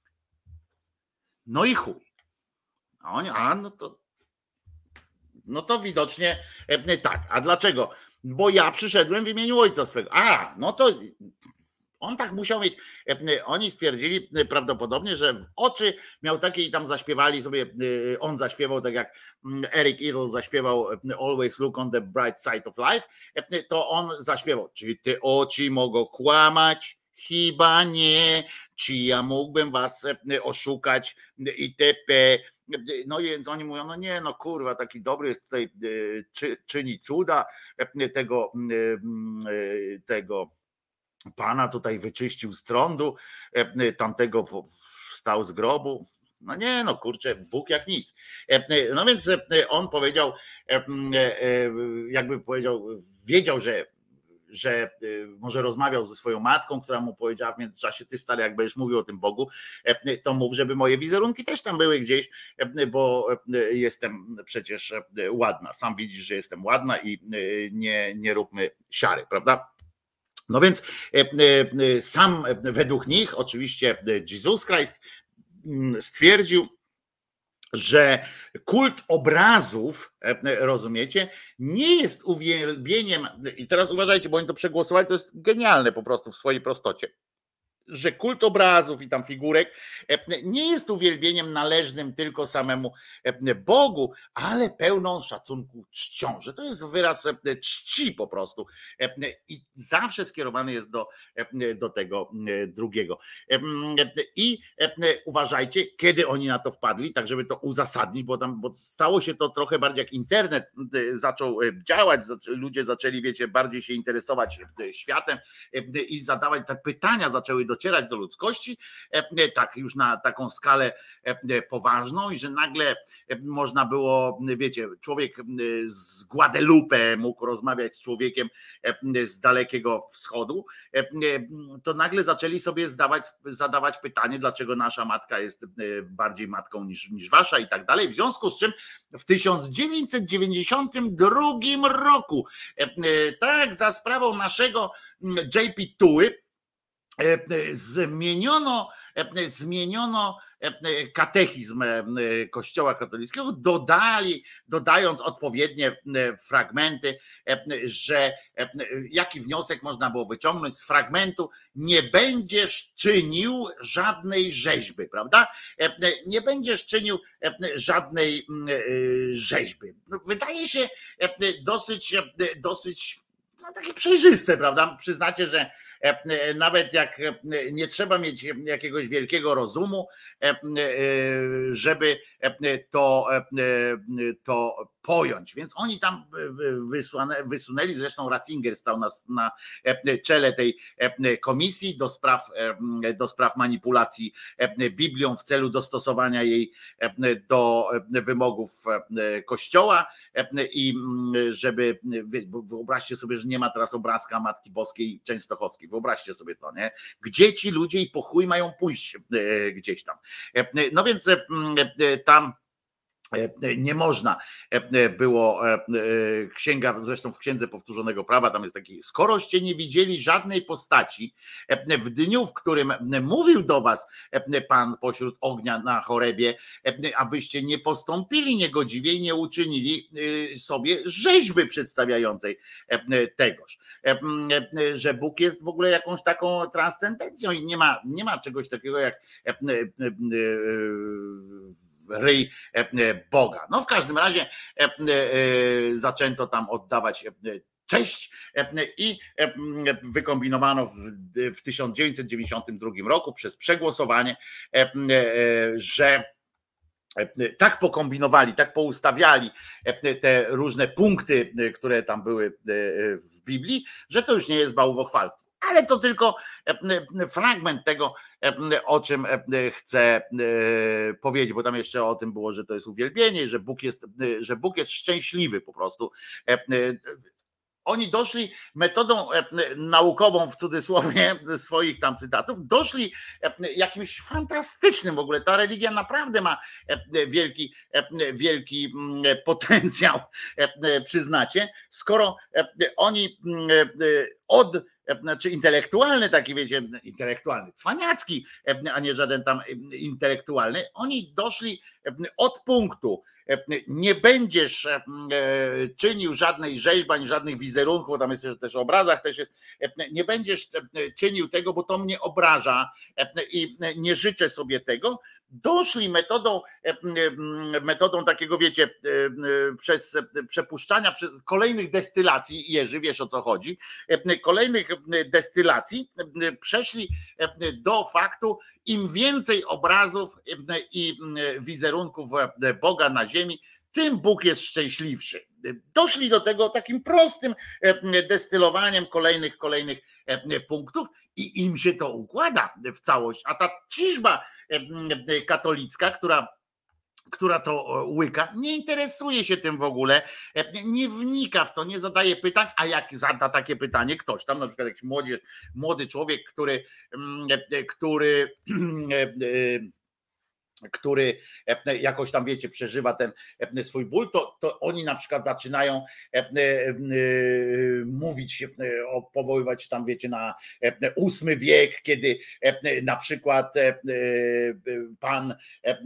Speaker 4: no i chuj. A oni, a no to no to widocznie tak. A dlaczego? Bo ja przyszedłem w imieniu ojca swego. A, no to on tak musiał mieć. Oni stwierdzili prawdopodobnie, że w oczy miał takie i tam zaśpiewali sobie, on zaśpiewał tak jak Eric Idle zaśpiewał Always Look on the Bright Side of Life, to on zaśpiewał, czyli te oczy mogą kłamać, chyba nie, czy ja mógłbym was oszukać itp. No i więc oni mówią, no nie, no kurwa, taki dobry jest tutaj, czy, czyni cuda, tego, tego pana tutaj wyczyścił z trądu, tamtego wstał z grobu. No nie, no kurczę, Bóg jak nic. No więc on powiedział, jakby powiedział, wiedział, że że może rozmawiał ze swoją matką, która mu powiedziała w międzyczasie, ty stary, jak będziesz mówił o tym Bogu, to mów, żeby moje wizerunki też tam były gdzieś, bo jestem przecież ładna. Sam widzisz, że jestem ładna i nie, nie róbmy siary, prawda? No więc sam według nich, oczywiście Jesus Christ stwierdził, że kult obrazów, rozumiecie, nie jest uwielbieniem, i teraz uważajcie, bo oni to przegłosowali, to jest genialne po prostu w swojej prostocie, że kult obrazów i tam figurek nie jest uwielbieniem należnym tylko samemu Bogu, ale pełną szacunku czcią, że to jest wyraz czci po prostu i zawsze skierowany jest do, do tego drugiego. I uważajcie, kiedy oni na to wpadli, tak żeby to uzasadnić, bo tam bo stało się to trochę bardziej jak internet zaczął działać, ludzie zaczęli, wiecie, bardziej się interesować światem i zadawać te pytania, zaczęły docierać do ludzkości, tak już na taką skalę poważną i że nagle można było, wiecie, człowiek z Guadalupe mógł rozmawiać z człowiekiem z Dalekiego Wschodu, to nagle zaczęli sobie zdawać, zadawać pytanie, dlaczego nasza matka jest bardziej matką niż, niż wasza i tak dalej, w związku z czym w tysiąc dziewięćset dziewięćdziesiątym drugim roku, tak za sprawą naszego J P Tuły, zmieniono, zmieniono katechizm Kościoła katolickiego, dodali, dodając odpowiednie fragmenty, że jaki wniosek można było wyciągnąć z fragmentu: nie będziesz czynił żadnej rzeźby, prawda? Nie będziesz czynił żadnej rzeźby. Wydaje się dosyć, dosyć no, takie przejrzyste, prawda? Przyznacie, że nawet jak nie trzeba mieć jakiegoś wielkiego rozumu, żeby to, to pojąć. Więc oni tam wysunęli, zresztą Ratzinger stał na, na czele tej komisji do spraw, do spraw manipulacji Biblią w celu dostosowania jej do wymogów Kościoła i żeby, wyobraźcie sobie, że nie ma teraz obrazka Matki Boskiej Częstochowskiej. Wyobraźcie sobie to, nie? Gdzie ci ludzie i po chuj mają pójść gdzieś tam. No więc tam nie można było, księga, zresztą w Księdze Powtórzonego Prawa, tam jest taki: skoroście nie widzieli żadnej postaci w dniu, w którym mówił do was Pan pośród ognia na Chorebie, abyście nie postąpili niegodziwie i nie uczynili sobie rzeźby przedstawiającej tegoż. Że Bóg jest w ogóle jakąś taką transcendencją i nie ma, nie ma czegoś takiego jak ryj Boga. No w każdym razie zaczęto tam oddawać cześć i wykombinowano w, w tysiąc dziewięćset dziewięćdziesiątym drugim roku przez przegłosowanie, że tak pokombinowali, tak poustawiali te różne punkty, które tam były w Biblii, że to już nie jest bałwochwalstwo. Ale to tylko fragment tego, o czym chcę powiedzieć, bo tam jeszcze o tym było, że to jest uwielbienie, że Bóg jest, że Bóg jest szczęśliwy po prostu. oni doszli metodą naukową, w cudzysłowie swoich tam cytatów, doszli jakimś fantastycznym w ogóle. Ta religia naprawdę ma wielki, wielki potencjał, przyznacie, skoro oni od, znaczy intelektualny taki, wiecie, intelektualny, cwaniacki, a nie żaden tam intelektualny, oni doszli od punktu, nie będziesz czynił żadnej rzeźby, ani żadnych wizerunków, bo tam jest też o obrazach, też jest, nie będziesz czynił tego, bo to mnie obraża i nie życzę sobie tego. Doszli metodą, metodą takiego, wiecie, przez przepuszczania przez kolejnych destylacji, Jerzy, wiesz o co chodzi, kolejnych destylacji przeszli do faktu, im więcej obrazów i wizerunków Boga na ziemi, tym Bóg jest szczęśliwszy. Doszli do tego takim prostym destylowaniem kolejnych, kolejnych punktów i im się to układa w całość. A ta ciżba katolicka, która która to łyka, nie interesuje się tym w ogóle, nie wnika w to, nie zadaje pytań, a jak zada takie pytanie ktoś tam, na przykład jakiś młody, młody człowiek, który, który który jakoś tam, wiecie, przeżywa ten swój ból, to, to oni na przykład zaczynają mówić, powoływać tam, wiecie, na ósmy wiek, kiedy na przykład pan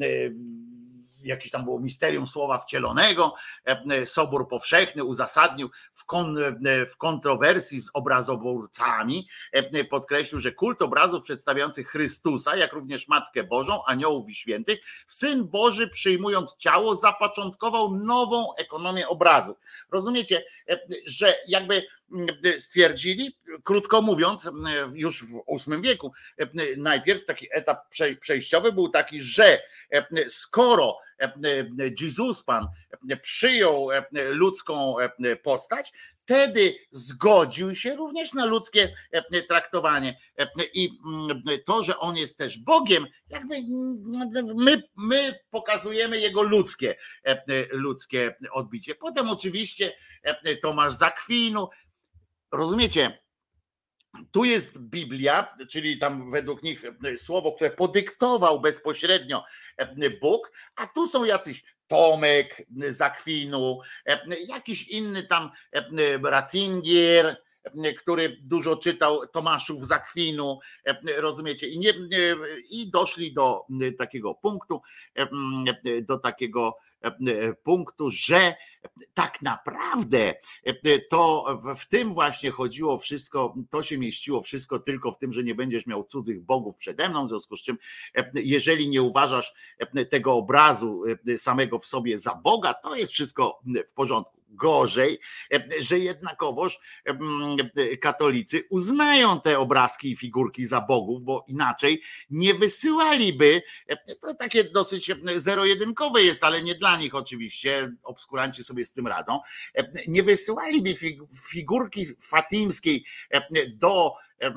Speaker 4: jakieś tam było misterium słowa wcielonego, Sobór Powszechny uzasadnił w, kon, w kontrowersji z obrazoburcami, podkreślił, że kult obrazów przedstawiających Chrystusa, jak również Matkę Bożą, aniołów i świętych, Syn Boży przyjmując ciało zapoczątkował nową ekonomię obrazów. Rozumiecie, że jakby stwierdzili, krótko mówiąc, już w ósmym wieku, najpierw taki etap przejściowy był taki, że skoro Jezus Pan przyjął ludzką postać, wtedy zgodził się również na ludzkie traktowanie i to, że on jest też Bogiem, jakby my, my pokazujemy jego ludzkie, ludzkie odbicie. Potem oczywiście Tomasz z Akwinu, rozumiecie, tu jest Biblia, czyli tam według nich słowo, które podyktował bezpośrednio Bóg, a tu są jacyś Tomek z Akwinu, jakiś inny tam Ratzinger, który dużo czytał Tomaszów z Akwinu, rozumiecie, i, nie, i doszli do takiego punktu, do takiego punktu, że tak naprawdę to w tym właśnie chodziło wszystko, to się mieściło wszystko tylko w tym, że nie będziesz miał cudzych bogów przede mną, w związku z czym jeżeli nie uważasz tego obrazu samego w sobie za Boga, to jest wszystko w porządku. Gorzej, że jednakowoż katolicy uznają te obrazki i figurki za bogów, bo inaczej nie wysyłaliby, to takie dosyć zero-jedynkowe jest, ale nie dla nich oczywiście, obskuranci sobie z tym radzą, nie wysyłaliby figurki fatimskiej do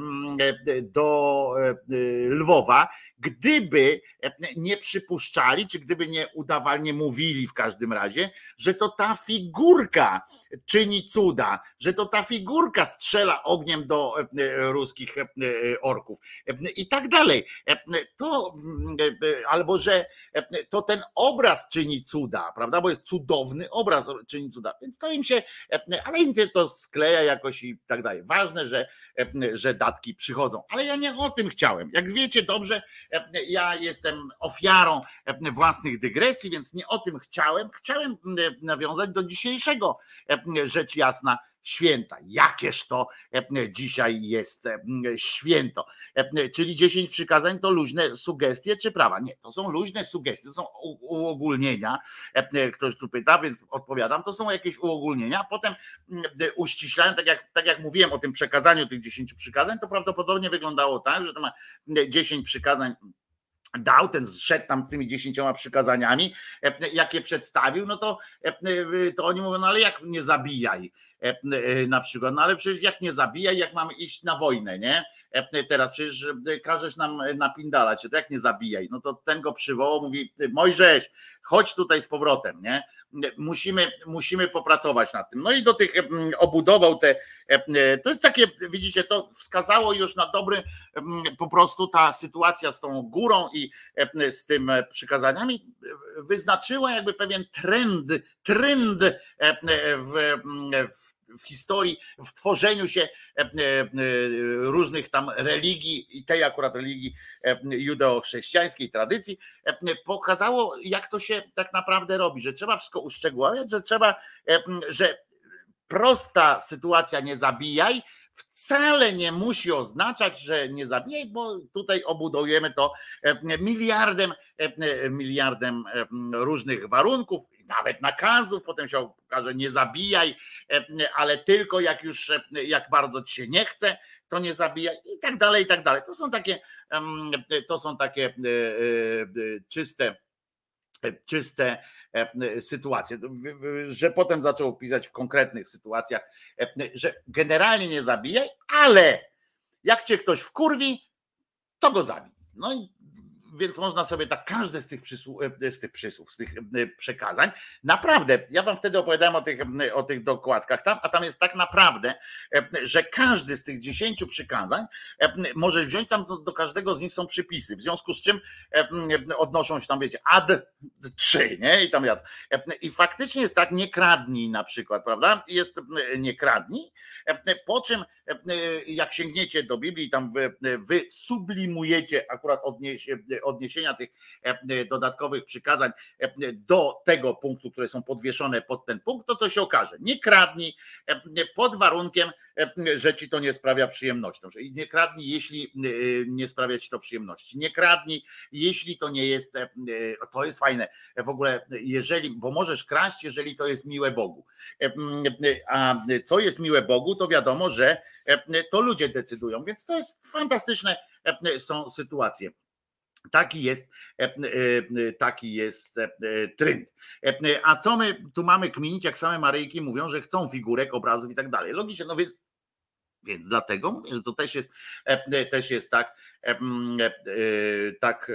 Speaker 4: do Lwowa, gdyby nie przypuszczali, czy gdyby nie udawali, nie mówili w każdym razie, że to ta figurka czyni cuda, że to ta figurka strzela ogniem do ruskich orków i tak dalej. To, albo że to ten obraz czyni cuda, prawda, bo jest cudowny obraz, czyni cuda, więc to im się, ale im się to skleja jakoś i tak dalej. Ważne, że, że datki przychodzą, ale ja nie o tym chciałem. Jak wiecie dobrze, ja jestem ofiarą własnych dygresji, więc nie o tym chciałem. Chciałem nawiązać do dzisiejszego, rzecz jasna, święta. Jakież to dzisiaj jest święto. Czyli dziesięć przykazań to luźne sugestie czy prawa? Nie, to są luźne sugestie, to są uogólnienia. Ktoś tu pyta, więc odpowiadam, to są jakieś uogólnienia. Potem uściślałem, tak jak, tak jak mówiłem o tym przekazaniu tych dziesięciu przykazań, to prawdopodobnie wyglądało tak, że to ma dziesięć przykazań dał, ten zszedł tam z tymi dziesięcioma przykazaniami, jakie przedstawił, no to, to oni mówią, no ale jak nie zabijaj na przykład, no ale przecież jak nie zabijaj, jak mamy iść na wojnę, nie? teraz, przecież każesz nam napindalać, to jak nie zabijaj, no to ten go przywołał, mówi Mojżesz, chodź tutaj z powrotem, nie? Musimy, musimy popracować nad tym. No i do tych obudował te, to jest takie, widzicie, to wskazało już na dobry, po prostu ta sytuacja z tą górą i z tym przykazaniami wyznaczyła jakby pewien trend, trend w, w w historii, w tworzeniu się różnych tam religii i tej akurat religii judeo-chrześcijańskiej tradycji, pokazało, jak to się tak naprawdę robi, że trzeba wszystko uszczegóławiać, że trzeba, że prosta sytuacja nie zabijaj wcale nie musi oznaczać, że nie zabijaj, bo tutaj obudujemy to miliardem, miliardem różnych warunków, nawet nakazów, potem się okaże nie zabijaj, ale tylko jak już, jak bardzo ci się nie chce, to nie zabijaj i tak dalej, i tak dalej. To są takie, to są takie czyste, czyste sytuacje, że potem zaczął pisać w konkretnych sytuacjach, że generalnie nie zabijaj, ale jak cię ktoś wkurwi, to go zabij. No i więc można sobie tak każde z tych przysłów, z tych przysłów, z tych przekazań, naprawdę, ja wam wtedy opowiadałem o tych, o tych dokładkach tam, a tam jest tak naprawdę, że każdy z tych dziesięciu przykazań możesz wziąć, tam do każdego z nich są przypisy, w związku z czym odnoszą się tam, wiecie, ad trzy, nie? I tam jad. I faktycznie jest tak, nie kradnij na przykład, prawda? Jest nie kradnij, po czym jak sięgniecie do Biblii, tam wy, wy sublimujecie akurat odniesie, odniesienia tych dodatkowych przykazań do tego punktu, które są podwieszone pod ten punkt, to to się okaże. Nie kradnij pod warunkiem, że ci to nie sprawia przyjemności. Nie kradnij, jeśli nie sprawia ci to przyjemności. Nie kradnij, jeśli to nie jest, to jest fajne. W ogóle, jeżeli, bo możesz kraść, jeżeli to jest miłe Bogu. A co jest miłe Bogu, to wiadomo, że to ludzie decydują, więc to jest fantastyczne, są sytuacje. Taki jest, taki jest trend. A co my tu mamy kminić, jak same Maryjki mówią, że chcą figurek, obrazów i tak dalej. Logicznie, no więc, więc dlatego mówię, że to też jest, też jest tak, tak,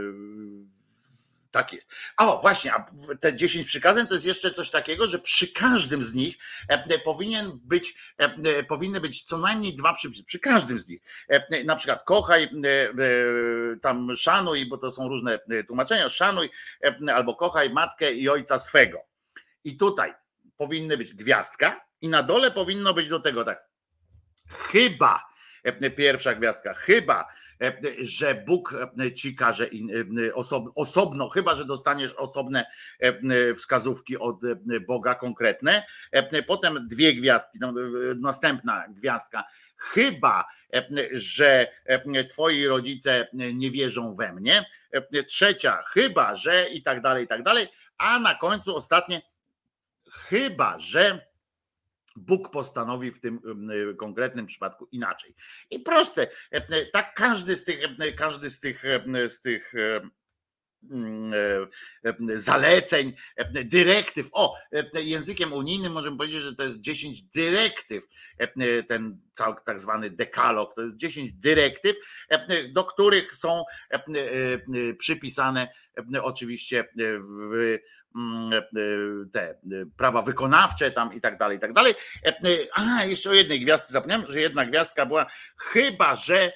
Speaker 4: tak jest. O, właśnie, a te dziesięć przykazań to jest jeszcze coś takiego, że przy każdym z nich powinien być, powinny być co najmniej dwa przypisy. Przy każdym z nich. Na przykład kochaj, tam szanuj, bo to są różne tłumaczenia, szanuj albo kochaj matkę i ojca swego. I tutaj powinny być gwiazdka i na dole powinno być do tego tak. Chyba, pierwsza gwiazdka, chyba, że Bóg ci każe osobno, chyba że dostaniesz osobne wskazówki od Boga konkretne, potem dwie gwiazdki, następna gwiazdka, chyba że twoi rodzice nie wierzą we mnie, trzecia, chyba że i tak dalej, i tak dalej, a na końcu ostatnie, chyba że Bóg postanowi w tym konkretnym przypadku inaczej. I proste, tak każdy z tych, każdy z tych, z tych zaleceń, dyrektyw, o, językiem unijnym możemy powiedzieć, że to jest dziesięć dyrektyw, ten tak zwany dekalog, to jest dziesięć dyrektyw, do których są przypisane oczywiście w te prawa wykonawcze tam i tak dalej, i tak dalej. A, jeszcze o jednej gwiazdce zapomniałem, że jedna gwiazdka była, chyba że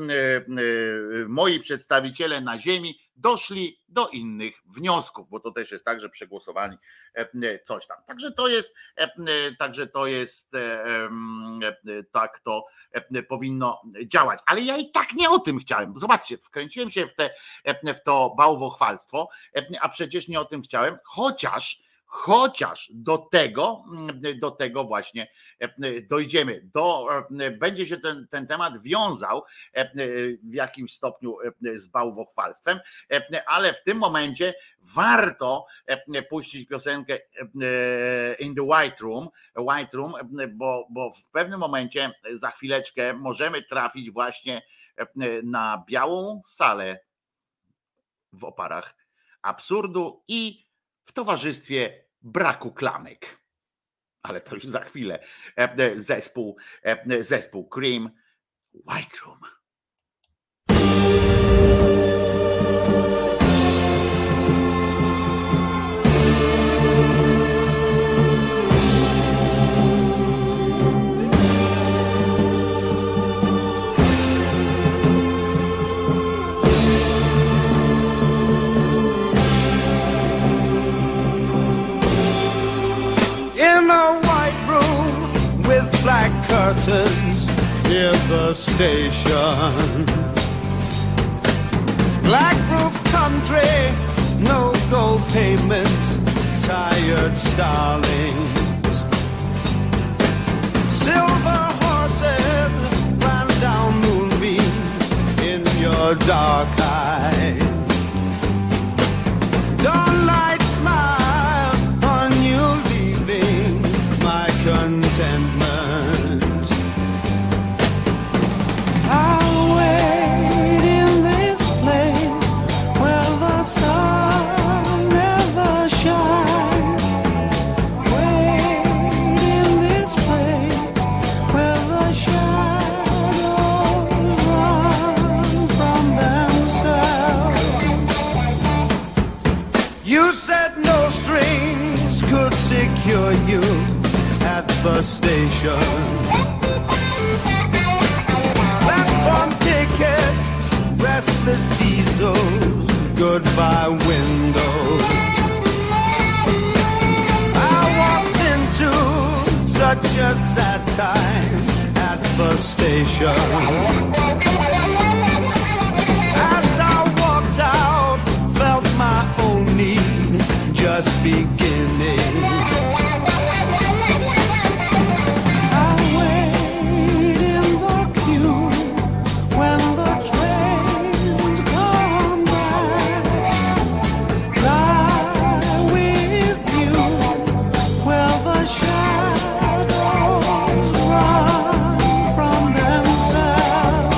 Speaker 4: moi przedstawiciele na ziemi doszli do innych wniosków, bo to też jest tak, że przegłosowali coś tam. Także to jest, także to jest, tak to powinno działać. Ale ja i tak nie o tym chciałem. Zobaczcie, wkręciłem się w, te, w to bałwochwalstwo, a przecież nie o tym chciałem, chociaż Chociaż do tego, do tego właśnie dojdziemy. Do, będzie się ten, ten temat wiązał w jakimś stopniu z bałwochwalstwem, ale w tym momencie warto puścić piosenkę In the White Room, White Room, bo, bo w pewnym momencie za chwileczkę możemy trafić właśnie na białą salę w oparach absurdu i w towarzystwie braku klamek. Ale to już za chwilę. Zespół, zespół Cream, White Room.
Speaker 17: In a white room with black curtains near the station. Black roof country, no gold pavement, tired starlings. Silver horses ran down moonbeams in your dark eyes. Dawnlight smile on you leaving my contentment. I'll wait in this place where the sun never shines. Wait in this place where the shadows run from themselves. You said no strings could secure you at the station. Platform ticket, restless diesels, goodbye windows. I walked into such a sad time at the station. As I walked out, felt my own need just beginning. I wait in the queue when the trains come back. Lie with you where the shadows run from themselves.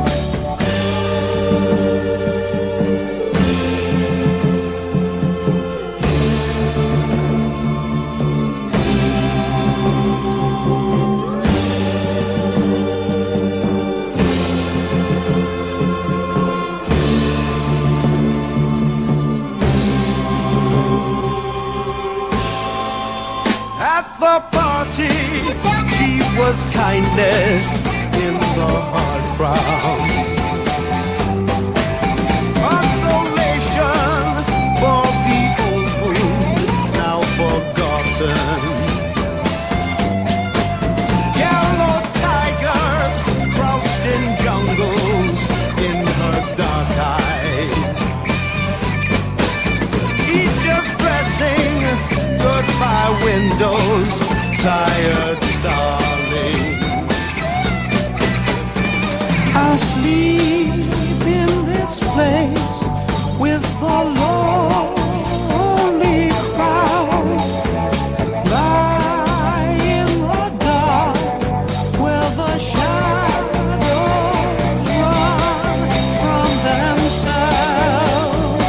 Speaker 17: At the party, she was kindness in the hard crowd. Consolation for the old wound now forgotten. Yellow tigers crouched in jungles in her dark eyes. She's just dressing goodbye windows, tired starling. I sleep in this place with the lonely crowds. Lie in the dark where the shadows run from themselves.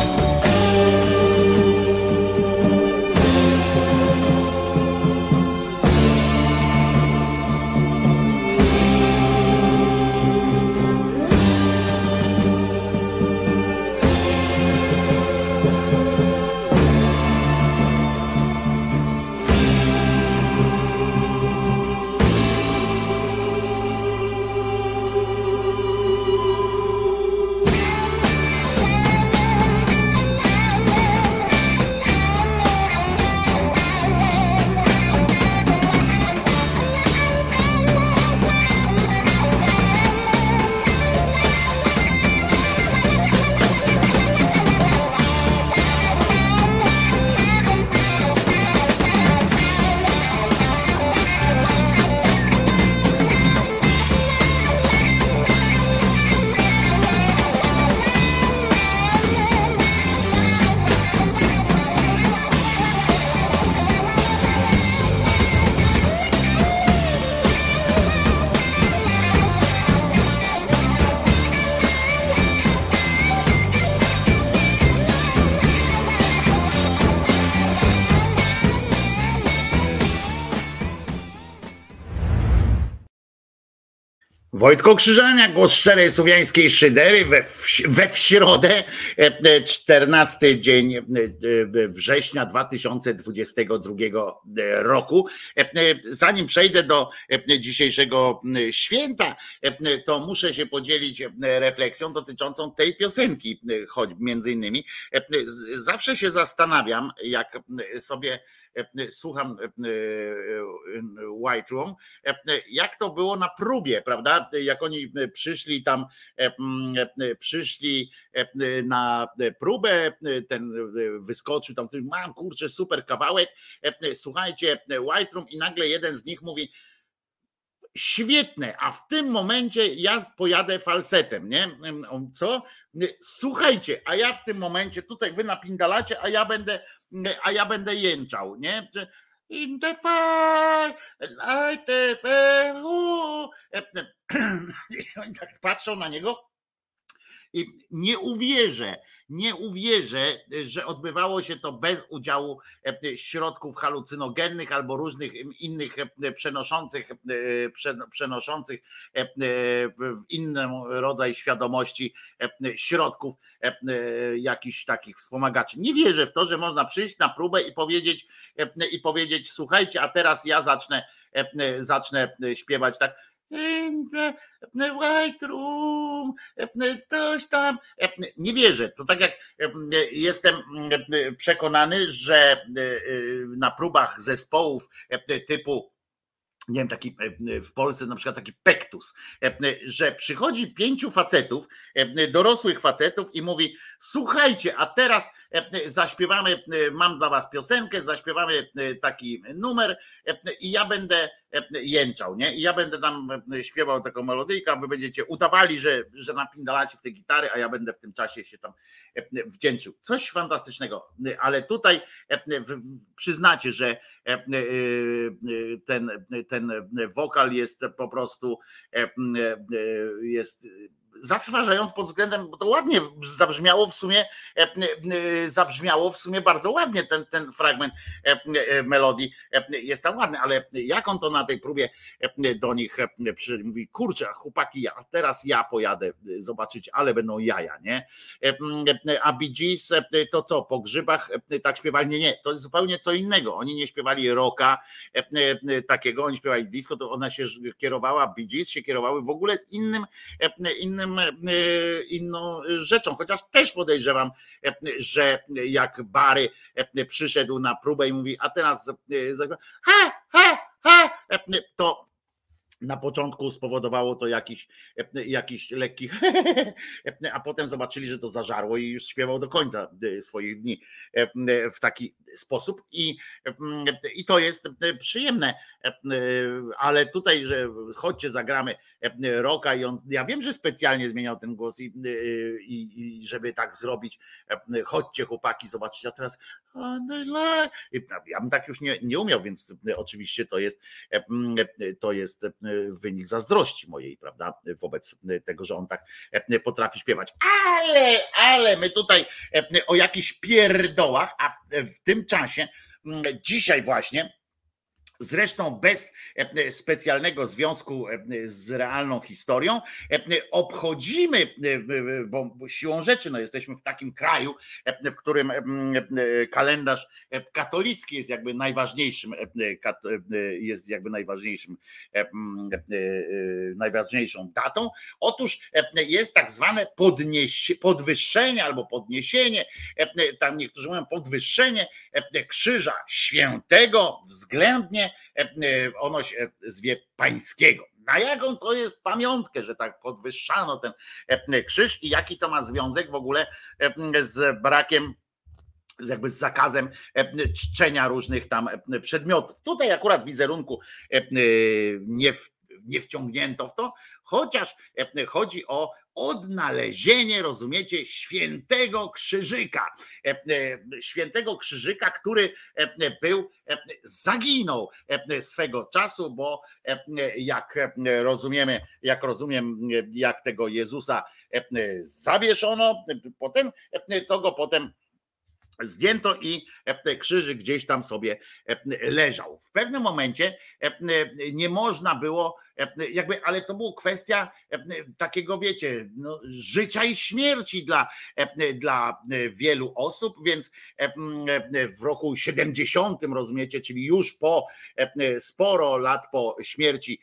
Speaker 4: Wojtko Krzyżania, głos szczerej słowiańskiej szydery we, we w środę, czternasty dzień września dwa tysiące dwudziestego drugiego roku. Zanim przejdę do dzisiejszego święta, to muszę się podzielić refleksją dotyczącą tej piosenki, choć między innymi. Zawsze się zastanawiam, jak sobie słucham White Room, jak to było na próbie, prawda? Jak oni przyszli tam, przyszli na próbę, ten wyskoczył tam, mam kurczę, super kawałek, słuchajcie, White Room i nagle jeden z nich mówi, świetne, a w tym momencie ja pojadę falsetem, nie? Co? Słuchajcie, a ja w tym momencie, tutaj wy napindalacie, a ja będę, a ja będę jęczał, nie? In the fire, light the fire. I oni tak patrzą na niego i nie uwierzę, nie uwierzę, że odbywało się to bez udziału środków halucynogennych albo różnych innych przenoszących, przenoszących w inny rodzaj świadomości środków jakichś takich wspomagaczy. Nie wierzę w to, że można przyjść na próbę i powiedzieć, i powiedzieć, słuchajcie, a teraz ja zacznę, zacznę śpiewać tak. In the White Room, coś tam. Nie wierzę. To tak jak jestem przekonany, że na próbach zespołów typu, nie wiem, taki w Polsce na przykład taki Pektus, że przychodzi pięciu facetów, dorosłych facetów i mówi, słuchajcie, a teraz zaśpiewamy, mam dla was piosenkę, zaśpiewamy taki numer i ja będę jęczał, nie? I ja będę tam śpiewał taką melodyjkę, a wy będziecie udawali, że, że napindalacie w te gitary, a ja będę w tym czasie się tam wdzięczył. Coś fantastycznego, ale tutaj przyznacie, że ten, ten wokal jest po prostu jest zatrważając pod względem, bo to ładnie zabrzmiało w sumie, zabrzmiało w sumie bardzo ładnie ten, ten fragment melodii jest tam ładny, ale jak on to na tej próbie do nich przyszedł, mówi, kurczę, chłopaki, a teraz ja pojadę zobaczyć, ale będą jaja, nie? A Bee Gees to co, po grzybach tak śpiewali? Nie, nie, to jest zupełnie co innego. Oni nie śpiewali rocka takiego, oni śpiewali disco, to ona się kierowała, Bee Gees się kierowały w ogóle innym, innym inną rzeczą, chociaż też podejrzewam, że jak Barry przyszedł na próbę i mówi, a teraz ha, ha, ha, to na początku spowodowało to jakiś, jakiś lekki, a potem zobaczyli, że to zażarło i już śpiewał do końca swoich dni w taki sposób i, i to jest przyjemne, ale tutaj, że chodźcie, zagramy rocka i on, ja wiem, że specjalnie zmieniał ten głos i, i, i żeby tak zrobić, chodźcie chłopaki, zobaczycie, a teraz ja bym tak już nie, nie umiał, więc oczywiście to jest to jest wynik zazdrości mojej, prawda, wobec tego, że on tak potrafi śpiewać, ale, ale my tutaj o jakichś pierdołach, a w tym czasie dzisiaj właśnie, zresztą bez specjalnego związku z realną historią, obchodzimy, bo siłą rzeczy no jesteśmy w takim kraju, w którym kalendarz katolicki jest jakby najważniejszym, jest jakby najważniejszym, najważniejszą datą. Otóż jest tak zwane podnieś, podwyższenie albo podniesienie, tam niektórzy mówią podwyższenie Krzyża Świętego względnie ono się zwie pańskiego. Na jaką to jest pamiątkę, że tak podwyższano ten krzyż i jaki to ma związek w ogóle z brakiem, jakby z zakazem czczenia różnych tam przedmiotów. Tutaj akurat w wizerunku nie, w, nie wciągnięto w to, chociaż chodzi o odnalezienie, rozumiecie, świętego krzyżyka. Świętego krzyżyka, który był, zaginął swego czasu, bo jak rozumiemy, jak rozumiem, jak tego Jezusa zawieszono, potem to go potem zdjęto i krzyżyk gdzieś tam sobie leżał. W pewnym momencie nie można było jakby, ale to była kwestia takiego, wiecie, no, życia i śmierci dla, dla wielu osób, więc w roku siedemdziesiątym, rozumiecie, czyli już po sporo lat po śmierci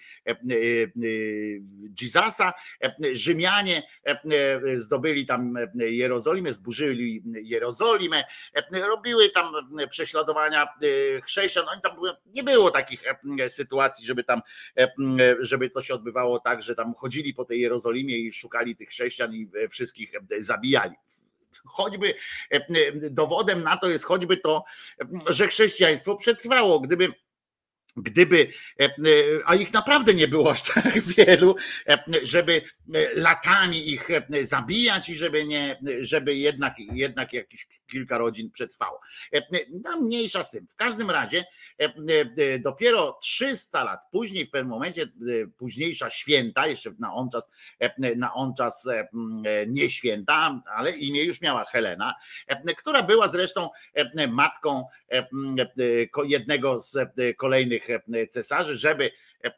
Speaker 4: Jezusa, Rzymianie zdobyli tam Jerozolimę, zburzyli Jerozolimę, robiły tam prześladowania chrześcijan. Oni tam nie było takich sytuacji, żeby tam, żeby to się odbywało tak, że tam chodzili po tej Jerozolimie i szukali tych chrześcijan i wszystkich zabijali. Choćby dowodem na to jest choćby to, że chrześcijaństwo przetrwało. Gdyby Gdyby, a ich naprawdę nie było aż tak wielu, żeby latami ich zabijać i żeby nie, żeby jednak, jednak jakieś kilka rodzin przetrwało. No mniejsza z tym. W każdym razie dopiero trzysta lat później, w pewnym momencie późniejsza święta, jeszcze na on czas, na on czas nie święta, ale imię już miała Helena, która była zresztą matką jednego z kolejnych cesarzy, żeby,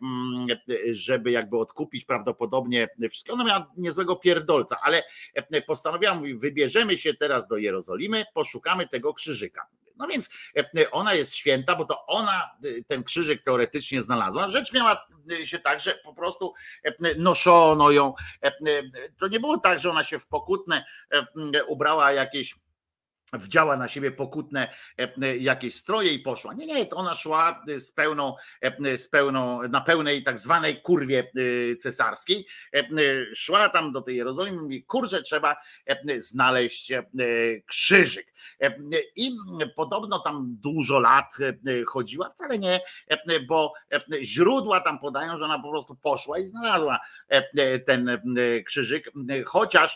Speaker 4: żeby jakby odkupić prawdopodobnie wszystko. Ona miała niezłego pierdolca, ale postanowiła, mówi, wybierzemy się teraz do Jerozolimy, poszukamy tego krzyżyka. No więc ona jest święta, bo to ona ten krzyżyk teoretycznie znalazła. Rzecz miała się tak, że po prostu noszono ją. To nie było tak, że ona się w pokutne ubrała jakieś, wdziała na siebie pokutne jakieś stroje i poszła. Nie, nie, to ona szła z pełną, z pełną, na pełnej tak zwanej kurwie cesarskiej. Szła tam do tej Jerozolimy i mówi, kurczę, trzeba znaleźć krzyżyk. I podobno tam dużo lat chodziła, wcale nie, bo źródła tam podają, że ona po prostu poszła i znalazła ten krzyżyk, chociaż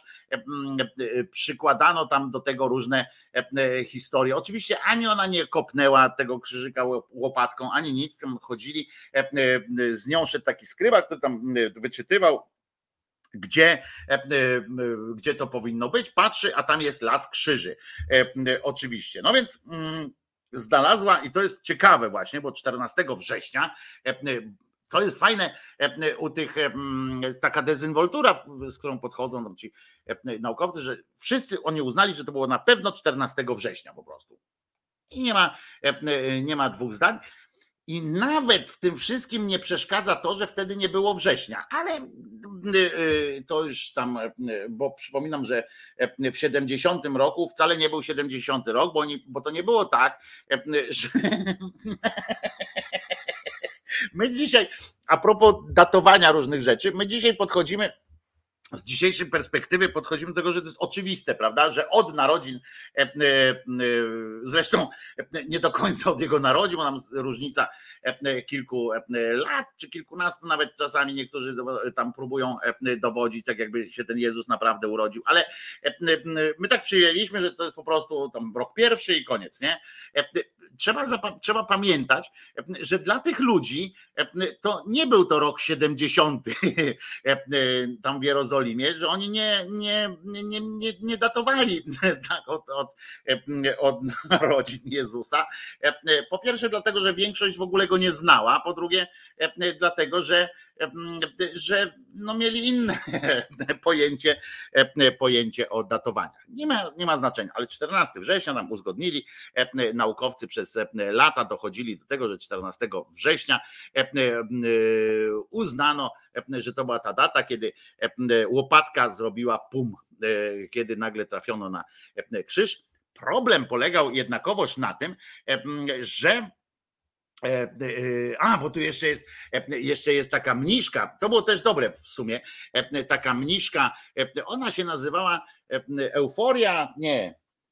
Speaker 4: przykładano tam do tego różne historię. Oczywiście ani ona nie kopnęła tego krzyżyka łopatką, ani nic, tam chodzili, z nią szedł taki skryba, który tam wyczytywał, gdzie, gdzie to powinno być, patrzy, a tam jest las krzyży, oczywiście. No więc znalazła, i to jest ciekawe właśnie, bo czternastego września, to jest fajne u tych, jest taka dezynwoltura, z którą podchodzą ci naukowcy, że wszyscy oni uznali, że to było na pewno czternastego września po prostu. I nie ma, nie ma dwóch zdań. I nawet w tym wszystkim nie przeszkadza to, że wtedy nie było września, ale to już tam, bo przypominam, że w siedemdziesiątym roku wcale nie był siedemdziesiąty rok, bo, oni, bo to nie było tak, że my dzisiaj, a propos datowania różnych rzeczy, my dzisiaj podchodzimy, z dzisiejszej perspektywy podchodzimy do tego, że to jest oczywiste, prawda, że od narodzin, zresztą nie do końca od jego narodzin, bo nam różnica kilku lat, czy kilkunastu nawet czasami niektórzy tam próbują dowodzić, tak jakby się ten Jezus naprawdę urodził, ale my tak przyjęliśmy, że to jest po prostu tam rok pierwszy i koniec, nie? Trzeba, trzeba pamiętać, że dla tych ludzi to nie był to rok siedemdziesiąty tam w Jerozolimie, że oni nie, nie, nie, nie, nie datowali tak od, od, od narodzin Jezusa. Po pierwsze dlatego, że większość w ogóle go nie znała, po drugie dlatego, że że no mieli inne pojęcie, pojęcie o datowaniach. Nie ma, nie ma znaczenia, ale czternastego września nam uzgodnili, naukowcy przez lata dochodzili do tego, że czternastego września uznano, że to była ta data, kiedy łopatka zrobiła pum, kiedy nagle trafiono na krzyż. Problem polegał jednakowoż na tym, że A, bo tu jeszcze jest, jeszcze jest taka mniszka, to było też dobre w sumie, taka mniszka, ona się nazywała Euforia, nie,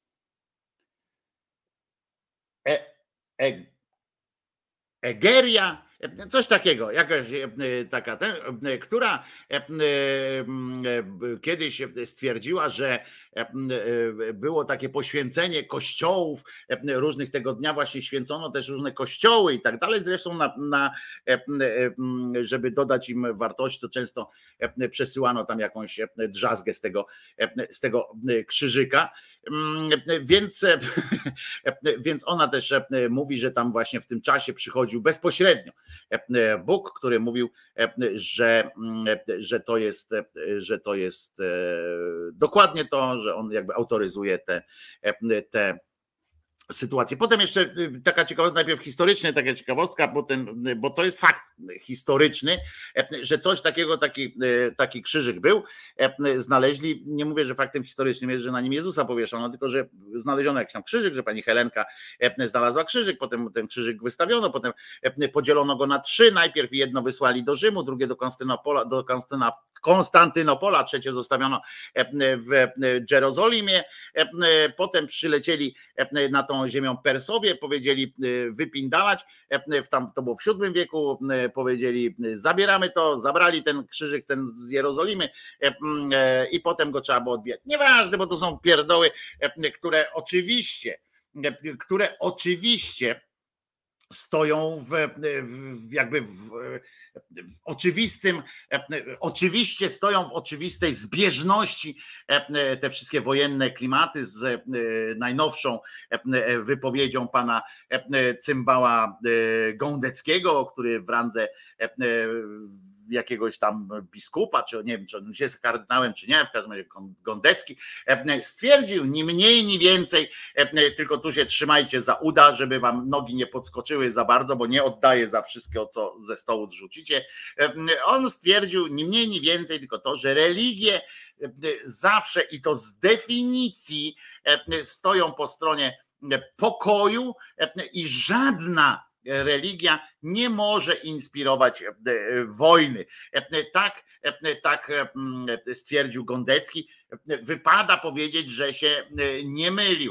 Speaker 4: e, e, Egeria, coś takiego, jakaś taka, która kiedyś stwierdziła, że było takie poświęcenie kościołów, różnych tego dnia właśnie święcono też różne kościoły i tak dalej, zresztą na, na, żeby dodać im wartość, to często przesyłano tam jakąś drzazgę z tego, z tego krzyżyka Więc, więc ona też mówi, że tam właśnie w tym czasie przychodził bezpośrednio Bóg, który mówił, że, że to jest, że to jest dokładnie to, że on jakby autoryzuje te, te sytuację. Potem jeszcze taka ciekawostka, najpierw historyczna taka ciekawostka, bo, ten, bo to jest fakt historyczny, że coś takiego, taki, taki krzyżyk był, znaleźli, nie mówię, że faktem historycznym jest, że na nim Jezusa powieszono, tylko że znaleziono jakiś tam krzyżyk, że pani Helenka znalazła krzyżyk, potem ten krzyżyk wystawiono, potem podzielono go na trzy, najpierw jedno wysłali do Rzymu, drugie do Konstantynopola, do Konstantynopola, trzecie zostawiono w Jerozolimie, potem przylecieli na tą ziemią Persowie, powiedzieli wypindalać, tam to było w siódmym wieku, powiedzieli zabieramy to, zabrali ten krzyżyk ten z Jerozolimy i potem go trzeba było odbijać. Nieważne, bo to są pierdoły, które oczywiście, które oczywiście stoją w, w jakby w, w oczywistym, oczywiście stoją w oczywistej zbieżności te wszystkie wojenne klimaty z najnowszą wypowiedzią pana cymbała Gądeckiego, który w randze jakiegoś tam biskupa, czy nie wiem, czy on jest kardynałem, czy nie, w każdym razie Gądecki, stwierdził ni mniej, ni więcej, tylko tu się trzymajcie za uda, żeby wam nogi nie podskoczyły za bardzo, bo nie oddaję za wszystko, co ze stołu zrzucicie. On stwierdził ni mniej, ni więcej, tylko to, że religie zawsze i to z definicji stoją po stronie pokoju i żadna religia nie może inspirować wojny. Tak, tak stwierdził Gądecki. Wypada powiedzieć, że się nie mylił.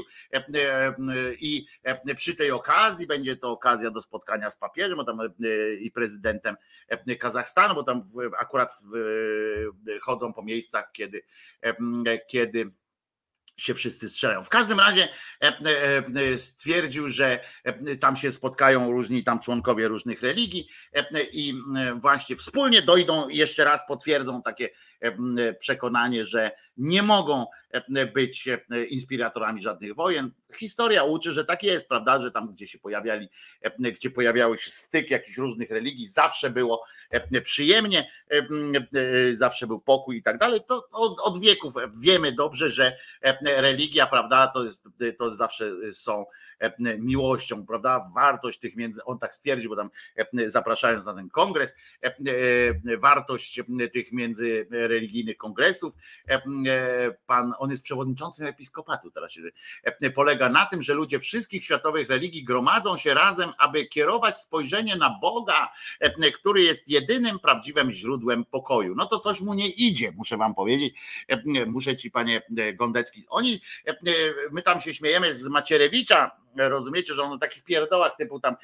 Speaker 4: I przy tej okazji będzie to okazja do spotkania z papieżem, bo tam i prezydentem Kazachstanu, bo tam akurat chodzą po miejscach, kiedy, kiedy się wszyscy strzelają. W każdym razie stwierdził, że tam się spotkają różni tam członkowie różnych religii i właśnie wspólnie dojdą, jeszcze raz potwierdzą takie przekonanie, że nie mogą być inspiratorami żadnych wojen. Historia uczy, że tak jest, prawda, że tam gdzie się pojawiali, gdzie pojawiały się styk jakichś różnych religii, zawsze było przyjemnie, zawsze był pokój i tak dalej. To od, od wieków wiemy dobrze, że religia, prawda, to jest, to zawsze są miłością, prawda, wartość tych między, on tak stwierdził, bo tam zapraszając na ten kongres, wartość tych międzyreligijnych kongresów, pan, on jest przewodniczącym episkopatu teraz się polega na tym, że ludzie wszystkich światowych religii gromadzą się razem, aby kierować spojrzenie na Boga, który jest jedynym prawdziwym źródłem pokoju. No to coś mu nie idzie, muszę wam powiedzieć, muszę ci, panie Gądecki, oni, my tam się śmiejemy z Macierewicza, rozumiecie, że on o takich pierdołach typu tam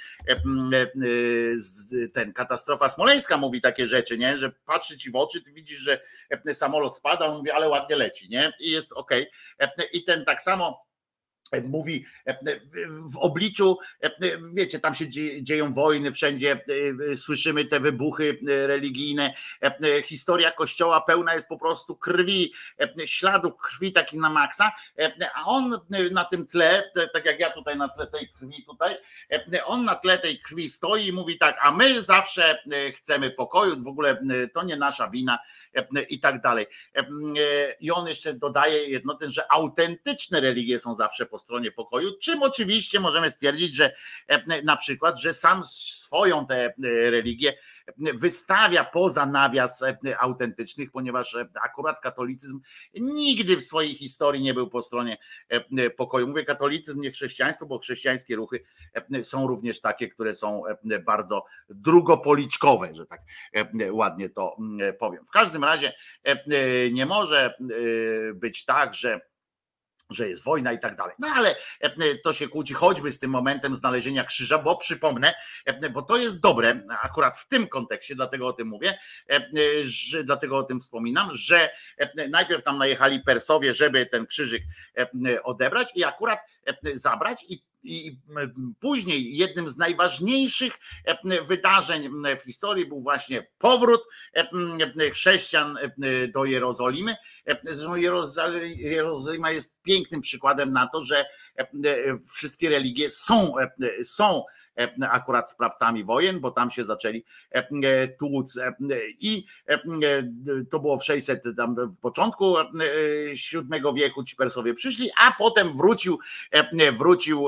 Speaker 4: ten katastrofa smoleńska mówi takie rzeczy, nie, że patrzy ci w oczy, ty widzisz, że samolot spada, on mówi, ale ładnie leci, nie, i jest okej. I ten tak samo mówi w obliczu, wiecie, tam się dzieją wojny, wszędzie słyszymy te wybuchy religijne, historia Kościoła pełna jest po prostu krwi, śladów krwi taki na maksa, a on na tym tle, tak jak ja tutaj na tle tej krwi tutaj, on na tle tej krwi stoi i mówi tak, a my zawsze chcemy pokoju, w ogóle to nie nasza wina i tak dalej. I on jeszcze dodaje jedno, że autentyczne religie są zawsze po stronie pokoju, czym oczywiście możemy stwierdzić, że na przykład, że sam swoją tę religię wystawia poza nawias autentycznych, ponieważ akurat katolicyzm nigdy w swojej historii nie był po stronie pokoju. Mówię katolicyzm, nie chrześcijaństwo, bo chrześcijańskie ruchy są również takie, które są bardzo drugopoliczkowe, że tak ładnie to powiem. W każdym razie nie może być tak, że że jest wojna i tak dalej. No ale to się kłóci choćby z tym momentem znalezienia krzyża, bo przypomnę, bo to jest dobre akurat w tym kontekście, dlatego o tym mówię, że, dlatego o tym wspominam, że najpierw tam najechali Persowie, żeby ten krzyżyk odebrać i akurat zabrać i i później jednym z najważniejszych wydarzeń w historii był właśnie powrót chrześcijan do Jerozolimy. Zresztą Jerozolima jest pięknym przykładem na to, że wszystkie religie są, są akurat sprawcami wojen, bo tam się zaczęli tłuc i to było w sześćset tam w początku siódmego wieku ci Persowie przyszli, a potem wrócił wrócił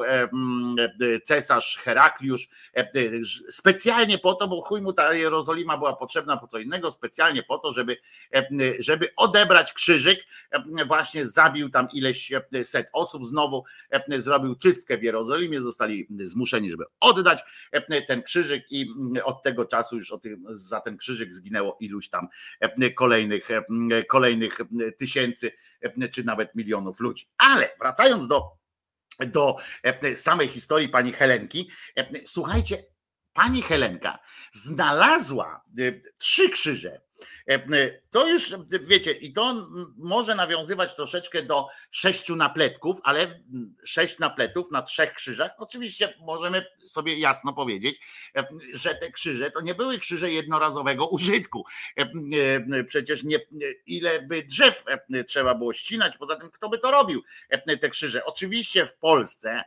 Speaker 4: cesarz Herakliusz specjalnie po to, bo chuj mu ta Jerozolima była potrzebna po co innego, specjalnie po to, żeby żeby odebrać krzyżyk, właśnie zabił tam ileś set osób, znowu zrobił czystkę w Jerozolimie, zostali zmuszeni, żeby oddać ten krzyżyk i od tego czasu już za ten krzyżyk zginęło iluś tam kolejnych, kolejnych tysięcy czy nawet milionów ludzi. Ale wracając do, do samej historii pani Helenki, słuchajcie, pani Helenka znalazła trzy krzyże. To już wiecie, i to może nawiązywać troszeczkę do sześciu napletków, ale sześć napletów na trzech krzyżach. Oczywiście możemy sobie jasno powiedzieć, że te krzyże to nie były krzyże jednorazowego użytku. Przecież nie, ile by drzew trzeba było ścinać, poza tym kto by to robił, te krzyże. Oczywiście w Polsce,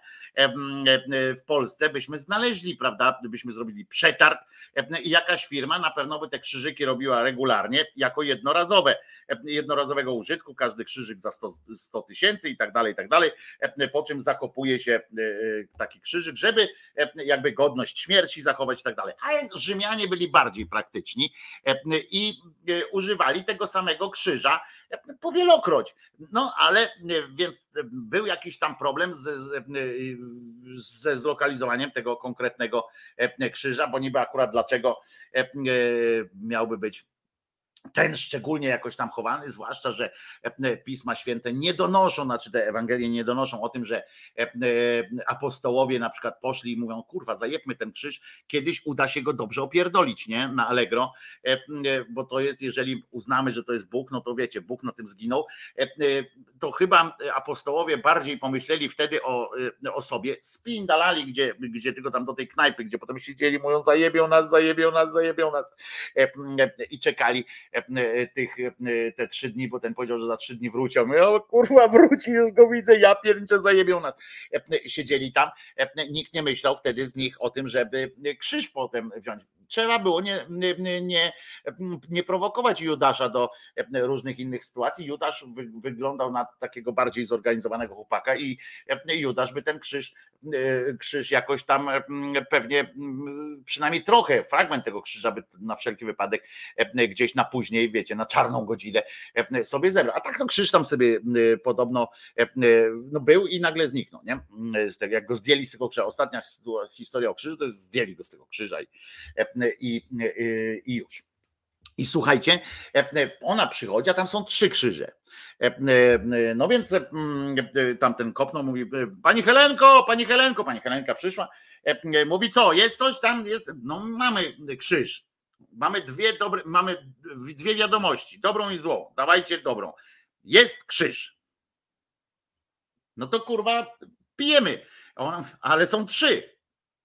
Speaker 4: w Polsce byśmy znaleźli, prawda, byśmy zrobili przetarg i jakaś firma na pewno by te krzyżyki robiła regularnie, jako jednorazowe, jednorazowego użytku, każdy krzyżyk za sto tysięcy i tak dalej, i tak dalej, po czym zakopuje się taki krzyżyk, żeby jakby godność śmierci zachować i tak dalej. A Rzymianie byli bardziej praktyczni i używali tego samego krzyża powielokroć. No ale więc był jakiś tam problem ze, ze zlokalizowaniem tego konkretnego krzyża, bo niby akurat dlaczego miałby być ten szczególnie jakoś tam chowany, zwłaszcza, że Pisma Święte nie donoszą, znaczy te Ewangelie nie donoszą o tym, że apostołowie na przykład poszli i mówią, kurwa, zajebmy ten krzyż, kiedyś uda się go dobrze opierdolić, nie, na Allegro, bo to jest, jeżeli uznamy, że to jest Bóg, no to wiecie, Bóg na tym zginął, to chyba apostołowie bardziej pomyśleli wtedy o, o sobie, spindalali, gdzie, gdzie tylko tam do tej knajpy, gdzie potem siedzieli, mówią, zajebią nas, zajebią nas, zajebią nas i czekali tych te trzy dni, bo ten powiedział, że za trzy dni wróci. My, o kurwa, wróci, już go widzę, ja pierniczę, zajebią nas. Siedzieli tam, nikt nie myślał wtedy z nich o tym, żeby krzyż potem wziąć. Trzeba było nie, nie, nie, nie prowokować Judasza do różnych innych sytuacji. Judasz wy, wyglądał na takiego bardziej zorganizowanego chłopaka i Judasz by ten krzyż, krzyż jakoś tam pewnie przynajmniej trochę, fragment tego krzyża by na wszelki wypadek gdzieś na później, wiecie, na czarną godzinę sobie zebrał. A tak to krzyż tam sobie podobno no, był i nagle zniknął, nie? Jak go zdjęli z tego krzyża. Ostatnia historia o krzyżu to jest zdjęli go z tego krzyża i I, i już. I słuchajcie, ona przychodzi, a tam są trzy krzyże. No więc tamten kopnął, mówi, pani Helenko, pani Helenko, pani Helenka przyszła, mówi, co, jest coś tam, jest, no mamy krzyż, mamy dwie dobre, mamy dwie wiadomości, dobrą i złą, dawajcie dobrą, jest krzyż. No to kurwa pijemy, ona, ale są trzy.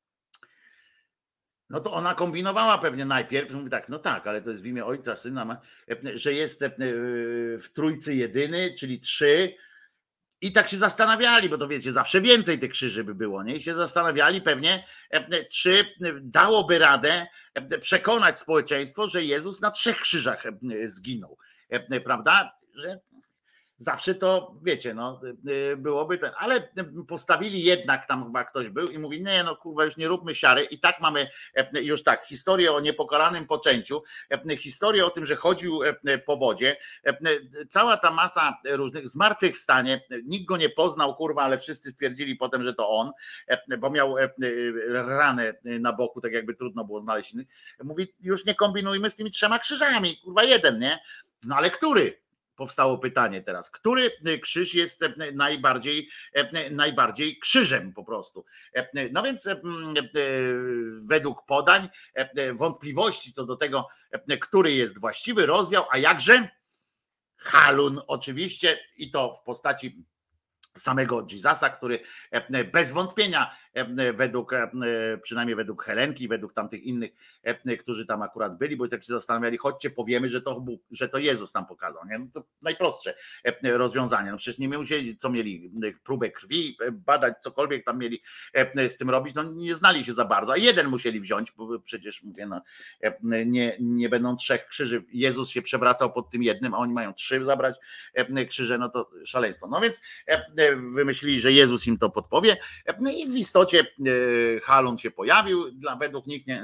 Speaker 4: No to ona kombinowała pewnie najpierw, mówi tak, no tak, ale to jest w imię Ojca, Syna, że jest w Trójcy jedyny, czyli trzy. I tak się zastanawiali, bo to wiecie, zawsze więcej tych krzyży by było, nie? I się zastanawiali pewnie, czy dałoby radę przekonać społeczeństwo, że Jezus na trzech krzyżach zginął, prawda? Że zawsze to, wiecie, no byłoby ten, ale postawili jednak, tam chyba ktoś był i mówi, nie no kurwa, już nie róbmy siary i tak mamy już tak, historię o niepokalanym poczęciu, historię o tym, że chodził po wodzie, cała ta masa różnych zmartwychwstanie, nikt go nie poznał, kurwa, ale wszyscy stwierdzili potem, że to on, bo miał ranę na boku, tak jakby trudno było znaleźć innych. Mówi, już nie kombinujmy z tymi trzema krzyżami, kurwa, jeden, nie? No ale który? Powstało pytanie teraz, który krzyż jest najbardziej, najbardziej krzyżem po prostu. No więc według podań, wątpliwości co do tego, który jest właściwy, rozwiał, a jakże Halun oczywiście i to w postaci samego Jezusa, który bez wątpienia według, przynajmniej według Helenki, według tamtych innych, którzy tam akurat byli, bo tak się zastanawiali, chodźcie powiemy, że to, że to Jezus tam pokazał. Nie? No to najprostsze rozwiązanie. No przecież nie musieli, co mieli, próbę krwi, badać, cokolwiek tam mieli z tym robić, no nie znali się za bardzo, a jeden musieli wziąć, bo przecież mówię, no, nie, nie będą trzech krzyży. Jezus się przewracał pod tym jednym, a oni mają trzy zabrać krzyże, no to szaleństwo. No więc wymyślili, że Jezus im to podpowie i w istocie Halun się pojawił, dla według nich nie,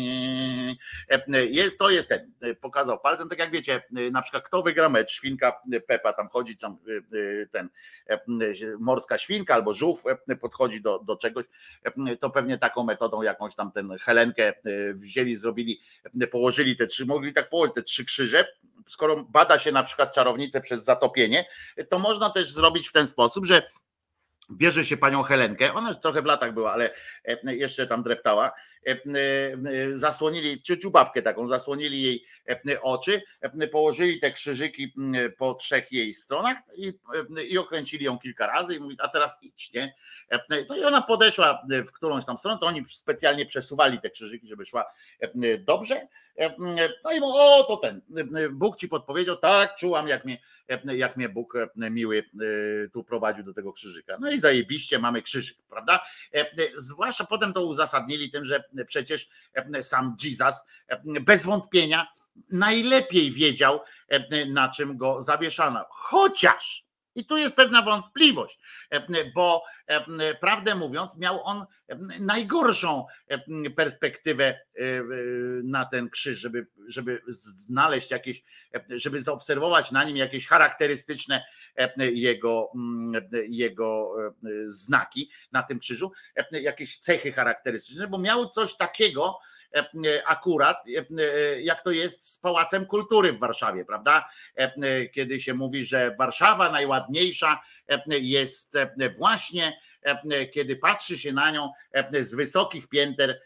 Speaker 4: jest, to jest ten, pokazał palcem, tak jak wiecie, na przykład kto wygra mecz, świnka Pepa tam chodzi, tam ten morska świnka albo żółw podchodzi do, do czegoś, to pewnie taką metodą jakąś tam ten Helenkę wzięli, zrobili, położyli te trzy, mogli tak położyć te trzy krzyże. Skoro bada się na przykład czarownicę przez zatopienie, to można też zrobić w ten sposób, że bierze się panią Helenkę, ona już trochę w latach była, ale jeszcze tam dreptała, zasłonili, ciuciu babkę taką, zasłonili jej oczy, położyli te krzyżyki po trzech jej stronach i, i okręcili ją kilka razy i mówi, a teraz idź, nie? To i ona podeszła w którąś tam stronę, to oni specjalnie przesuwali te krzyżyki, żeby szła dobrze. No i mówią, o to ten, Bóg ci podpowiedział, tak, czułam jak mnie, jak mnie Bóg miły tu prowadził do tego krzyżyka. No i zajebiście mamy krzyżyk, prawda? Zwłaszcza potem to uzasadnili tym, że przecież sam Jezus bez wątpienia najlepiej wiedział, na czym go zawieszano. Chociaż, i tu jest pewna wątpliwość, bo prawdę mówiąc miał on najgorszą perspektywę na ten krzyż, żeby, żeby znaleźć jakieś, żeby zaobserwować na nim jakieś charakterystyczne jego, jego znaki na tym krzyżu, jakieś cechy charakterystyczne, bo miał coś takiego akurat, jak to jest z Pałacem Kultury w Warszawie, prawda? Kiedy się mówi, że Warszawa najładniejsza jest właśnie, kiedy patrzy się na nią z wysokich pięter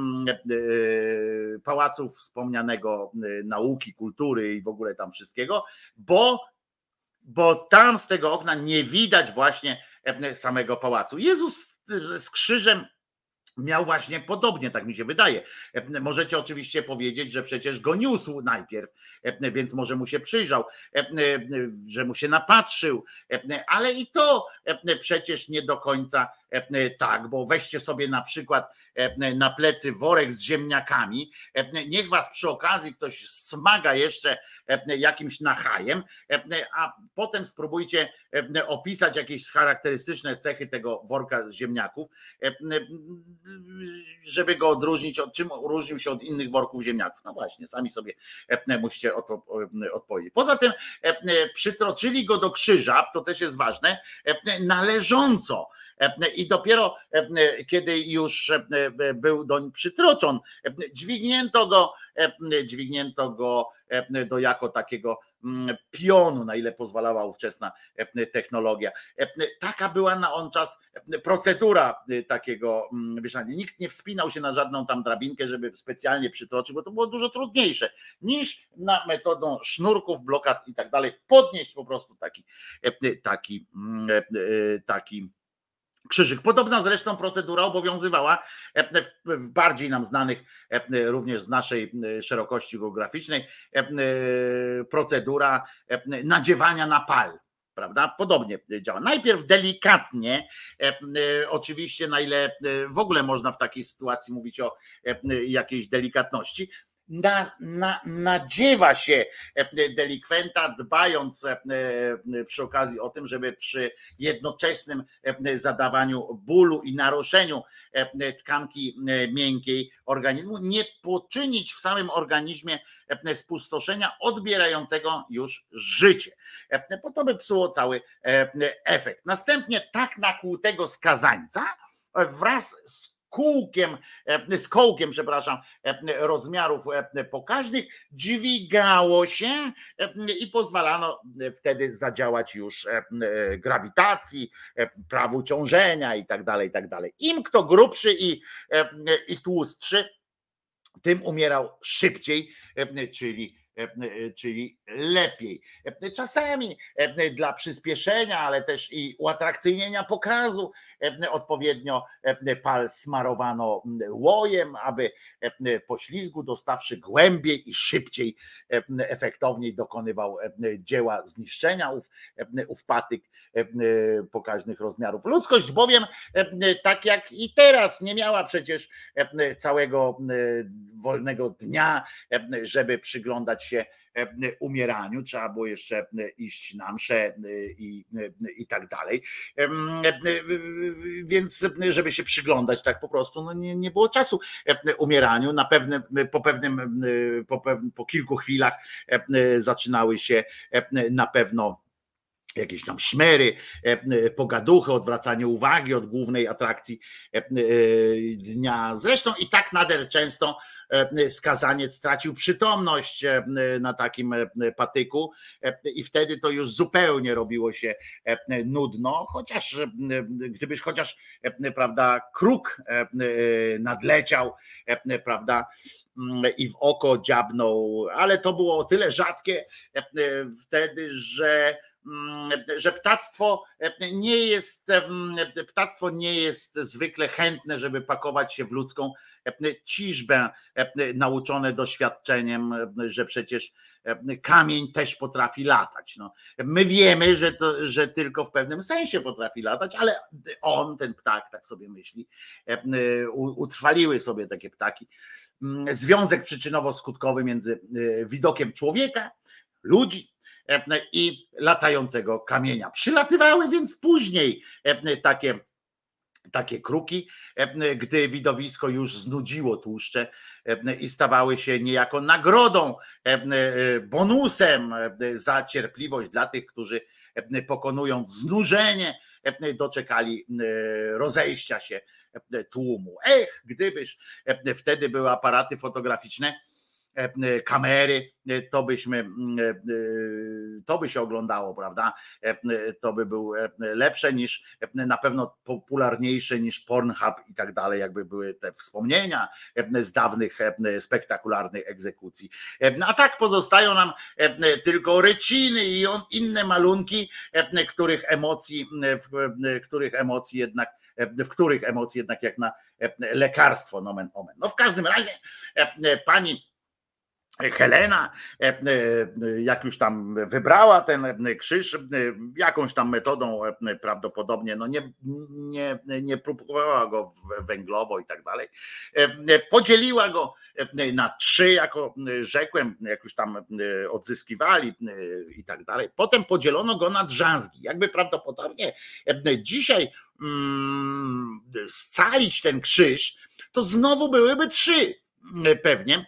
Speaker 4: Pałacu Wspomnianego Nauki, Kultury i w ogóle tam wszystkiego, bo, bo tam z tego okna nie widać właśnie samego pałacu. Jezus z krzyżem miał właśnie podobnie, tak mi się wydaje. Możecie oczywiście powiedzieć, że przecież go niósł najpierw, więc może mu się przyjrzał, że mu się napatrzył, ale i to przecież nie do końca tak, bo weźcie sobie na przykład na plecy worek z ziemniakami, niech was przy okazji ktoś smaga jeszcze jakimś nachajem, a potem spróbujcie opisać jakieś charakterystyczne cechy tego worka z ziemniaków, żeby go odróżnić, od czym różnił się od innych worków ziemniaków. No właśnie, sami sobie musicie o to odpowiedzieć. Poza tym przytroczyli go do krzyża, to też jest ważne, należąco. I dopiero kiedy już był doń przytroczon, dźwignięto go, dźwignięto go do jako takiego pionu, na ile pozwalała ówczesna technologia. Taka była na on czas procedura takiego wieszania. Nikt nie wspinał się na żadną tam drabinkę, żeby specjalnie przytroczyć, bo to było dużo trudniejsze niż na metodą sznurków, blokad i tak dalej, podnieść po prostu taki taki taki krzyżyk. Podobna zresztą procedura obowiązywała w bardziej nam znanych, również z naszej szerokości geograficznej, procedura nadziewania na pal. Prawda? Podobnie działa. Najpierw delikatnie, oczywiście na ile w ogóle można w takiej sytuacji mówić o jakiejś delikatności, Na, na, nadziewa się delikwenta, dbając przy okazji o tym, żeby przy jednoczesnym zadawaniu bólu i naruszeniu tkanki miękkiej organizmu nie poczynić w samym organizmie spustoszenia odbierającego już życie, bo to by psuło cały efekt. Następnie tak nakłutego skazańca wraz z kółkiem, z kołkiem, przepraszam, rozmiarów pokaźnych, dźwigało się i pozwalano wtedy zadziałać już grawitacji, prawu ciążenia i tak dalej, i tak dalej. Im kto grubszy i, i tłustszy, tym umierał szybciej, czyli czyli lepiej. Czasami dla przyspieszenia, ale też i uatrakcyjnienia pokazu odpowiednio pal smarowano łojem, aby poślizgu dostawszy głębiej i szybciej, efektowniej dokonywał dzieła zniszczenia ów, ów patyk pokaźnych rozmiarów. Ludzkość bowiem, tak jak i teraz, nie miała przecież całego wolnego dnia, żeby przyglądać się umieraniu, trzeba było jeszcze iść na mszę i, i tak dalej. Więc żeby się przyglądać tak po prostu, no nie, nie było czasu umieraniu. Na pewne, po pewnym, po, pewnym, po kilku chwilach zaczynały się na pewno jakieś tam szmery, pogaduchy, odwracanie uwagi od głównej atrakcji dnia. Zresztą i tak nader często skazaniec stracił przytomność na takim patyku i wtedy to już zupełnie robiło się nudno, chociaż gdybyś chociaż, prawda, kruk nadleciał, prawda, i w oko dziabnął, ale to było o tyle rzadkie wtedy, że że ptactwo nie jest, ptactwo nie jest zwykle chętne, żeby pakować się w ludzką ciżbę, nauczone doświadczeniem, że przecież kamień też potrafi latać. No, my wiemy, że, to, że tylko w pewnym sensie potrafi latać, ale on, ten ptak, tak sobie myśli, utrwaliły sobie takie ptaki związek przyczynowo-skutkowy między widokiem człowieka, ludzi i latającego kamienia. Przylatywały więc później takie, takie kruki, gdy widowisko już znudziło tłuszcze i stawały się niejako nagrodą, bonusem za cierpliwość dla tych, którzy pokonując znużenie, doczekali rozejścia się tłumu. Ech, gdybyż wtedy były aparaty fotograficzne, kamery, to byśmy, to by się oglądało, prawda? To by był lepsze niż, na pewno popularniejsze niż Pornhub i tak dalej, jakby były te wspomnienia z dawnych spektakularnych egzekucji. A tak pozostają nam tylko ryciny i inne malunki, których emocji, w których emocji jednak w których emocji jednak jak na lekarstwo, nomen omen. No w każdym razie pani Helena, jak już tam wybrała ten krzyż, jakąś tam metodą prawdopodobnie, no nie, nie, nie próbowała go węglowo i tak dalej, podzieliła go na trzy, jako rzekłem, jak już tam odzyskiwali i tak dalej. Potem podzielono go na drzazgi. Jakby prawdopodobnie dzisiaj mm, scalić ten krzyż, to znowu byłyby trzy pewnie.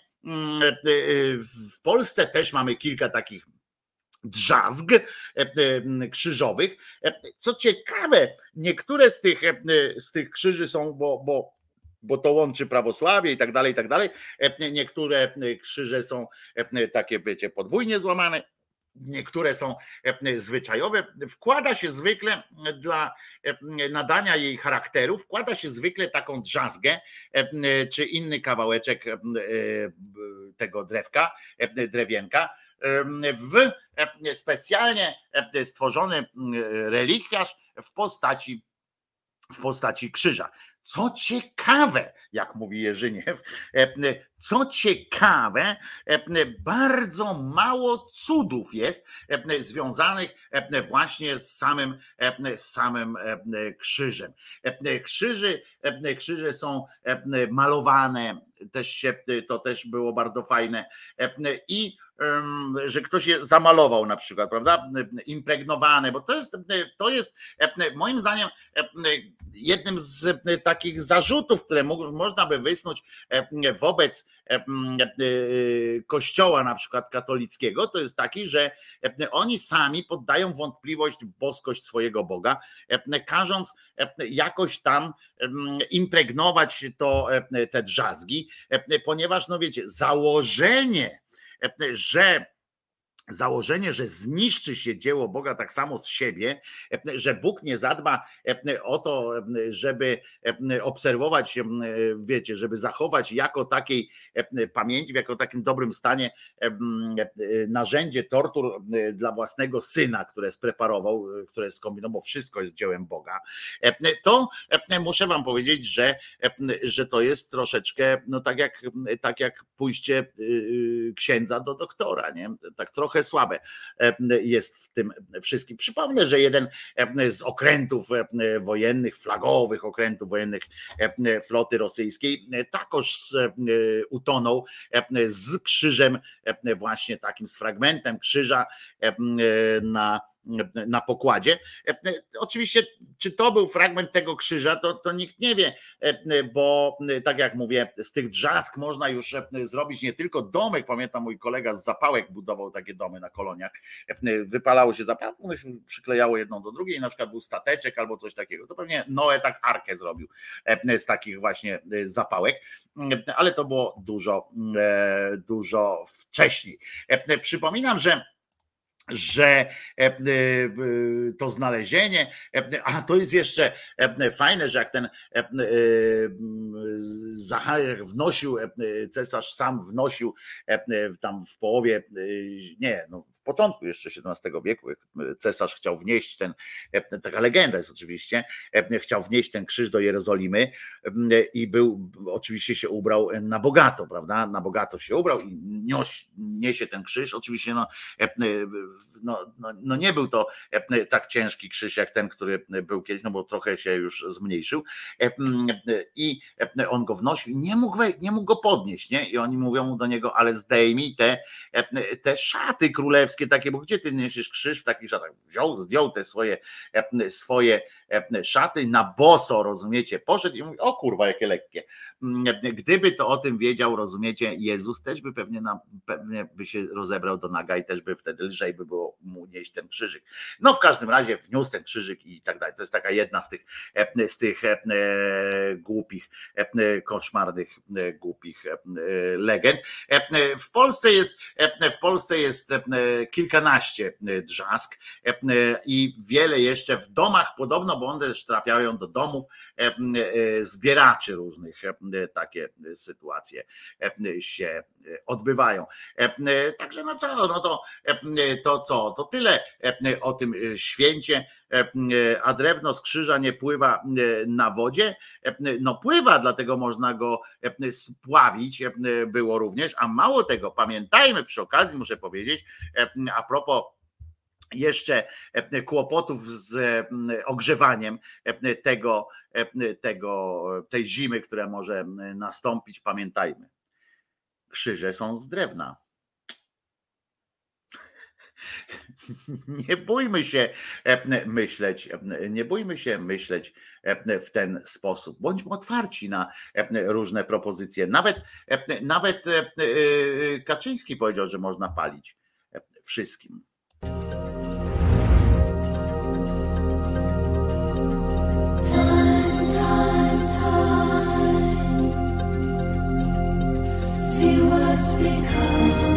Speaker 4: W Polsce też mamy kilka takich drzazg krzyżowych. Co ciekawe, niektóre z tych, z tych krzyży są, bo, bo, bo to łączy prawosławie i tak dalej, i tak dalej. Niektóre krzyże są takie, wiecie, podwójnie złamane. Niektóre są zwyczajowe. Wkłada się zwykle dla nadania jej charakteru, wkłada się zwykle taką drzazgę czy inny kawałeczek tego drewka, drewienka w specjalnie stworzony relikwiarz w postaci, w postaci krzyża. Co ciekawe, jak mówi Jerzyniew, co ciekawe, bardzo mało cudów jest związanych właśnie z samym, z samym krzyżem. Krzyży, krzyże są malowane, też się, to też było bardzo fajne i że ktoś je zamalował na przykład, prawda, impregnowane, bo to jest, to jest moim zdaniem jednym z takich zarzutów, które można by wysnuć wobec kościoła na przykład katolickiego, to jest taki, że oni sami poddają wątpliwość boskość swojego Boga, każąc jakoś tam impregnować to, te drzazgi, ponieważ no wiecie, założenie, że założenie, że zniszczy się dzieło Boga tak samo z siebie, że Bóg nie zadba o to, żeby obserwować, wiecie, żeby zachować jako takiej pamięci, jako takim dobrym stanie narzędzie tortur dla własnego syna, które spreparował, które skombinował, wszystko jest dziełem Boga, to muszę wam powiedzieć, że, że to jest troszeczkę, no tak jak, tak jak pójście księdza do doktora, nie? Tak trochę słabe jest w tym wszystkim. Przypomnę, że jeden z okrętów wojennych, flagowych okrętów wojennych floty rosyjskiej takoż utonął z krzyżem, właśnie takim z fragmentem krzyża na na pokładzie. Oczywiście, czy to był fragment tego krzyża, to, to nikt nie wie, bo tak jak mówię, z tych drzask można już zrobić nie tylko domek. Pamiętam, mój kolega z zapałek budował takie domy na koloniach. Wypalało się zapałek, ono się przyklejało jedną do drugiej, na przykład był stateczek albo coś takiego. To pewnie Noe tak arkę zrobił z takich właśnie zapałek, ale to było dużo, dużo wcześniej. Przypominam, że że to znalezienie, a to jest jeszcze fajne, że jak ten Zachariach wnosił, cesarz sam wnosił tam w połowie, nie, no w początku jeszcze siedemnastego wieku, cesarz chciał wnieść ten, taka legenda jest oczywiście, chciał wnieść ten krzyż do Jerozolimy i był, oczywiście się ubrał na bogato, prawda, na bogato się ubrał i niósł, niesie ten krzyż, oczywiście no No, no, no nie był to tak ciężki krzyż jak ten, który był kiedyś, no bo trochę się już zmniejszył i on go wnosił i nie mógł, nie mógł go podnieść, nie? I oni mówią mu do niego, ale zdejmij te, te szaty królewskie takie, bo gdzie ty niesiesz krzyż w takich szatach? Wziął, zdjął te swoje, swoje szaty na boso, rozumiecie, poszedł i mówi, o kurwa, jakie lekkie. Gdyby to o tym wiedział, rozumiecie, Jezus też by pewnie, na, pewnie by się rozebrał do naga i też by wtedy lżej by było mu nieść ten krzyżyk. No w każdym razie wniósł ten krzyżyk i tak dalej. To jest taka jedna z tych, z tych e, głupich, e, koszmarnych, e, głupich e, legend. E, w Polsce jest, e, w Polsce jest e, kilkanaście drzask e, i wiele jeszcze w domach podobno, bo one też trafiają do domów e, e, zbieraczy różnych. E, takie sytuacje e, się odbywają. E, także no co, no to, e, to co, to tyle o tym święcie, a drewno z krzyża nie pływa na wodzie. No pływa, dlatego można go spławić, było również, a mało tego, pamiętajmy przy okazji, muszę powiedzieć, a propos jeszcze kłopotów z ogrzewaniem tego, tego, tej zimy, która może nastąpić, pamiętajmy, krzyże są z drewna. Nie bójmy się myśleć, nie bójmy się myśleć w ten sposób. Bądźmy otwarci na różne propozycje. Nawet, nawet Kaczyński powiedział, że można palić wszystkim.
Speaker 7: Time, time, time. See what's become.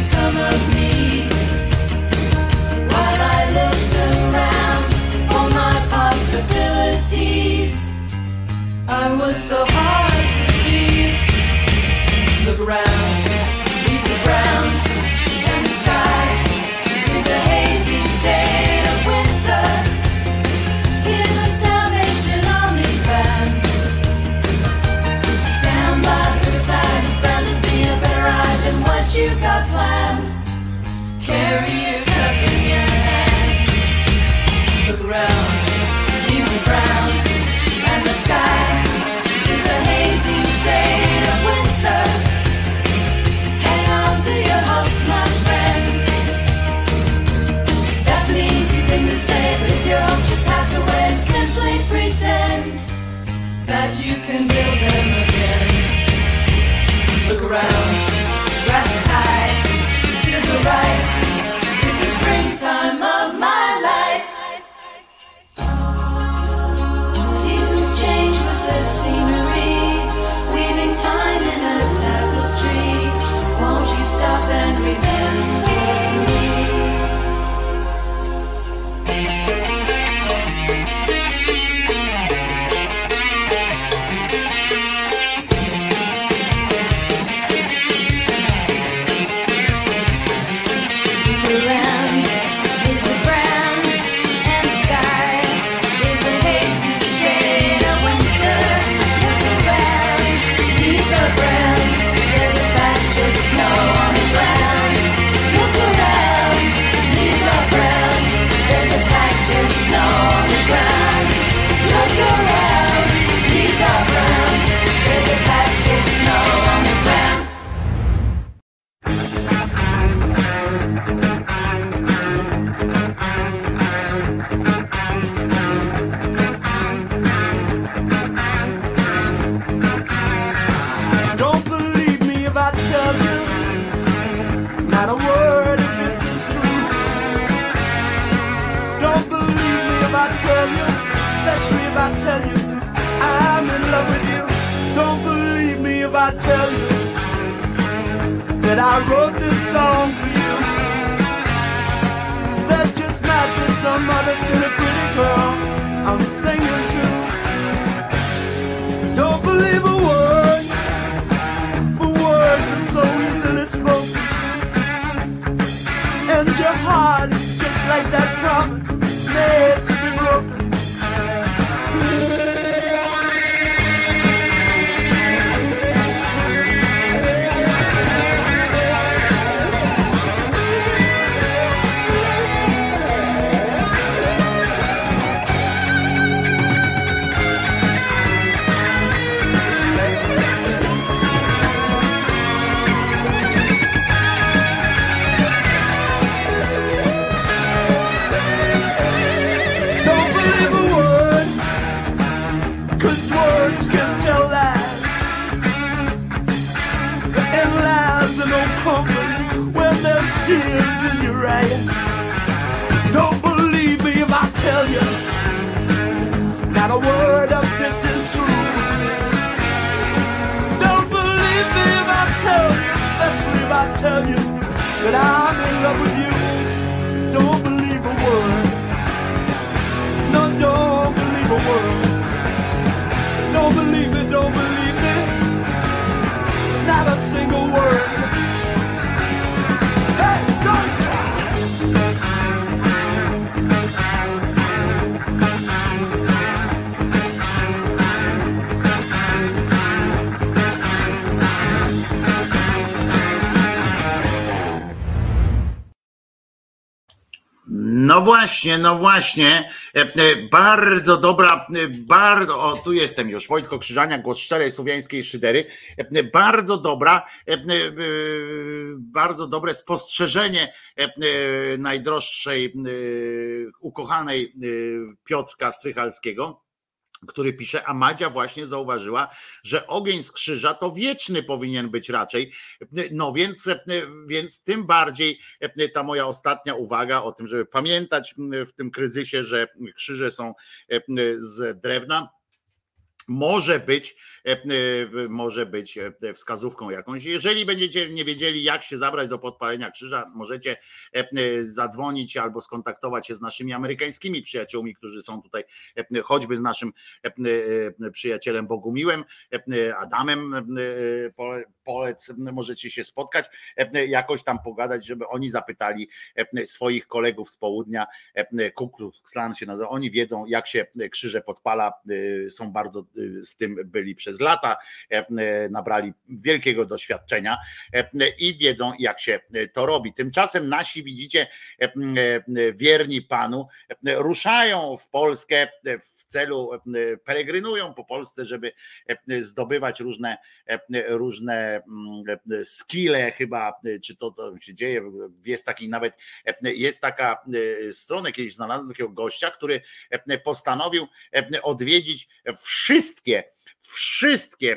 Speaker 18: For my
Speaker 12: I wrote this song for you. That's just not just some other silly pretty girl I'm singing to. Don't believe a word, for words are so easily spoken. And your heart is just like that promise made to be broken. When there's tears in your eyes, don't believe me if I tell you not a word of this is true. Don't believe me if I tell you, especially if I tell you that I'm in love with you. Don't believe a word. No, don't believe a word. Don't believe me, don't believe me. Not a single word.
Speaker 4: No właśnie, no właśnie, bardzo dobra, bardzo, o tu jestem już, Wojtko Krzyżania, głos szczerej słowiańskiej szydery, bardzo dobra, bardzo dobre spostrzeżenie najdroższej, ukochanej Piotrka Strychalskiego, który pisze, a Madzia właśnie zauważyła, że ogień z krzyża to wieczny powinien być raczej. No więc, więc tym bardziej ta moja ostatnia uwaga o tym, żeby pamiętać w tym kryzysie, że krzyże są z drewna, może być, może być wskazówką jakąś. Jeżeli będziecie nie wiedzieli, jak się zabrać do podpalenia krzyża, możecie zadzwonić albo skontaktować się z naszymi amerykańskimi przyjaciółmi, którzy są tutaj, choćby z naszym przyjacielem Bogumiłem, Adamem Polec, możecie się spotkać, jakoś tam pogadać, żeby oni zapytali swoich kolegów z południa, Ku Klux Klan się nazywa, oni wiedzą, jak się krzyże podpala, są bardzo w tym byli przez lata, nabrali wielkiego doświadczenia i wiedzą, jak się to robi. Tymczasem nasi, widzicie, wierni Panu ruszają w Polskę w celu, peregrynują po Polsce, żeby zdobywać różne, różne skille chyba, czy to, to się dzieje, jest taki nawet, jest taka strona, kiedyś znalazłem takiego gościa, który postanowił odwiedzić wszystkie, wszystkie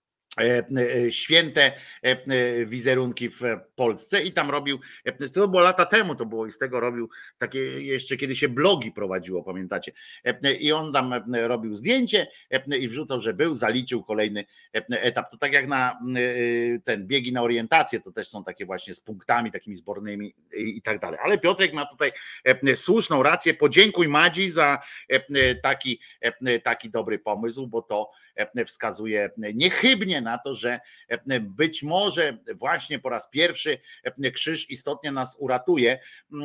Speaker 4: święte wizerunki w Polsce i tam robił, to było lata temu to było i z tego robił takie, jeszcze kiedy się blogi prowadziło, pamiętacie, i on tam robił zdjęcie i wrzucał, że był, zaliczył kolejny etap, to tak jak na ten biegi na orientację, to też są takie właśnie z punktami takimi zbornymi i tak dalej, ale Piotrek ma tutaj słuszną rację, podziękuj Madzi za taki, taki dobry pomysł, bo to wskazuje niechybnie na to, że być może właśnie po raz pierwszy krzyż istotnie nas uratuje.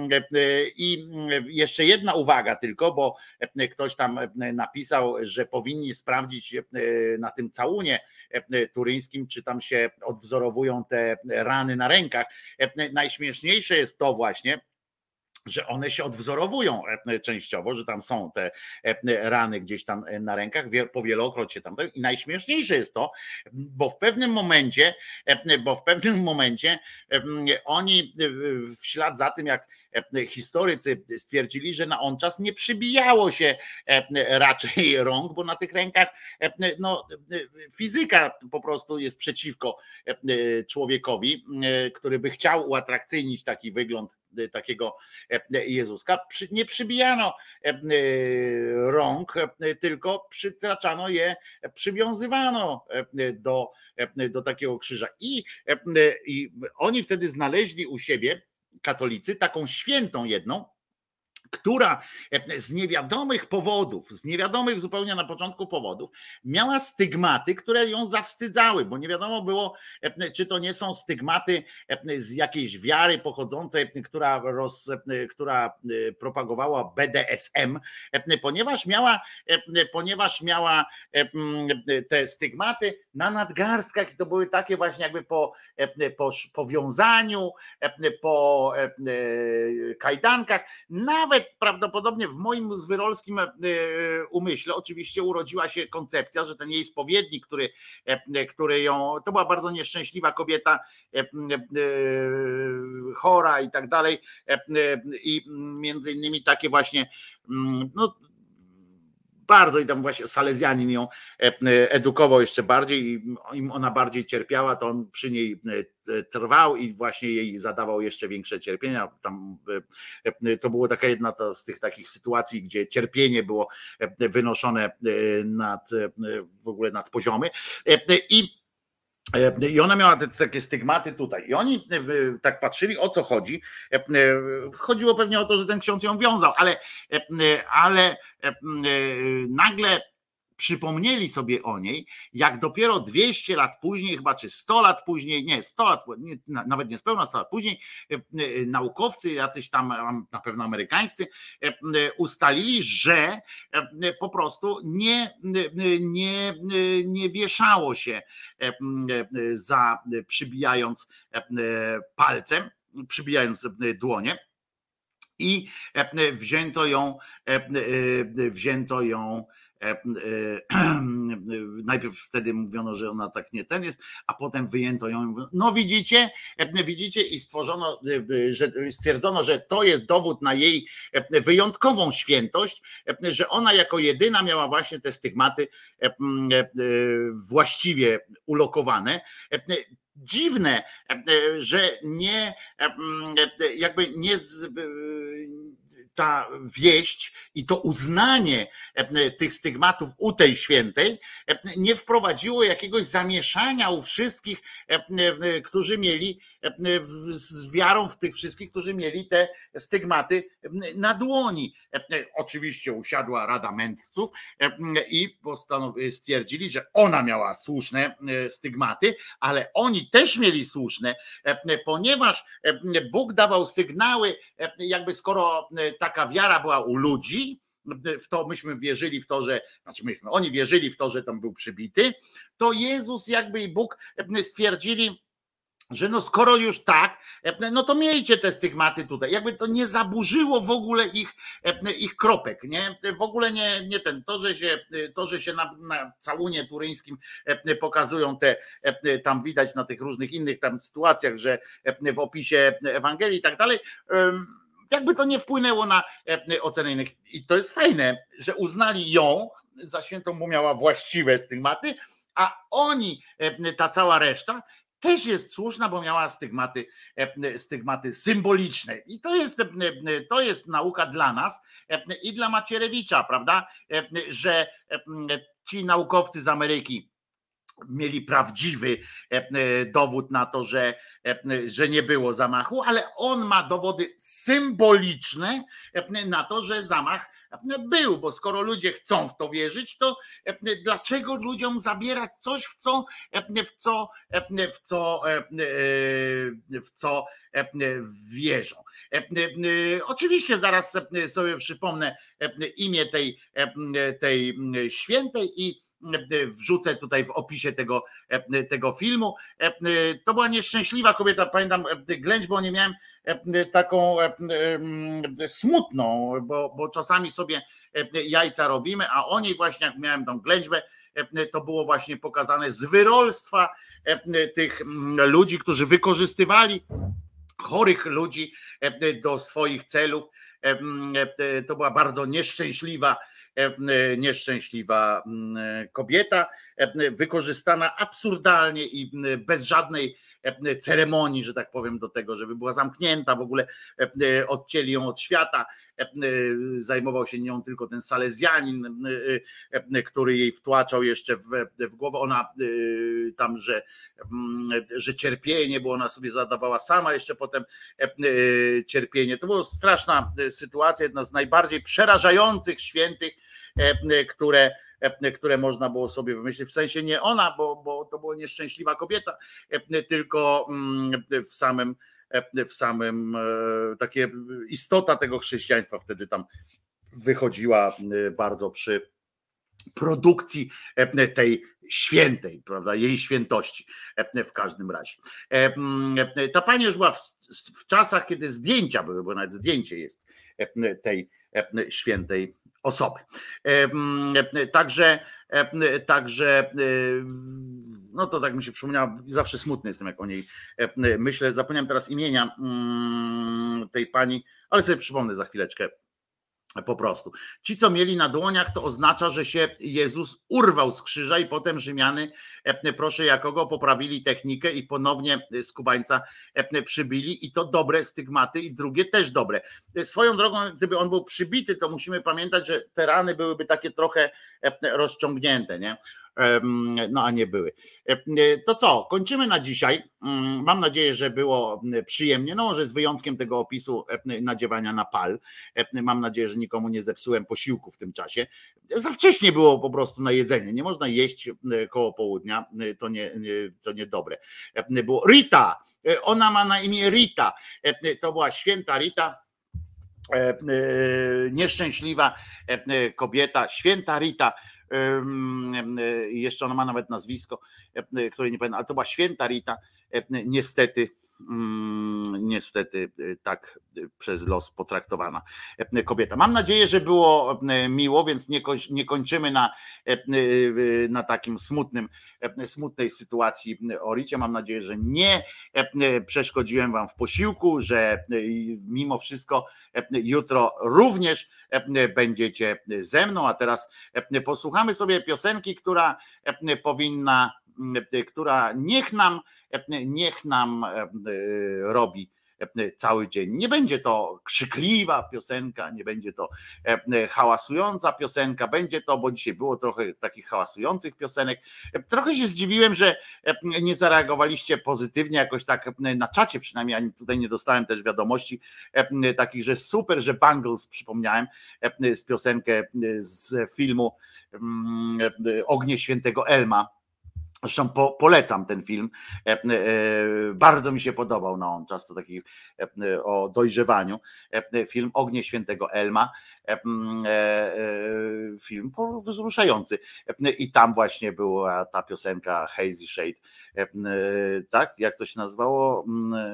Speaker 4: I jeszcze jedna uwaga tylko, bo ktoś tam napisał, że powinni sprawdzić na tym całunie turyńskim, czy tam się odwzorowują te rany na rękach. Najśmieszniejsze jest to właśnie, że one się odwzorowują częściowo, że tam są te rany gdzieś tam na rękach, powielokroć się tam. I najśmieszniejsze jest to, bo w pewnym momencie, bo w pewnym momencie oni w ślad za tym, jak historycy stwierdzili, że na on czas nie przybijało się raczej rąk, bo na tych rękach no, fizyka po prostu jest przeciwko człowiekowi, który by chciał uatrakcyjnić taki wygląd takiego Jezuska. Nie przybijano rąk, tylko przytraczano je, przywiązywano do, do takiego krzyża. I, I oni wtedy znaleźli u siebie, katolicy, taką świętą jedną, która z niewiadomych powodów, z niewiadomych zupełnie na początku powodów, miała stygmaty, które ją zawstydzały, bo nie wiadomo było, czy to nie są stygmaty z jakiejś wiary pochodzącej, która, roz, która propagowała B D S M, ponieważ miała, ponieważ miała te stygmaty na nadgarstkach i to były takie właśnie jakby po, po powiązaniu, po kajdankach, nawet prawdopodobnie w moim zwyrolskim umyśle oczywiście urodziła się koncepcja, że ten jej spowiednik, który, który ją, to była bardzo nieszczęśliwa kobieta, chora i tak dalej, i między innymi takie właśnie, no bardzo i tam właśnie Salezjanin ją edukował jeszcze bardziej i im ona bardziej cierpiała, to on przy niej trwał i właśnie jej zadawał jeszcze większe cierpienia. Tam to było taka jedna z tych takich sytuacji, gdzie cierpienie było wynoszone nad w ogóle nad poziomy i I ona miała te, takie stygmaty tutaj. I oni tak patrzyli, o co chodzi. Chodziło pewnie o to, że ten ksiądz ją wiązał, ale, ale nagle przypomnieli sobie o niej, jak dopiero dwieście lat później, chyba czy sto lat później, nie, sto lat, nie, nawet niespełna sto lat później, naukowcy, jacyś tam na pewno amerykańscy, ustalili, że po prostu nie, nie, nie wieszało się za przybijając palcem, przybijając dłonie. I wzięto ją, wzięto ją najpierw wtedy mówiono, że ona tak nie ten jest, a potem wyjęto ją. No widzicie, widzicie i stworzono, że stwierdzono, że to jest dowód na jej wyjątkową świętość, że ona jako jedyna miała właśnie te stygmaty właściwie ulokowane. Dziwne, że nie jakby nie z, ta wieść i to uznanie tych stygmatów u tej świętej nie wprowadziło jakiegoś zamieszania u wszystkich, którzy mieli z wiarą w tych wszystkich, którzy mieli te stygmaty na dłoni. Oczywiście usiadła Rada Mędrców i postanowili, stwierdzili, że ona miała słuszne stygmaty, ale oni też mieli słuszne, ponieważ Bóg dawał sygnały, jakby skoro taka wiara była u ludzi, w to myśmy wierzyli w to, że, znaczy myśmy, oni wierzyli w to, że tam był przybity, to Jezus jakby i Bóg stwierdzili, że no skoro już tak, no to miejcie te stygmaty tutaj. Jakby to nie zaburzyło w ogóle ich, ich kropek, nie? W ogóle nie, nie ten, to, że się, to, że się na, na całunie turyńskim pokazują te, tam widać na tych różnych innych tam sytuacjach, że w opisie Ewangelii i tak dalej, jakby to nie wpłynęło na ocenę innych. I to jest fajne, że uznali ją za świętą, bo miała właściwe stygmaty, a oni, ta cała reszta, też jest słuszna, bo miała stygmaty, stygmaty symboliczne. I to jest, to jest nauka dla nas i dla Macierewicza, prawda? Że ci naukowcy z Ameryki mieli prawdziwy dowód na to, że, że nie było zamachu, ale on ma dowody symboliczne na to, że zamach był, bo skoro ludzie chcą w to wierzyć, to dlaczego ludziom zabierać coś, w co, w co, w co, w co wierzą. Oczywiście zaraz sobie przypomnę imię tej, tej świętej i wrzucę tutaj w opisie tego, tego filmu. To była nieszczęśliwa kobieta, pamiętam ględź, bo nie miałem taką smutną, bo, bo czasami sobie jajca robimy, a o niej właśnie jak miałem tą ględźbę, to było właśnie pokazane z wyrolstwa tych ludzi, którzy wykorzystywali chorych ludzi do swoich celów. To była bardzo nieszczęśliwa, nieszczęśliwa kobieta, wykorzystana absurdalnie i bez żadnej ceremonii, że tak powiem, do tego, żeby była zamknięta, w ogóle odcięli ją od świata. Zajmował się nią tylko ten Salezjanin, który jej wtłaczał jeszcze w, w głowę. Ona tam, że, że cierpienie, bo ona sobie zadawała sama jeszcze potem cierpienie. To była straszna sytuacja, jedna z najbardziej przerażających świętych, które które można było sobie wymyślić, w sensie nie ona, bo, bo to była nieszczęśliwa kobieta, tylko w samym w samym takie istota tego chrześcijaństwa wtedy tam wychodziła bardzo przy produkcji tej świętej, prawda, jej świętości w każdym razie. Ta pani już była w, w czasach, kiedy zdjęcia były, bo nawet zdjęcie jest tej świętej osoby. Także, także no to tak mi się przypomniało, zawsze smutny jestem, jak o niej myślę. Zapomniałem teraz imienia tej pani, ale sobie przypomnę za chwileczkę. Po prostu. Ci, co mieli na dłoniach, to oznacza, że się Jezus urwał z krzyża i potem Rzymiany, proszę jakogo, poprawili technikę i ponownie skubańca przybili i to dobre stygmaty i drugie też dobre. Swoją drogą, gdyby on był przybity, to musimy pamiętać, że te rany byłyby takie trochę rozciągnięte, nie? No a nie były. To co, kończymy na dzisiaj. Mam nadzieję, że było przyjemnie, no może z wyjątkiem tego opisu nadziewania na pal. Mam nadzieję, że nikomu nie zepsułem posiłku w tym czasie. Za wcześnie było po prostu na jedzenie. Nie można jeść koło południa, to nie, to niedobre. Było Rita, ona ma na imię Rita. To była święta Rita. Nieszczęśliwa kobieta, święta Rita. Jeszcze ona ma nawet nazwisko, które nie pamiętam, ale to była święta Rita, niestety, niestety tak przez los potraktowana kobieta. Mam nadzieję, że było miło, więc nie, koń, nie kończymy na, na takim smutnym, smutnej sytuacji o Ricie. Mam nadzieję, że nie przeszkodziłem wam w posiłku, że mimo wszystko jutro również będziecie ze mną, a teraz posłuchamy sobie piosenki, która powinna, która niech nam, niech nam robi cały dzień. Nie będzie to krzykliwa piosenka, nie będzie to hałasująca piosenka, będzie to, bo dzisiaj było trochę takich hałasujących piosenek. Trochę się zdziwiłem, że nie zareagowaliście pozytywnie jakoś tak na czacie, przynajmniej ani tutaj nie dostałem też wiadomości takich, że super, że Bangles przypomniałem z piosenkę z filmu Ognie Świętego Elma. Zresztą po, polecam ten film, bardzo mi się podobał, no on często taki o dojrzewaniu, film Ognie Świętego Elma, film wzruszający i tam właśnie była ta piosenka Hazy Shade, tak, jak to się nazywało,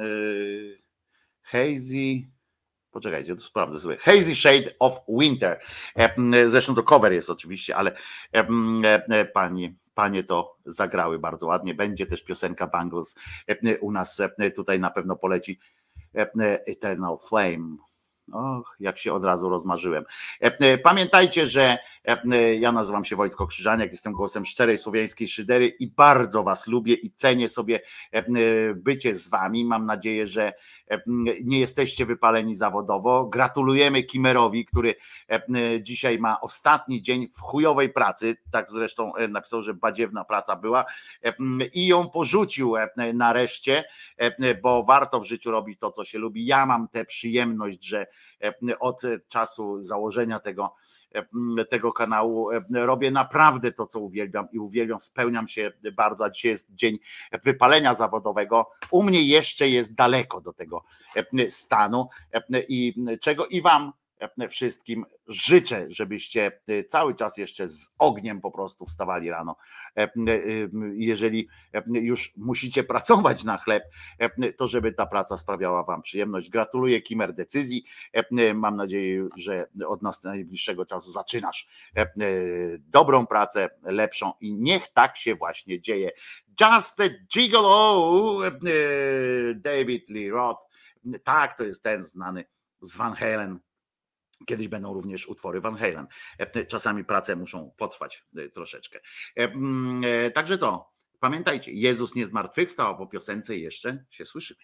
Speaker 4: Hazy... Poczekajcie, to sprawdzę sobie. Hazy Shade of Winter. Zresztą to cover jest oczywiście, ale pani, panie to zagrały bardzo ładnie. Będzie też piosenka Bangles u nas tutaj na pewno poleci. Eternal Flame. Och, jak się od razu rozmarzyłem. Pamiętajcie, że ja nazywam się Wojtko Krzyżaniak, jestem głosem szczerej słowiańskiej szydery i bardzo was lubię i cenię sobie bycie z wami. Mam nadzieję, że nie jesteście wypaleni zawodowo. Gratulujemy Kimerowi, który dzisiaj ma ostatni dzień w chujowej pracy, tak zresztą napisał, że badziewna praca była i ją porzucił nareszcie, bo warto w życiu robić to, co się lubi. Ja mam tę przyjemność, że od czasu założenia tego, tego kanału robię naprawdę to, co uwielbiam i uwielbiam, spełniam się bardzo, a dzisiaj jest dzień wypalenia zawodowego. U mnie jeszcze jest daleko do tego stanu i czego i wam wszystkim życzę, żebyście cały czas jeszcze z ogniem po prostu wstawali rano. Jeżeli już musicie pracować na chleb, to żeby ta praca sprawiała wam przyjemność. Gratuluję, Kimer, decyzji. Mam nadzieję, że od nas najbliższego czasu zaczynasz dobrą pracę, lepszą i niech tak się właśnie dzieje. Just a Gigolo, David Lee Roth Tak, to jest ten znany z Van Halen. Kiedyś będą również utwory Van Halen. Czasami prace muszą potrwać troszeczkę. Także co? Pamiętajcie, Jezus nie zmartwychwstał, a po piosence jeszcze się słyszymy.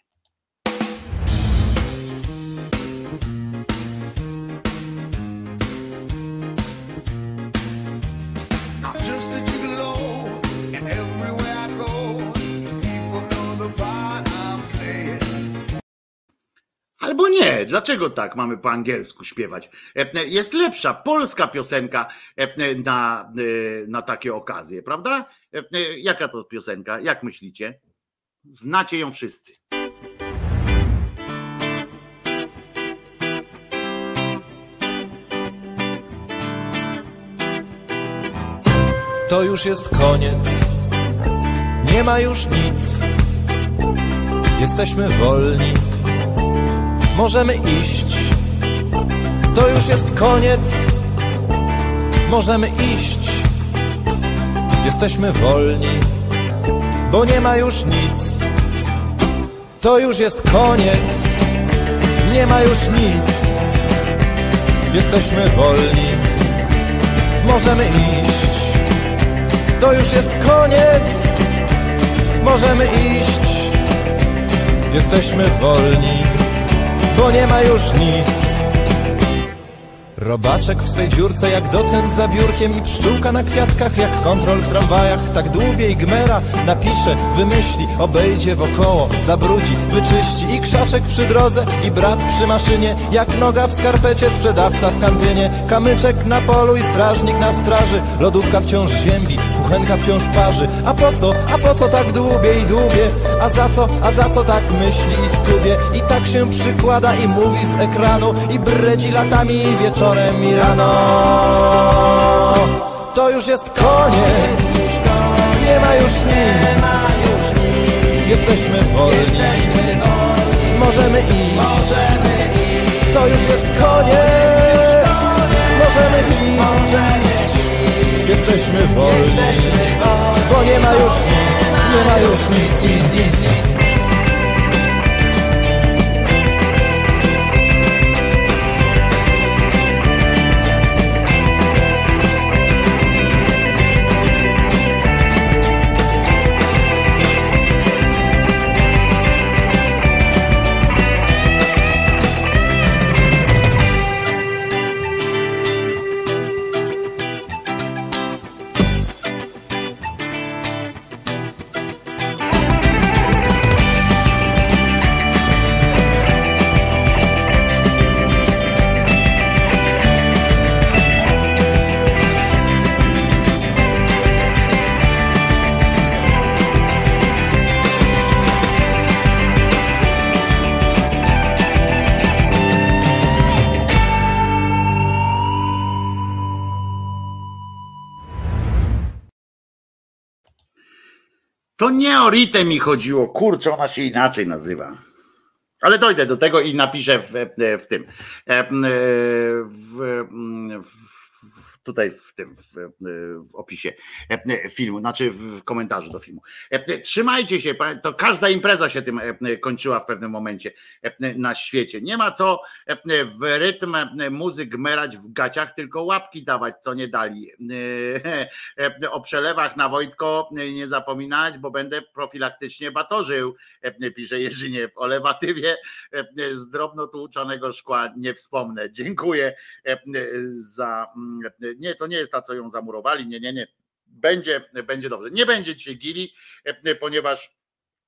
Speaker 4: Albo nie, dlaczego tak mamy po angielsku śpiewać? Jest lepsza polska piosenka na, na takie okazje, prawda? Jaka to piosenka? Jak myślicie? Znacie ją wszyscy.
Speaker 18: To już jest koniec, nie ma już nic, jesteśmy wolni. Możemy iść, to już jest koniec, możemy iść, jesteśmy wolni, bo nie ma już nic, to już jest koniec, nie ma już nic, jesteśmy wolni, możemy iść, to już jest koniec, możemy iść, jesteśmy wolni, bo nie ma już nic. Robaczek w swej dziurce jak docent za biurkiem i pszczółka na kwiatkach jak kontrol w tramwajach. Tak dłubiej gmera napisze, wymyśli, obejdzie wokoło, zabrudzi, wyczyści i krzaczek przy drodze i brat przy maszynie, jak noga w skarpecie, sprzedawca w kantynie, kamyczek na polu i strażnik na straży. Lodówka wciąż ziębi, kuchenka wciąż parzy. A po co, a po co tak dłubie i dłubie? A za co, a za co tak myśli i skubie? I tak się przykłada i mówi z ekranu i bredzi latami i wieczorem i rano. To już jest koniec, nie ma już nic, jesteśmy wolni, możemy iść. To już jest koniec, możemy iść, jesteśmy wolni, bo nie ma już nic, nie ma już nic, nic, nic.
Speaker 4: To nie o Ritę mi chodziło, kurczę, ona się inaczej nazywa. Ale dojdę do tego i napiszę w, w tym, w, w, tutaj w tym, w, w opisie filmu, znaczy w komentarzu do filmu. Trzymajcie się, to każda impreza się tym kończyła w pewnym momencie na świecie. Nie ma co w rytm muzyk merać w gaciach, tylko łapki dawać, co nie dali. O przelewach na Wojtko nie zapominać, bo będę profilaktycznie batorzył, pisze Jerzyniew. O lewatywie z drobno tłuczonego szkła nie wspomnę. Dziękuję za... Nie, to nie jest ta, co ją zamurowali, nie, nie, nie. Będzie, będzie dobrze. Nie będzie dzisiaj gili, ponieważ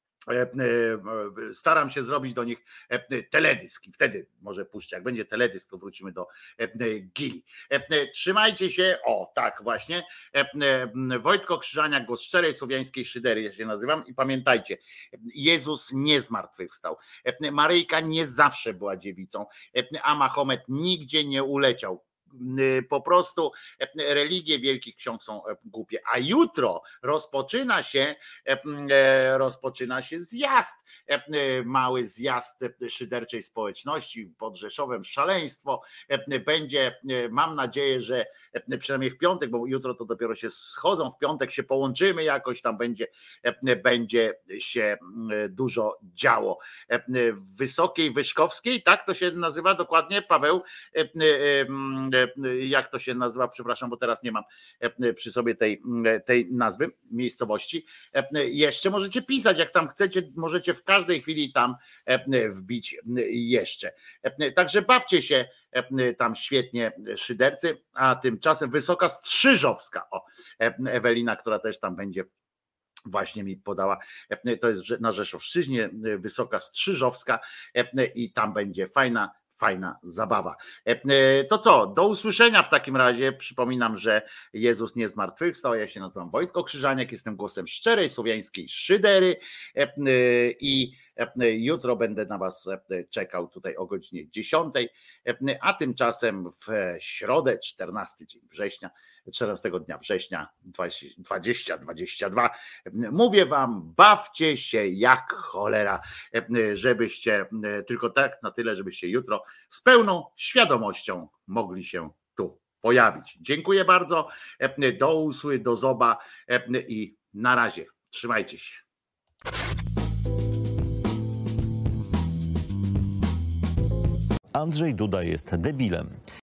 Speaker 4: staram się zrobić do nich teledysk i wtedy może puszczę. Jak będzie teledysk, to wrócimy do gili. Trzymajcie się. O, tak właśnie. Wojtko Krzyżaniak, głos szczerej słowiańskiej szydery, ja się nazywam i pamiętajcie, Jezus nie zmartwychwstał. Maryjka nie zawsze była dziewicą, a Mahomet nigdzie nie uleciał. po prostu religie wielkich ksiąg są głupie. A jutro rozpoczyna się, rozpoczyna się zjazd, mały zjazd szyderczej społeczności pod Rzeszowem, szaleństwo. Będzie, mam nadzieję, że przynajmniej w piątek, bo jutro to dopiero się schodzą, w piątek się połączymy jakoś, tam będzie, będzie się dużo działo. W Wysokiej Wyszkowskiej, tak to się nazywa dokładnie, Paweł, jak to się nazywa, przepraszam, bo teraz nie mam przy sobie tej, tej nazwy miejscowości. Jeszcze możecie pisać, jak tam chcecie, możecie w każdej chwili tam wbić jeszcze. Także bawcie się tam świetnie szydercy, a tymczasem Wysoka Strzyżowska, o, Ewelina, która też tam będzie, właśnie mi podała, to jest na Rzeszowszczyźnie, Wysoka Strzyżowska i tam będzie fajna, fajna zabawa. To co, do usłyszenia w takim razie. Przypominam, że Jezus nie zmartwychwstał. Ja się nazywam Wojtko Krzyżaniak, jestem głosem szczerej słowiańskiej szydery i jutro będę na was czekał tutaj o godzinie dziesiątej, a tymczasem w środę, czternasty dzień września, czternastego dnia września dwudziestego dwudziestego drugiego, mówię wam, bawcie się jak cholera, żebyście tylko tak na tyle, żebyście jutro z pełną świadomością mogli się tu pojawić. Dziękuję bardzo, do usły, do zoba i na razie. Trzymajcie się.
Speaker 19: Andrzej Duda jest debilem.